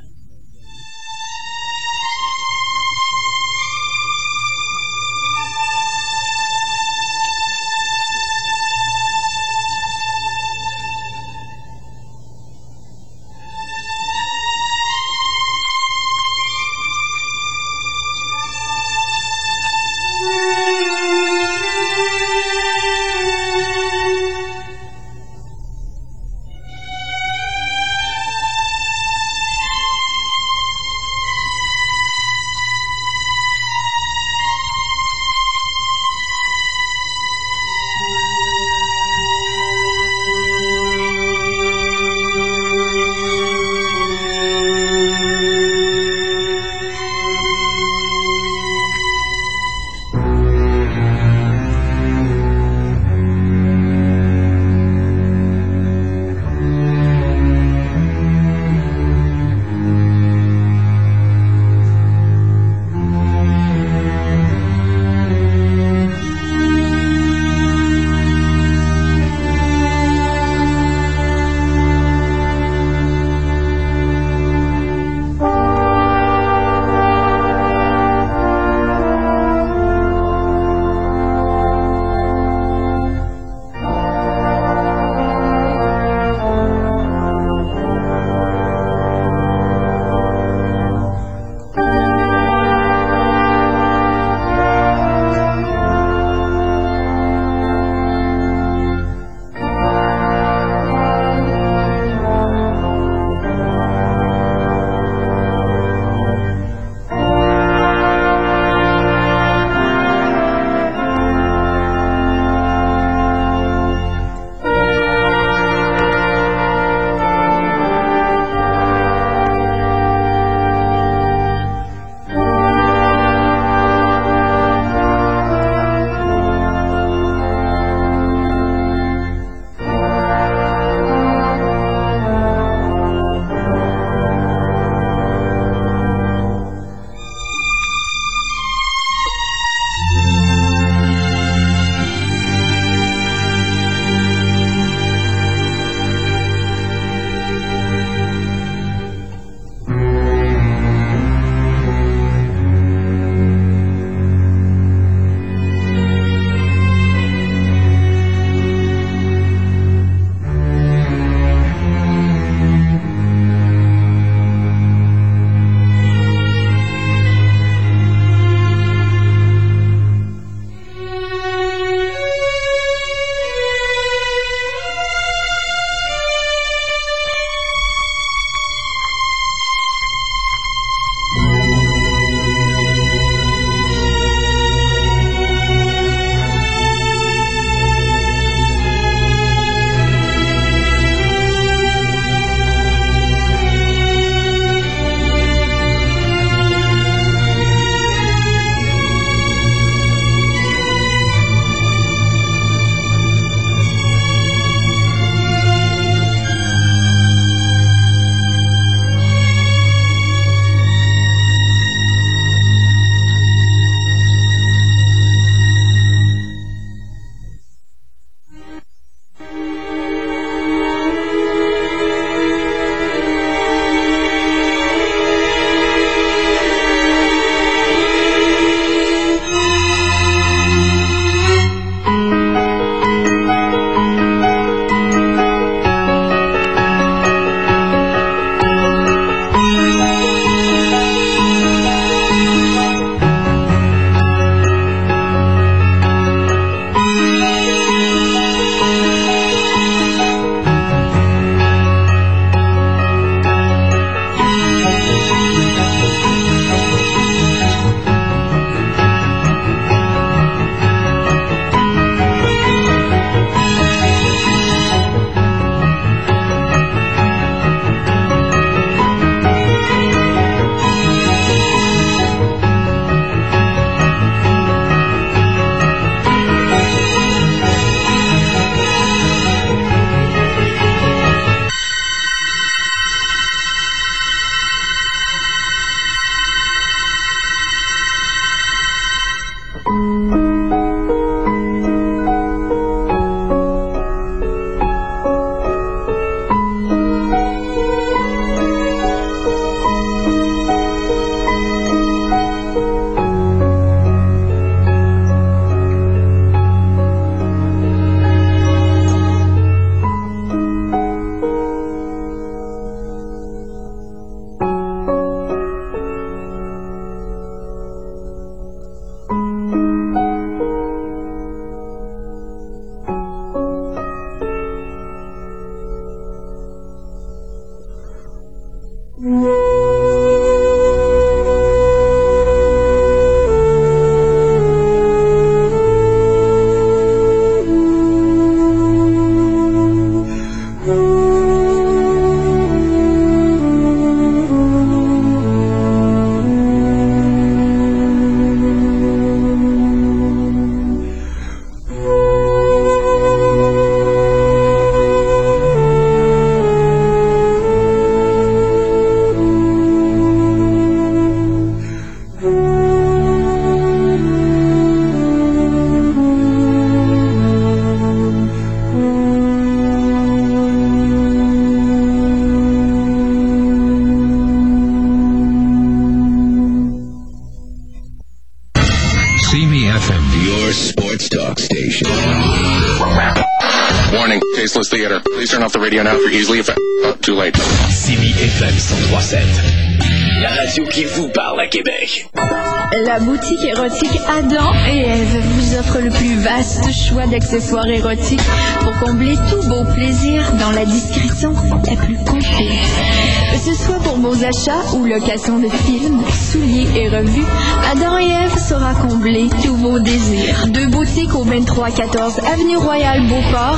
sports talk station. Warning, tasteless theater. Please turn off the radio now for easily effective. Too late. CMI FM 103.7. La radio qui vous parle à Québec. La boutique érotique Adam et Ève vous offre le plus vaste choix d'accessoires érotiques pour combler tous vos plaisirs dans la discrétion la plus complète. Que ce soit pour vos achats ou location de films, souliers et revues, Adam et Ève saura combler tous vos désirs. Deux boutiques au 2314 Avenue Royale Beauport,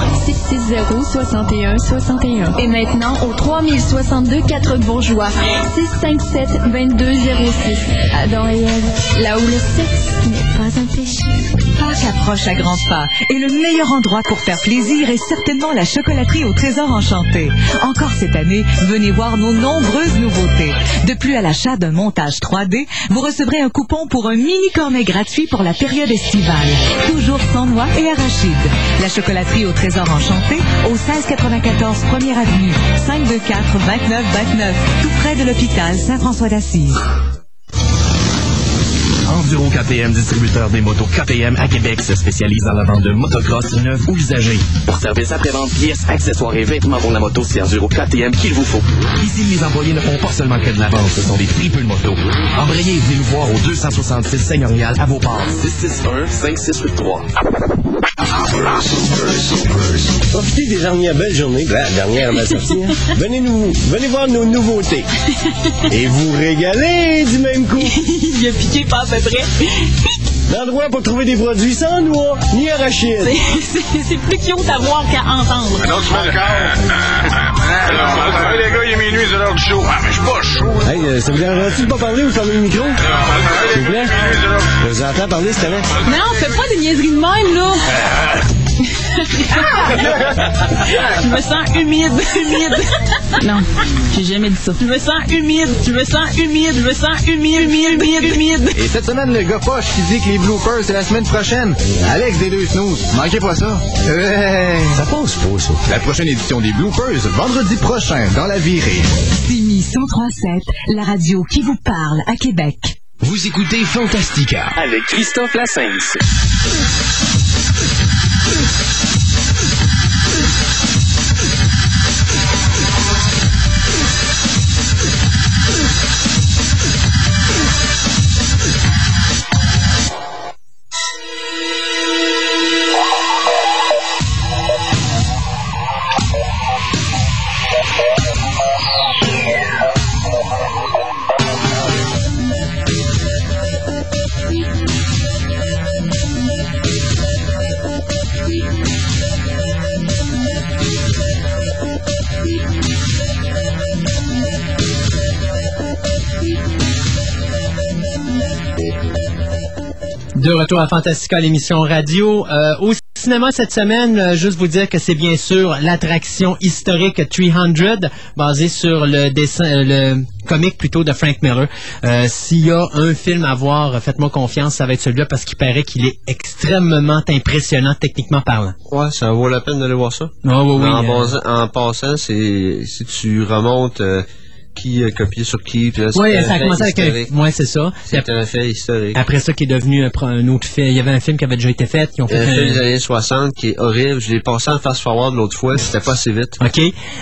660-6161. Et maintenant au 3062 4 Bourgeois, 657-2206. Adam et Ève, là où le sexe n'est pas un péché. Pâques approche à grands pas et le meilleur endroit pour faire plaisir est certainement la chocolaterie au Trésor Enchanté. Encore cette année, venez voir nos nombreuses nouveautés. De plus, à l'achat d'un montage 3D, vous recevrez un coupon pour un mini cornet gratuit pour la période estivale. Toujours sans noix et arachides. La chocolaterie au Trésor Enchanté, au 1694 1er Avenue, 524-2929, tout près de l'hôpital Saint-François d'Assise. Enduro KTM, distributeur des motos KTM à Québec, se spécialise dans la vente de motocross neuves ou usagées. Pour service après-vente, pièces, accessoires et vêtements pour la moto, c'est Enduro KTM qu'il vous faut. Ici, les employés ne font pas seulement que de la vente, ce sont des triples motos. Embrayez, venez nous voir au 266 Seigneurial à Beauport, 661-5683. Profitez des dernières belles journées, la dernière à ma sortie. Venez voir nos nouveautés. Et vous régalez du même coup. Il a piqué pas à peu près. L'endroit pour trouver des produits sans noix ni arachides. C'est plus cute à voir qu'à entendre. Un autre encore. Les gars, il est minuit, c'est l'heure du show. Ah, mais je suis pas chaud. Hey, ça vous dérange-tu de pas parler ou fermer le micro? S'il vous plaît? Je vous entends parler, s'il te plaît. Non, fais pas des niaiseries de même, là. Je me sens humide. Non, j'ai jamais dit ça. Je me sens humide. Et cette semaine, le gars poche qui dit que les bloopers, c'est la semaine prochaine. Alex des deux snooze. Manquez pas ça. Ça passe pas, ça. La prochaine édition des bloopers, vendredi prochain, dans la virée. CMI 103.7, la radio qui vous parle à Québec. Vous écoutez Fantastica avec Christophe Lassens. De retour à Fantastica, l'émission radio. Au cinéma cette semaine, juste vous dire que c'est bien sûr l'attraction historique 300, basée sur le dessin, le comique plutôt de Frank Miller. S'il y a un film à voir, faites-moi confiance, ça va être celui-là parce qu'il paraît qu'il est extrêmement impressionnant techniquement parlant. Ouais, ça vaut la peine d'aller voir ça. Ah, oui, En passant, si tu remontes qui a copié sur qui. Oui, ça a commencé avec un... Oui, c'est ça. C'est un fait historique. Après ça, qui est devenu un autre fait. Il y avait un film qui avait déjà été fait. Ils ont fait un film des années 60 qui est horrible. Je l'ai passé en fast-forward l'autre fois. C'était pas assez vite. OK.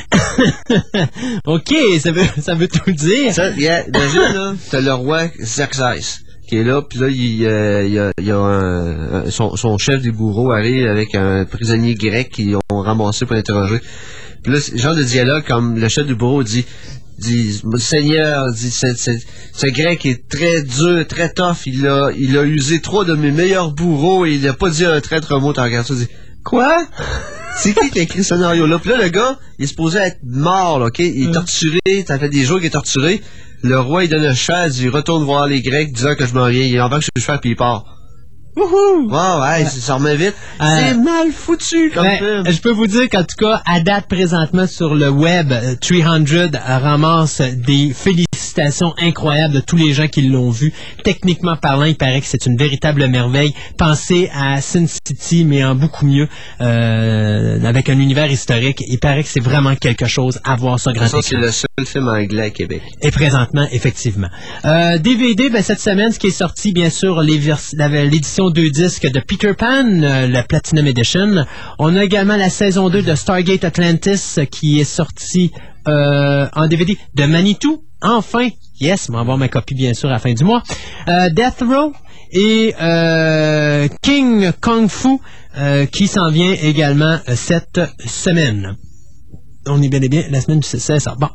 OK, ça veut tout dire. Déjà, là, t'as le roi Xerxès qui est là, puis là, il y a son chef des bourreaux arrive avec un prisonnier grec qu'ils ont ramassé pour l'interroger. Puis là, c'est genre de dialogue comme le chef du bourreau dit Seigneur, ce grec est très dur, très tough, il a usé 3 de mes meilleurs bourreaux et il n'a pas dit un traître mot. T'en regardes ça, il dit quoi? C'est qui a écrit ce scénario-là? Puis là, le gars, il est supposé être mort, là, OK? Il est torturé, ça fait des jours qu'il est torturé. Le roi, il donne un cheval, il dit retourne voir les Grecs, disant que je m'en viens. Il embarque sur le cheval, puis il part. Wouhou! Wow, ouais, ça remet vite. C'est mal foutu comme film. Je peux vous dire qu'en tout cas, à date présentement sur le web, 300 ramasse des félicitations félicitations incroyables de tous les gens qui l'ont vu. Techniquement parlant, il paraît que c'est une véritable merveille. Pensez à Sin City, mais en beaucoup mieux, avec un univers historique. Il paraît que c'est vraiment quelque chose à voir sur grand écran. C'est le seul film anglais à Québec. Et présentement, effectivement. DVD, cette semaine, ce qui est sorti, bien sûr, l'édition 2 disques de Peter Pan, la Platinum Edition. On a également la saison 2 de Stargate Atlantis qui est sortie en DVD de Manitou. Enfin, yes, on va avoir ma copie, bien sûr, à la fin du mois. Death Row et King Kung Fu qui s'en vient également cette semaine. On est bien et bien la semaine du 16. Bon.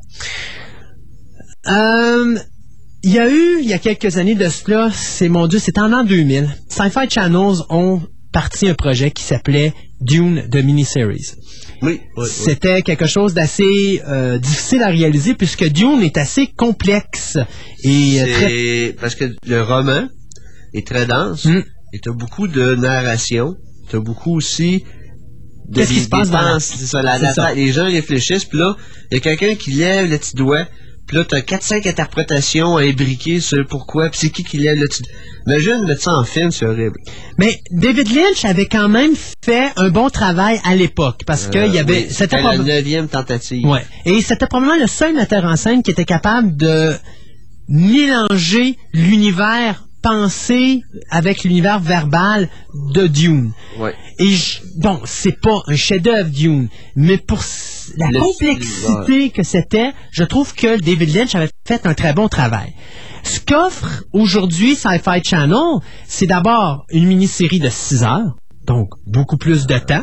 Il y a quelques années de cela, c'était en l'an 2000. Sci-Fi Channels ont parti un projet qui s'appelait Dune de mini-series. Oui. C'était quelque chose d'assez difficile à réaliser puisque Dune est assez complexe. Parce que le roman est très dense et tu as beaucoup de narration. Tu as beaucoup aussi de qu'est-ce qui se passe dans c'est ça, les gens réfléchissent, puis là, il y a quelqu'un qui lève le petit doigt, puis là, tu as 4-5 interprétations imbriquées sur pourquoi, puis c'est qui lève le petit doigt. Imagine mettre ça en film, c'est horrible. Mais David Lynch avait quand même fait un bon travail à l'époque, parce que il y avait... c'était la 9e tentative. Ouais. Et c'était probablement le seul metteur en scène qui était capable de mélanger l'univers pensé avec l'univers verbal de Dune. Ouais. Et c'est pas un chef-d'œuvre Dune, mais pour la complexité que c'était, je trouve que David Lynch avait fait un très bon travail. Ce qu'offre aujourd'hui Sci-Fi Channel, c'est d'abord une mini-série de 6 heures, donc beaucoup plus de temps.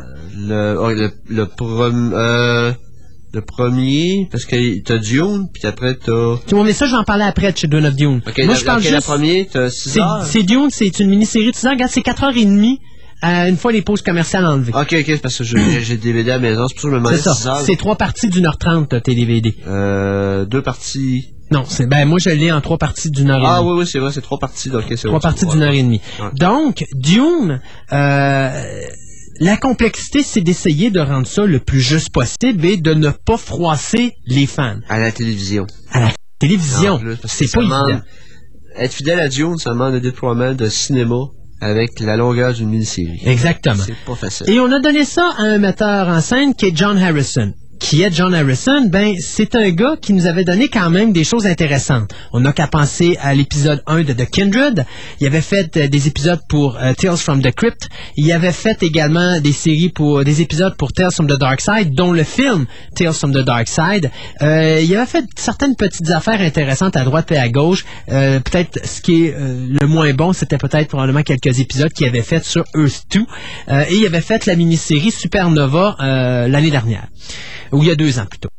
Le premier, parce que t'as Dune, puis après t'as... Mais ça, je vais en parler après de Children of Dune. Okay, moi, je parle juste... Le premier, t'as 6 heures. C'est Dune, c'est une mini-série de 6 heures. Regarde, c'est 4h30, une fois les pauses commerciales enlevées. OK, c'est parce que j'ai DVD à la maison, c'est pour ça que je me demandais 6 heures. C'est 3 parties d'1h30, tes DVD. 2 parties... Non, moi je l'ai en 3 parties d'1h30. Ah oui, c'est vrai, c'est 3 parties. Donc, 3 parties d'1h30. Ouais. Donc, Dune... la complexité, c'est d'essayer de rendre ça le plus juste possible et de ne pas froisser les fans. À la télévision. C'est pas évident. Être fidèle à Dune, ça demande le déploiement de cinéma avec la longueur d'une mini-série. Exactement. C'est pas facile. Et on a donné ça à un metteur en scène qui est John Harrison. Qui est John Harrison? C'est un gars qui nous avait donné quand même des choses intéressantes. On n'a qu'à penser à l'épisode 1 de The Kindred. Il avait fait des épisodes pour Tales from the Crypt. Il avait fait également des épisodes pour Tales from the Dark Side, dont le film Tales from the Dark Side. Il avait fait certaines petites affaires intéressantes à droite et à gauche. Peut-être ce qui est le moins bon, c'était peut-être probablement quelques épisodes qu'il avait fait sur Earth 2. Et il avait fait la mini-série Supernova l'année dernière. Ou il y a 2 ans plutôt.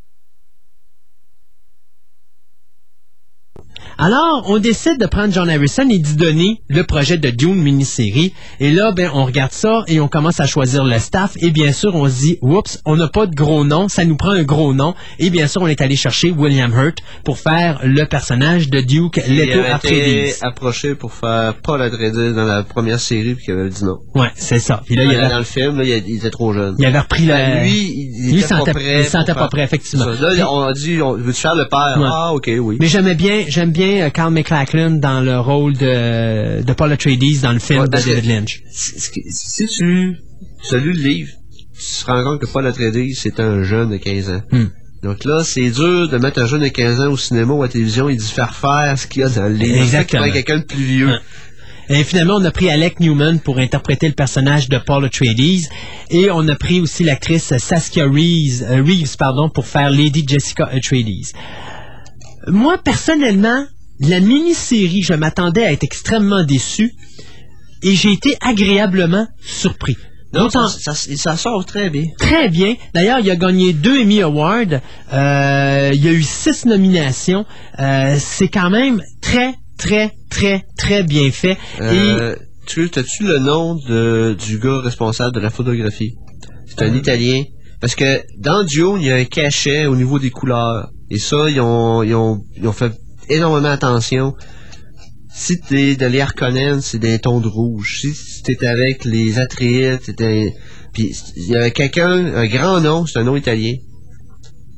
Alors, on décide de prendre John Harrison et d'y donner le projet de Dune mini-série. Et là, on regarde ça et on commence à choisir le staff. Et bien sûr, on se dit, oups, on n'a pas de gros nom, ça nous prend un gros nom. Et bien sûr, on est allé chercher William Hurt pour faire le personnage de Duke Leto Atreides. Il avait été approché pour faire Paul Atreides dans la première série, puis il avait dit non. Ouais, c'est ça. Puis là, dans le film, là, il était trop jeune. Il avait repris il sentait pas prêt, effectivement. Ça. Là, on a dit, veux-tu faire le père? Ouais. Ah, ok, oui. Mais j'aime bien Carl McLachlan dans le rôle de Paul Atreides dans le film de David Lynch. Si tu as lu le livre, tu te rends compte que Paul Atreides, c'est un jeune de 15 ans. Donc là, c'est dur de mettre un jeune de 15 ans au cinéma ou à la télévision et d'y faire ce qu'il y a dans le livre. Exactement. Il quelqu'un de plus vieux. Et finalement, on a pris Alec Newman pour interpréter le personnage de Paul Atreides. Et on a pris aussi l'actrice Saskia Reeves pour faire Lady Jessica Atreides. Moi, personnellement, la mini-série, je m'attendais à être extrêmement déçu et j'ai été agréablement surpris. Non, ça sort très bien. Très bien. D'ailleurs, il a gagné 2 Emmy Awards. Il y a eu 6 nominations. C'est quand même très, très, très, très bien fait. As-tu le nom du gars responsable de la photographie? C'est un Italien. Parce que dans Dune, il y a un cachet au niveau des couleurs. Et ça, ils ont fait énormément attention. Si t'es de l'Harkonnen, c'est des tons de rouge. Si t'es avec les Atreides, puis il y avait quelqu'un, un grand nom, c'est un nom italien.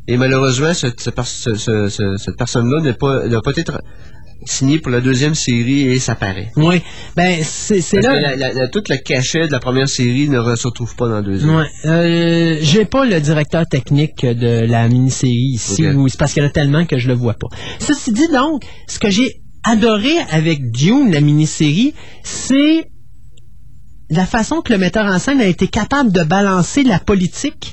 Et malheureusement, cette personne-là n'a pas été signé pour la deuxième série et ça paraît. Oui, ben c'est là... Tout le cachet de la première série ne se retrouve pas dans la deuxième. Ouais. J'ai pas le directeur technique de la mini-série ici, ou c'est parce qu'il y en a tellement que je le vois pas. Ceci dit donc, ce que j'ai adoré avec Dune, la mini-série, c'est la façon que le metteur en scène a été capable de balancer la politique,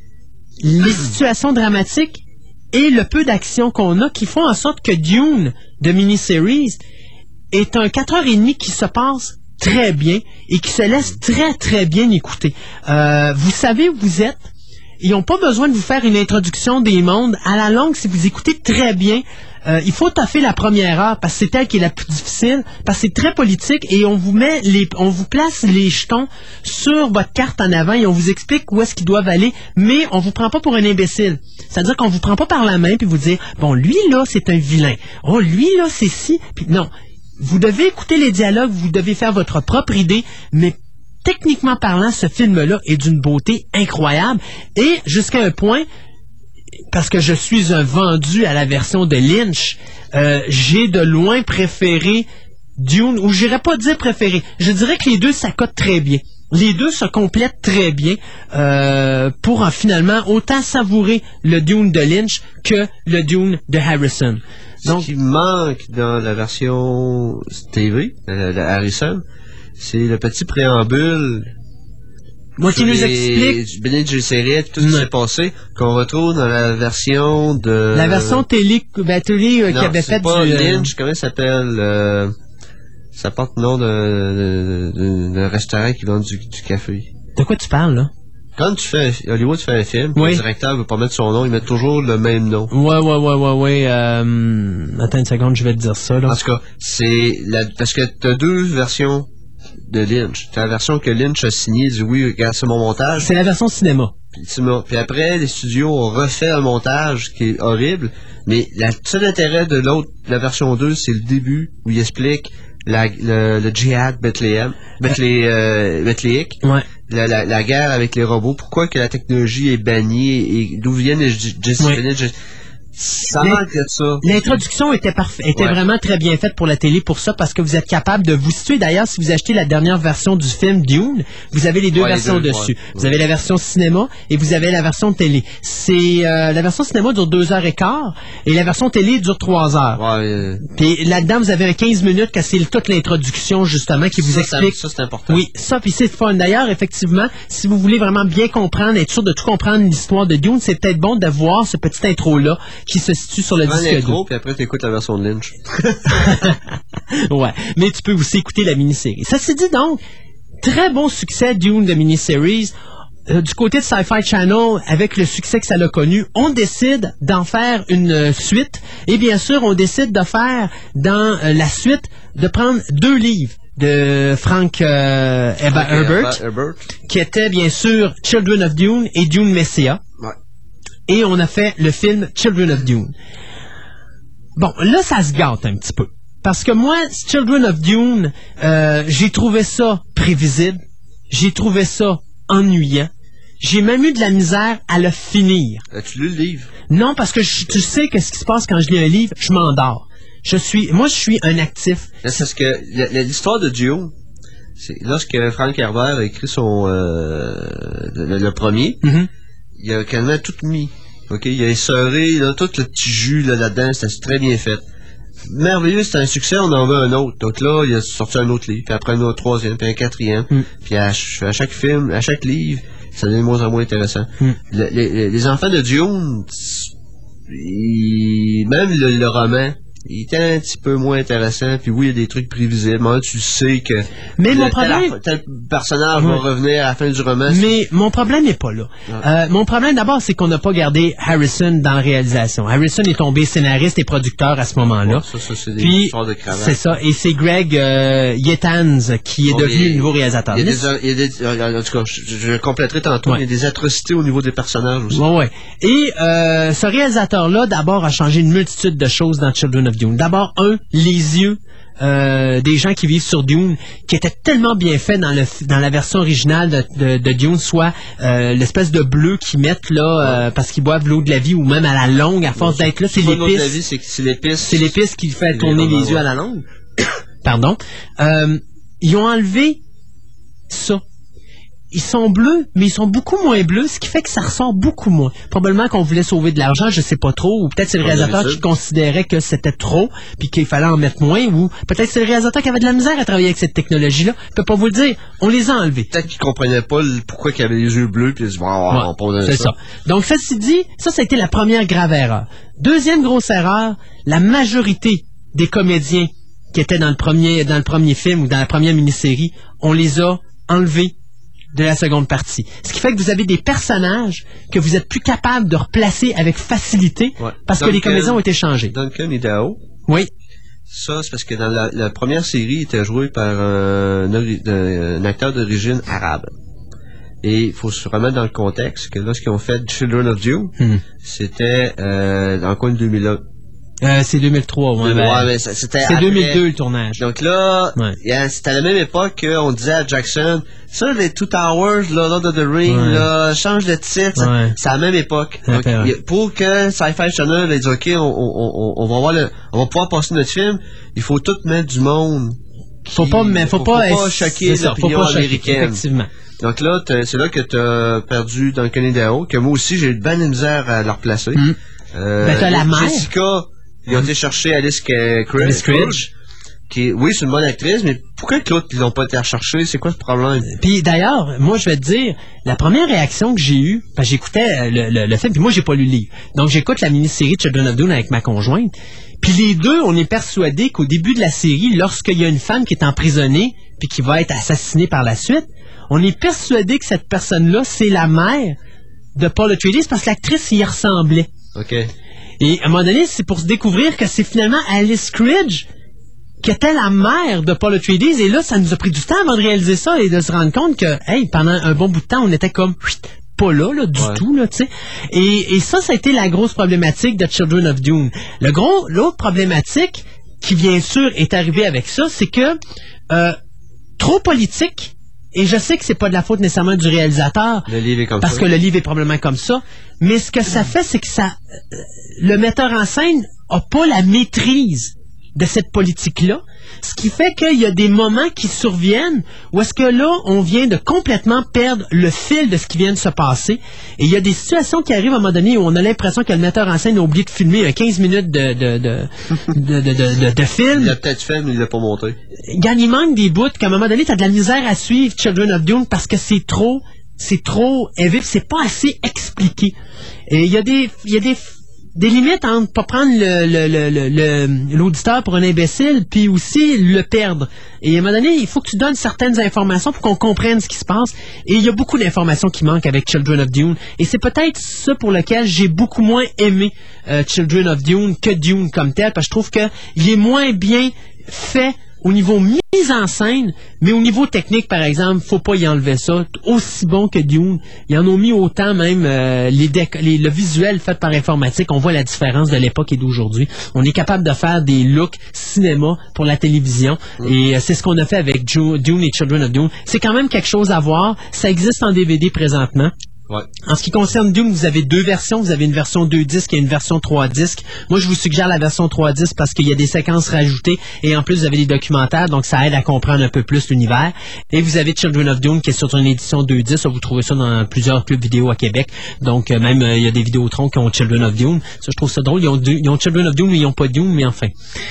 les situations dramatiques et le peu d'action qu'on a qui font en sorte que Dune de mini-series est un 4h30 qui se passe très bien et qui se laisse très très bien écouter. Vous savez où vous êtes. Ils n'ont pas besoin de vous faire une introduction des mondes. À la longue, si vous écoutez très bien, il faut taffer la première heure parce que c'est elle qui est la plus difficile, parce que c'est très politique et on vous place les jetons sur votre carte en avant et on vous explique où est-ce qu'ils doivent aller, mais on vous prend pas pour un imbécile. C'est-à-dire qu'on vous prend pas par la main puis vous dire bon, lui là c'est un vilain. Oh, lui là c'est ci. Puis non, vous devez écouter les dialogues, vous devez faire votre propre idée, mais techniquement parlant, ce film-là est d'une beauté incroyable et jusqu'à un point, parce que je suis un vendu à la version de Lynch, j'ai de loin préféré Dune, ou j'irais pas dire préféré, je dirais que les deux s'accotent très bien. Les deux se complètent très bien pour finalement autant savourer le Dune de Lynch que le Dune de Harrison. Donc, ce qui manque dans la version TV de Harrison, c'est le petit préambule. Moi qui nous explique Bene Gesserit, tout ce qui s'est passé, qu'on retrouve dans la version de... La version télé qui avait fait pas Lynch, comment ça s'appelle ça porte le nom d'un restaurant qui vend du café. De quoi tu parles, là? Quand tu fais Hollywood, tu fais un film, le directeur veut pas mettre son nom, il met toujours le même nom. Ouais. Attends une seconde, je vais te dire ça, là. En tout cas, parce que t'as deux versions de Lynch. T'as la version que Lynch a signée, dit oui, regarde, c'est mon montage. C'est la version cinéma. Puis après, les studios ont refait un montage qui est horrible, mais le seul intérêt de la version 2, c'est le début où il explique le djihad Bethléem, la guerre avec les robots, pourquoi que la technologie est bannie et d'où viennent les ça manque de ça. L'introduction était vraiment très bien faite pour la télé pour ça, parce que vous êtes capable de vous situer. D'ailleurs, si vous achetez la dernière version du film Dune, vous avez les deux versions dessus. Vous avez la version cinéma et vous avez la version télé. La version cinéma dure 2h15 et la version télé dure 3h. Puis là-dedans, vous avez un 15 minutes que c'est toute l'introduction justement qui vous explique. Ça, c'est important. Oui, ça, puis c'est fun. D'ailleurs, effectivement, si vous voulez vraiment bien comprendre, être sûr de tout comprendre l'histoire de Dune, c'est peut-être bon de voir ce petit intro-là qui se situe sur le disque dur. Puis après, tu écoutes la version de Lynch. Ouais, mais tu peux aussi écouter la mini-série. Ça s'est dit donc, très bon succès Dune de mini-série. Du côté de Sci-Fi Channel, avec le succès que ça a connu, on décide d'en faire une suite. Et bien sûr, on décide de faire dans la suite, de prendre 2 livres de Frank Herbert, qui étaient bien sûr Children of Dune et Dune Messiah. Ouais. Et on a fait le film Children of Dune. Bon, là, ça se gâte un petit peu. Parce que moi, Children of Dune, j'ai trouvé ça prévisible. J'ai trouvé ça ennuyant. J'ai même eu de la misère à le finir. As-tu lu le livre? Non, parce que tu sais que ce qui se passe quand je lis un livre, je m'endors. Moi, je suis un actif. C'est parce que l'histoire de Dune, c'est lorsque Frank Herbert a écrit le premier, il a quasiment tout mis. OK? Il a essoré tout le petit jus là-dedans, c'était très bien fait. Merveilleux, c'était un succès, on en veut un autre. Donc là, il a sorti un autre livre, puis après un autre troisième, puis un quatrième. Puis à chaque film, à chaque livre, ça devient de moins en moins intéressant. Les enfants de Dune, même le roman, il était un petit peu moins intéressant, puis oui, il y a des trucs prévisibles. Mais tu sais que tel personnage va revenir à la fin du roman. Mais mon problème n'est pas là. Mon problème d'abord, c'est qu'on n'a pas gardé Harrison dans la réalisation. Harrison est tombé scénariste et producteur à ce moment-là. Ça c'est des histoires de cravate. C'est ça, et c'est Greg Yetans qui est devenu le nouveau réalisateur. En tout cas, je compléterai tantôt, il y a des atrocités au niveau des personnages aussi. Ouais. Et ce réalisateur-là, d'abord, a changé une multitude de choses dans Children of Dune. D'abord, les yeux des gens qui vivent sur Dune, qui était tellement bien fait dans la version originale de Dune, soit l'espèce de bleu qu'ils mettent là parce qu'ils boivent l'eau de la vie, ou même à la longue, à force d'être là, c'est l'épice. C'est l'épice qui fait tourner les yeux à la longue. Pardon. Ils ont enlevé ça. Ils sont bleus, mais ils sont beaucoup moins bleus, ce qui fait que ça ressort beaucoup moins. Probablement qu'on voulait sauver de l'argent, je sais pas trop, ou peut-être c'est le réalisateur qui considérait que c'était trop, puis qu'il fallait en mettre moins, ou peut-être c'est le réalisateur qui avait de la misère à travailler avec cette technologie-là. Je peux pas vous le dire, on les a enlevés. Peut-être qu'ils comprenaient pas pourquoi il y avait les yeux bleus, puis ils se disaient, on pose c'est ça. Donc, ceci dit, ça a été la première grave erreur. Deuxième grosse erreur, la majorité des comédiens qui étaient dans le premier film ou dans la première mini-série, on les a enlevés de la seconde partie. Ce qui fait que vous avez des personnages que vous êtes plus capable de replacer avec facilité parce que les comédiens ont été changés. Duncan Idaho. Oui. Ça, c'est parce que dans la première série, il était joué par un acteur d'origine arabe. Et il faut se remettre dans le contexte que lorsqu'ils ont fait Children of Dune, c'était dans le coin de 2001. C'est 2003, mais c'était c'est 2002 le tournage. Donc là, c'était à la même époque qu'on disait à Jackson, ça, les Two Towers, là, Lord of the Ring, là, change de titre, c'est à la même époque. Donc, pour que Sci-Fi Channel ait dit, OK, on va pouvoir passer notre film, il faut tout mettre du monde. Faut pas choquer l'opinion américaine. Effectivement. Donc là, c'est là que t'as perdu Duncan Idaho, que moi aussi, j'ai eu bien de misère à le replacer. T'as la mère. Jessica, ils ont été chercher Alice Cridge, qui, oui, c'est une bonne actrice, mais pourquoi que l'autre, ils l'ont pas été rechercher? C'est quoi le problème? Puis d'ailleurs, moi, je vais te dire, la première réaction que j'ai eue, parce que j'écoutais le film, puis moi, j'ai pas lu le livre. Donc, j'écoute la mini-série Children of Dune avec ma conjointe. Puis les deux, on est persuadés qu'au début de la série, lorsqu'il y a une femme qui est emprisonnée, puis qui va être assassinée par la suite, on est persuadé que cette personne-là, c'est la mère de Paul Atreides, parce que l'actrice y ressemblait. OK. Et à un moment donné, c'est pour se découvrir que c'est finalement Alice Cridge qui était la mère de Paul Atreides. Et là, ça nous a pris du temps avant de réaliser ça et de se rendre compte que, hey, pendant un bon bout de temps, on était comme pas là du tout, là, tu sais. Et ça a été la grosse problématique de Children of Dune. L'autre problématique qui, bien sûr, est arrivée avec ça, c'est que trop politique. Et je sais que c'est pas de la faute nécessairement du réalisateur. Le livre est comme parce ça. que le livre est probablement comme ça. Mais ce que ça fait, c'est que le metteur en scène a pas la maîtrise de cette politique-là. Ce qui fait qu'il y a des moments qui surviennent où est-ce que là, on vient de complètement perdre le fil de ce qui vient de se passer. Et il y a des situations qui arrivent à un moment donné où on a l'impression que le metteur en scène a oublié de filmer 15 minutes de film. Il l'a peut-être fait, mais il l'a pas monté. Il manque des bouts qu'à un moment donné, t'as de la misère à suivre Children of Dune parce que c'est trop élevé, c'est pas assez expliqué. Et il y a des limites entre pas prendre l'auditeur pour un imbécile puis aussi le perdre. Et à un moment donné, il faut que tu donnes certaines informations pour qu'on comprenne ce qui se passe. Et il y a beaucoup d'informations qui manquent avec Children of Dune. Et c'est peut-être ça pour lequel j'ai beaucoup moins aimé Children of Dune que Dune comme tel, parce que je trouve qu'il est moins bien fait au niveau mise en scène, mais au niveau technique, par exemple, faut pas y enlever ça. Aussi bon que Dune. Ils en ont mis autant même le visuel fait par informatique. On voit la différence de l'époque et d'aujourd'hui. On est capable de faire des looks cinéma pour la télévision. Et c'est ce qu'on a fait avec Dune et Children of Dune. C'est quand même quelque chose à voir. Ça existe en DVD présentement. Ouais. En ce qui concerne Dune, vous avez deux versions. Vous avez une version 2 disques et une version 3 disques. Moi, je vous suggère la version 3 disques parce qu'il y a des séquences rajoutées et en plus, vous avez des documentaires, donc ça aide à comprendre un peu plus l'univers. Et vous avez Children of Dune qui est sur une édition 2 disques. Vous trouvez ça dans plusieurs clubs vidéo à Québec. Donc, même, il y a des Vidéotrons qui ont Children of Dune. Ça, je trouve ça drôle. Ils ont Children of Dune, mais ils n'ont pas Dune, mais enfin.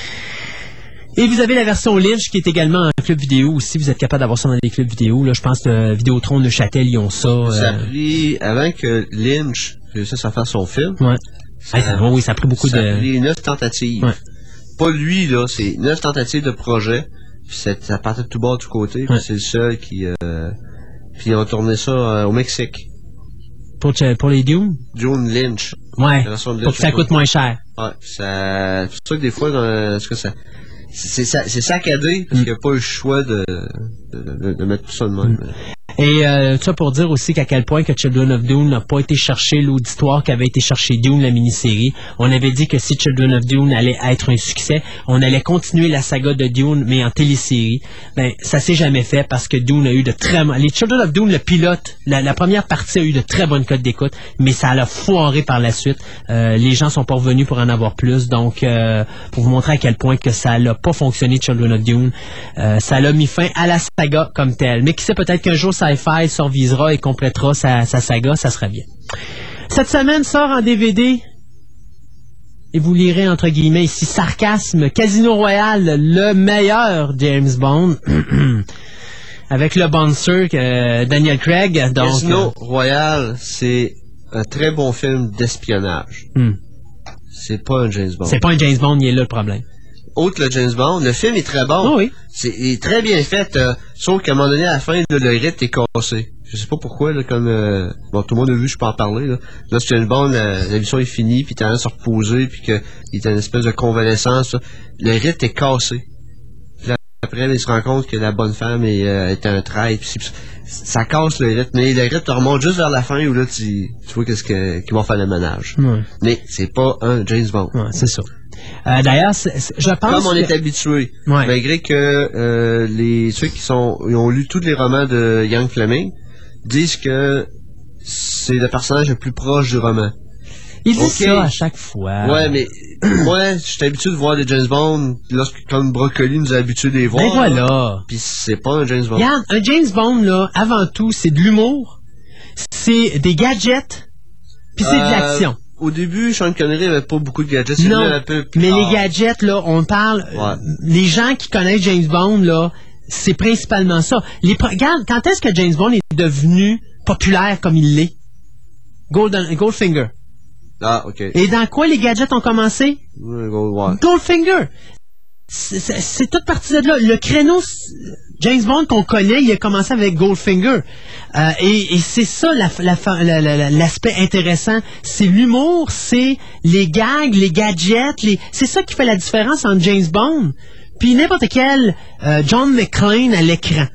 Et vous avez la version Lynch qui est également un club vidéo aussi. Vous êtes capable d'avoir ça dans les clubs vidéo. Là, je pense que Vidéotron, Neuchâtel, ils ont ça. Ça a pris, avant que Lynch réussisse à faire son film. Ouais. Ça a pris beaucoup ça a pris 9 tentatives. Ouais. Pas lui, là, c'est 9 tentatives de projet. Puis ça partait de tout bas, de tout côté. Puis c'est le seul qui... puis il a retourné ça au Mexique. Pour les Dune? Dune Lynch. Ouais, pour que ça coûte moins cher. Ouais, c'est pour ça que des fois, c'est saccadé parce qu'il n'y a pas eu le choix de mettre tout ça de même. Et ça pour dire aussi qu'à quel point que Children of Dune n'a pas été chercher l'auditoire qu'avait été chercher Dune, la mini-série. On avait dit que si Children of Dune allait être un succès, on allait continuer la saga de Dune, mais en télésérie. Ben, ça s'est jamais fait parce que Dune a eu de très... Les Children of Dune, le pilote, la première partie a eu de très bonnes cotes d'écoute, mais ça l'a foiré par la suite. Les gens sont pas revenus pour en avoir plus, donc pour vous montrer à quel point que ça n'a pas fonctionné, Children of Dune, ça l'a mis fin à la saga comme telle. Mais qui sait, peut-être qu'un jour Sci-Fi survisera et complétera sa saga, ça serait bien. Cette semaine sort en DVD, et vous lirez entre guillemets ici, sarcasme, Casino Royale, le meilleur James Bond, avec le bouncer Daniel Craig. Donc, Casino Royale, c'est un très bon film d'espionnage. C'est pas un James Bond. C'est pas un James Bond, il est là le problème. Autre le James Bond, le film est très bon. Oh oui. Il est très bien fait, sauf qu'à un moment donné, à la fin, là, le rythme est cassé. Je sais pas pourquoi, là, comme... bon, tout le monde a vu, je peux en parler. Là c'est James Bond, la mission est finie, puis t'as à se reposer, puis qu'il est une espèce de convalescence. Là. Le rythme est cassé. Puis là, après, il se rend compte que la bonne femme est un traître. Ça casse le rythme. Mais le rythme remonte juste vers la fin, où là, tu vois qu'est-ce qu'ils vont faire le ménage. Ouais. Mais c'est pas un James Bond. Ouais, c'est ça. D'ailleurs, je pense comme on est habitué, ouais. Malgré que ceux qui ont lu tous les romans de Ian Fleming disent que c'est le personnage le plus proche du roman. Il dit ça à chaque fois. Ouais, mais moi, je suis habitué de voir des James Bond comme Broccoli nous a habitués de les voir. Ben voilà. Puis c'est pas un James Bond. Regarde, un James Bond, là, avant tout, c'est de l'humour, c'est des gadgets, puis c'est de l'action. Au début, Sean Connery avait pas beaucoup de gadgets. Non, un peu mais les gadgets, là, on parle... Ouais. Les gens qui connaissent James Bond, là, c'est principalement ça. Regarde, quand est-ce que James Bond est devenu populaire comme il l'est? Goldfinger. Ah, OK. Et dans quoi les gadgets ont commencé? Goldfinger. C'est toute partie de là. Le créneau James Bond qu'on connaît, il a commencé avec Goldfinger. Et c'est ça l'aspect intéressant. C'est l'humour, c'est les gags, les gadgets. C'est ça qui fait la différence entre James Bond puis n'importe quel John McClane à l'écran.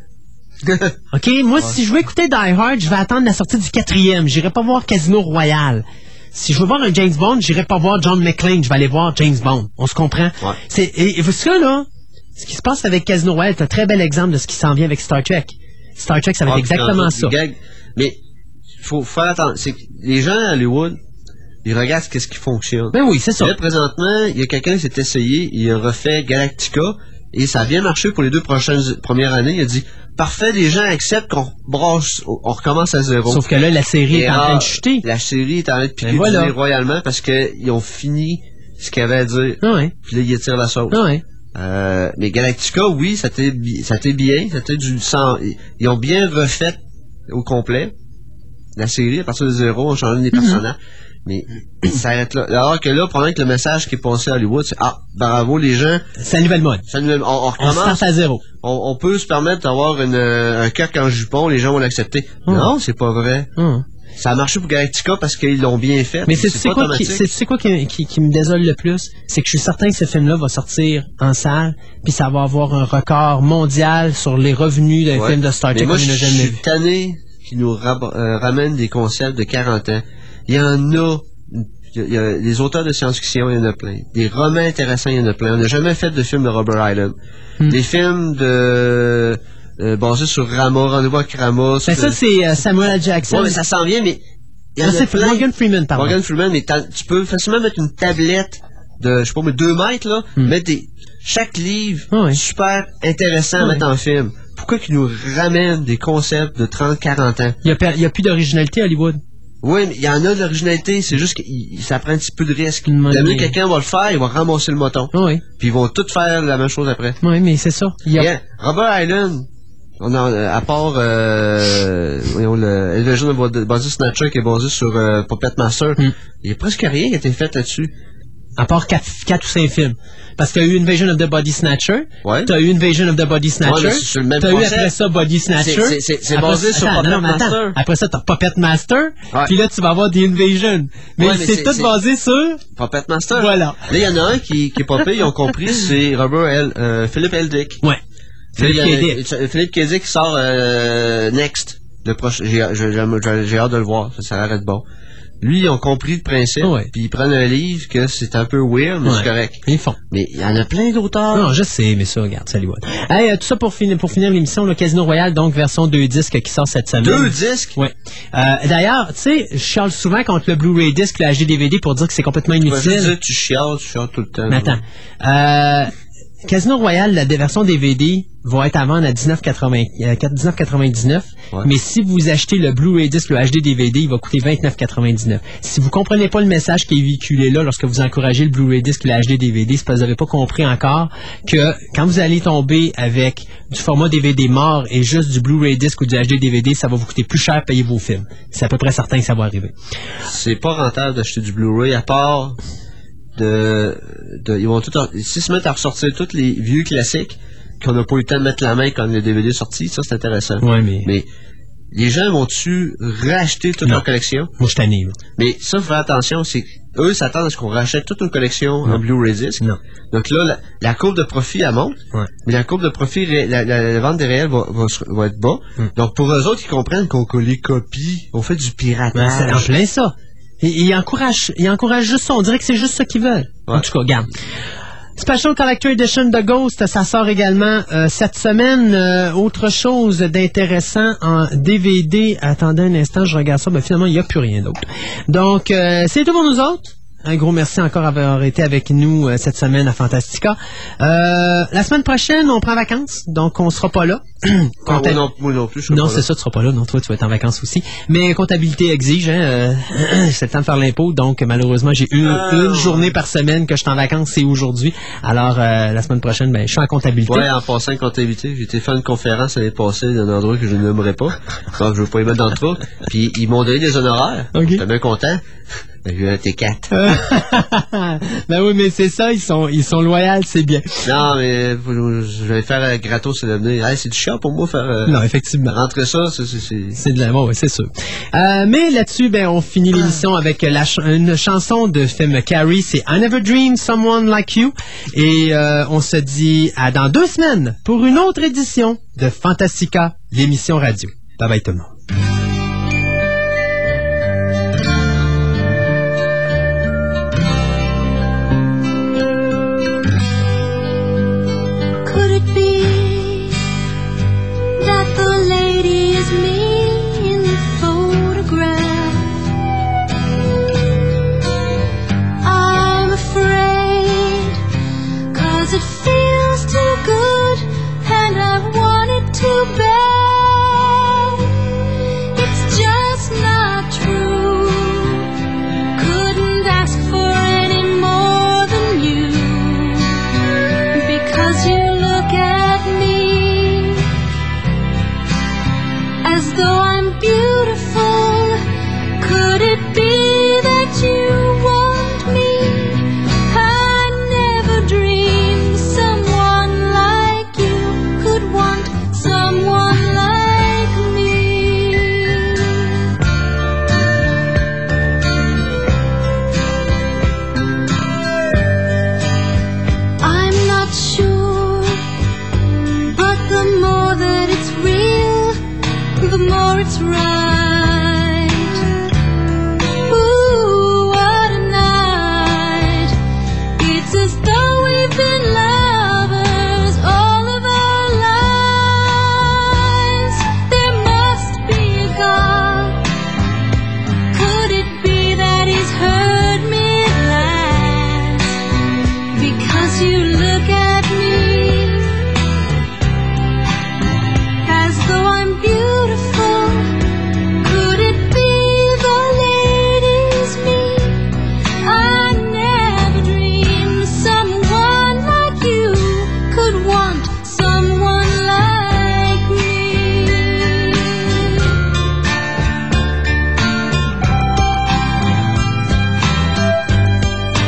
OK? Moi, si je veux écouter Die Hard, je vais attendre la sortie du 4e. J'irai pas voir Casino Royale. Si je veux voir un James Bond, j'irai pas voir John McClane, je vais aller voir James Bond. On se comprend? Ouais. Et ça, là, ce qui se passe avec Casino Royale, c'est un très bel exemple de ce qui s'en vient avec Star Trek. Star Trek, ça va être exactement ça. Mais il faut faire attention. C'est que les gens à Hollywood, ils regardent ce qui fonctionne. Ben oui, c'est ça. Là, présentement, il y a quelqu'un qui s'est essayé, il a refait Galactica, et ça a bien marché pour les 2 premières années. Il a dit, parfait, les gens acceptent qu'on recommence à zéro. Sauf que là, la série est en train de chuter. La série est en train de piquer du nez royalement parce qu'ils ont fini ce qu'il y avait à dire. Ouais. Puis là, ils étirent la sauce. Ouais. Mais Galactica, oui, ça était bien. C'était du sang. Ils ont bien refait au complet la série à partir de zéro, on change les personnages. Mais ça arrête là. Alors que là, pendant que le message qui est passé à Hollywood, c'est bravo les gens. C'est la nouvelle mode. On recommence. On start à zéro. On peut se permettre d'avoir un coq en jupon, les gens vont l'accepter. Non, c'est pas vrai. Ça a marché pour Galactica parce qu'ils l'ont bien fait. Mais c'est quoi qui me désole le plus? C'est que je suis certain que ce film-là va sortir en salle, puis ça va avoir un record mondial sur les revenus d'un film de Star Trek. Moi, je suis tanné qui nous ramène des concepts de 40 ans. Il y en a, les auteurs de science-fiction, il y en a plein. Des romans intéressants, il y en a plein. On n'a jamais fait de films de Robert Island. Des films basés sur Rama, Rendez-vous avec Rama. Mais ça, c'est Samuel L. Jackson. Ouais, mais ça s'en vient, mais il y en a c'est Morgan Freeman, pardon. Morgan Freeman, mais tu peux facilement mettre une tablette de, je sais pas, mais 2 mètres, là, mettre chaque livre super intéressant à mettre en film. Pourquoi qu'ils nous ramènent des concepts de 30-40 ans? Il y a plus d'originalité à Hollywood. Oui, mais il y en a de l'originalité, c'est juste que ça prend un petit peu de risque. D'amener quelqu'un va le faire, il va ramasser le moton. Oui. Puis ils vont tous faire la même chose après. Oui, mais c'est ça. Robert Island, à part Invasion of the Body Snatcher qui est basé sur Puppet Master, il y a presque rien qui a été fait là-dessus. À part 4 ou 5 films. Parce que t'as eu Invasion of the Body Snatcher, t'as eu Invasion of the Body Snatcher, t'as eu après ça Body Snatcher. C'est basé sur Puppet Master. Après ça, t'as Puppet Master, puis là, tu vas avoir The Invasion. Mais c'est tout basé sur Puppet Master. Voilà. Là, il y en a un qui est pas pire, ils ont compris, c'est Philip L. Dick. Ouais. Philip K. Dick sort Next. J'ai hâte de le voir, ça a l'air d'être bon. Lui, ils ont compris le principe, puis ils prennent un livre que c'est un peu weird, mais c'est correct. Ils font. Mais il y en a plein d'auteurs. Non, je sais, mais ça, regarde, salut. Hey, tout ça pour finir l'émission, le Casino Royale, donc version 2 disques qui sort cette semaine. 2 disques? Oui. D'ailleurs, tu sais, je chiale souvent contre le Blu-ray disc, le HD DVD pour dire que c'est complètement inutile. Je veux dire, tu chiales tout le temps. Mais attends. Casino Royale, la version DVD va être à vendre à 19,99. Ouais. Mais si vous achetez le Blu-ray disc, le HD DVD, il va coûter 29,99. Si vous comprenez pas le message qui est véhiculé là lorsque vous encouragez le Blu-ray disc, le HD DVD, c'est parce que vous n'avez pas compris encore que quand vous allez tomber avec du format DVD mort et juste du Blu-ray disc ou du HD DVD, ça va vous coûter plus cher payer vos films. C'est à peu près certain que ça va arriver. C'est pas rentable d'acheter du Blu-ray à part ils vont s'ils se mettent à ressortir tous les vieux classiques qu'on n'a pas eu le temps de mettre la main quand le DVD est sorti, ça c'est intéressant. Ouais, mais les gens vont-tu racheter toute leur collection? Moi je t'anime. Mais ça, il faut faire attention, c'est eux s'attendent à ce qu'on rachète toute une collection en Blu-ray disc. Non. Donc là, la courbe de profit, elle monte, mais la courbe de profit, la vente des réels va être bas. Donc pour eux autres, ils comprennent qu'on les copie, on fait du piratage. C'est en plein ça. Ils encouragent juste ça. On dirait que c'est juste ça qu'ils veulent. Ouais. En tout cas, regarde. Special Collector Edition de Ghost, ça sort également cette semaine. Autre chose d'intéressant en DVD. Attendez un instant, je regarde ça. Ben, finalement, il n'y a plus rien d'autre. Donc, c'est tout pour nous autres. Un gros merci encore d'avoir été avec nous cette semaine à Fantastica. La semaine prochaine, on prend vacances, donc on sera pas là. Moi non plus, je serai non, pas c'est là. ça, tu seras pas là. Non, toi, tu vas être en vacances aussi. Mais comptabilité exige, c'est le temps de faire l'impôt, donc malheureusement, j'ai une journée par semaine que je suis en vacances, c'est aujourd'hui. Alors, la semaine prochaine, ben, je suis en comptabilité. Ouais, en passant en comptabilité, j'ai été faire une conférence l'année passée dans un endroit que je ne nommerai pas. Donc, je veux pas y mettre dans le trou. Puis, ils m'ont donné des honoraires. Okay. J'étais bien content. J'ai eu un T4. Ben oui, mais c'est ça, ils sont loyaux, c'est bien. Non, mais je vais faire gratos, c'est du chiant pour moi faire. Non, effectivement. Rentrer ça, c'est de la ouais, c'est sûr. Mais là-dessus, ben, on finit l'émission avec une chanson de film Carrie, c'est I Never Dreamed Someone Like You. Et on se dit à dans 2 semaines pour une autre édition de Fantastica, l'émission radio. Bye bye tout le monde.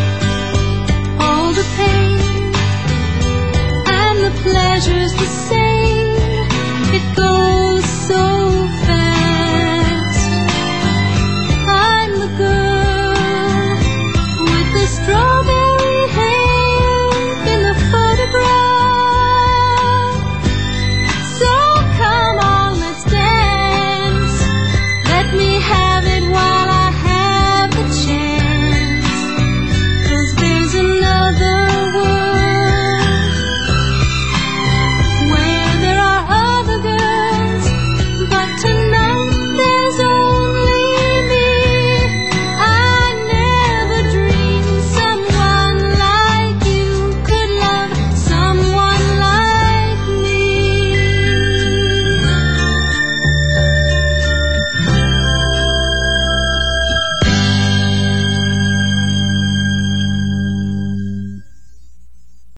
pleasure's the same.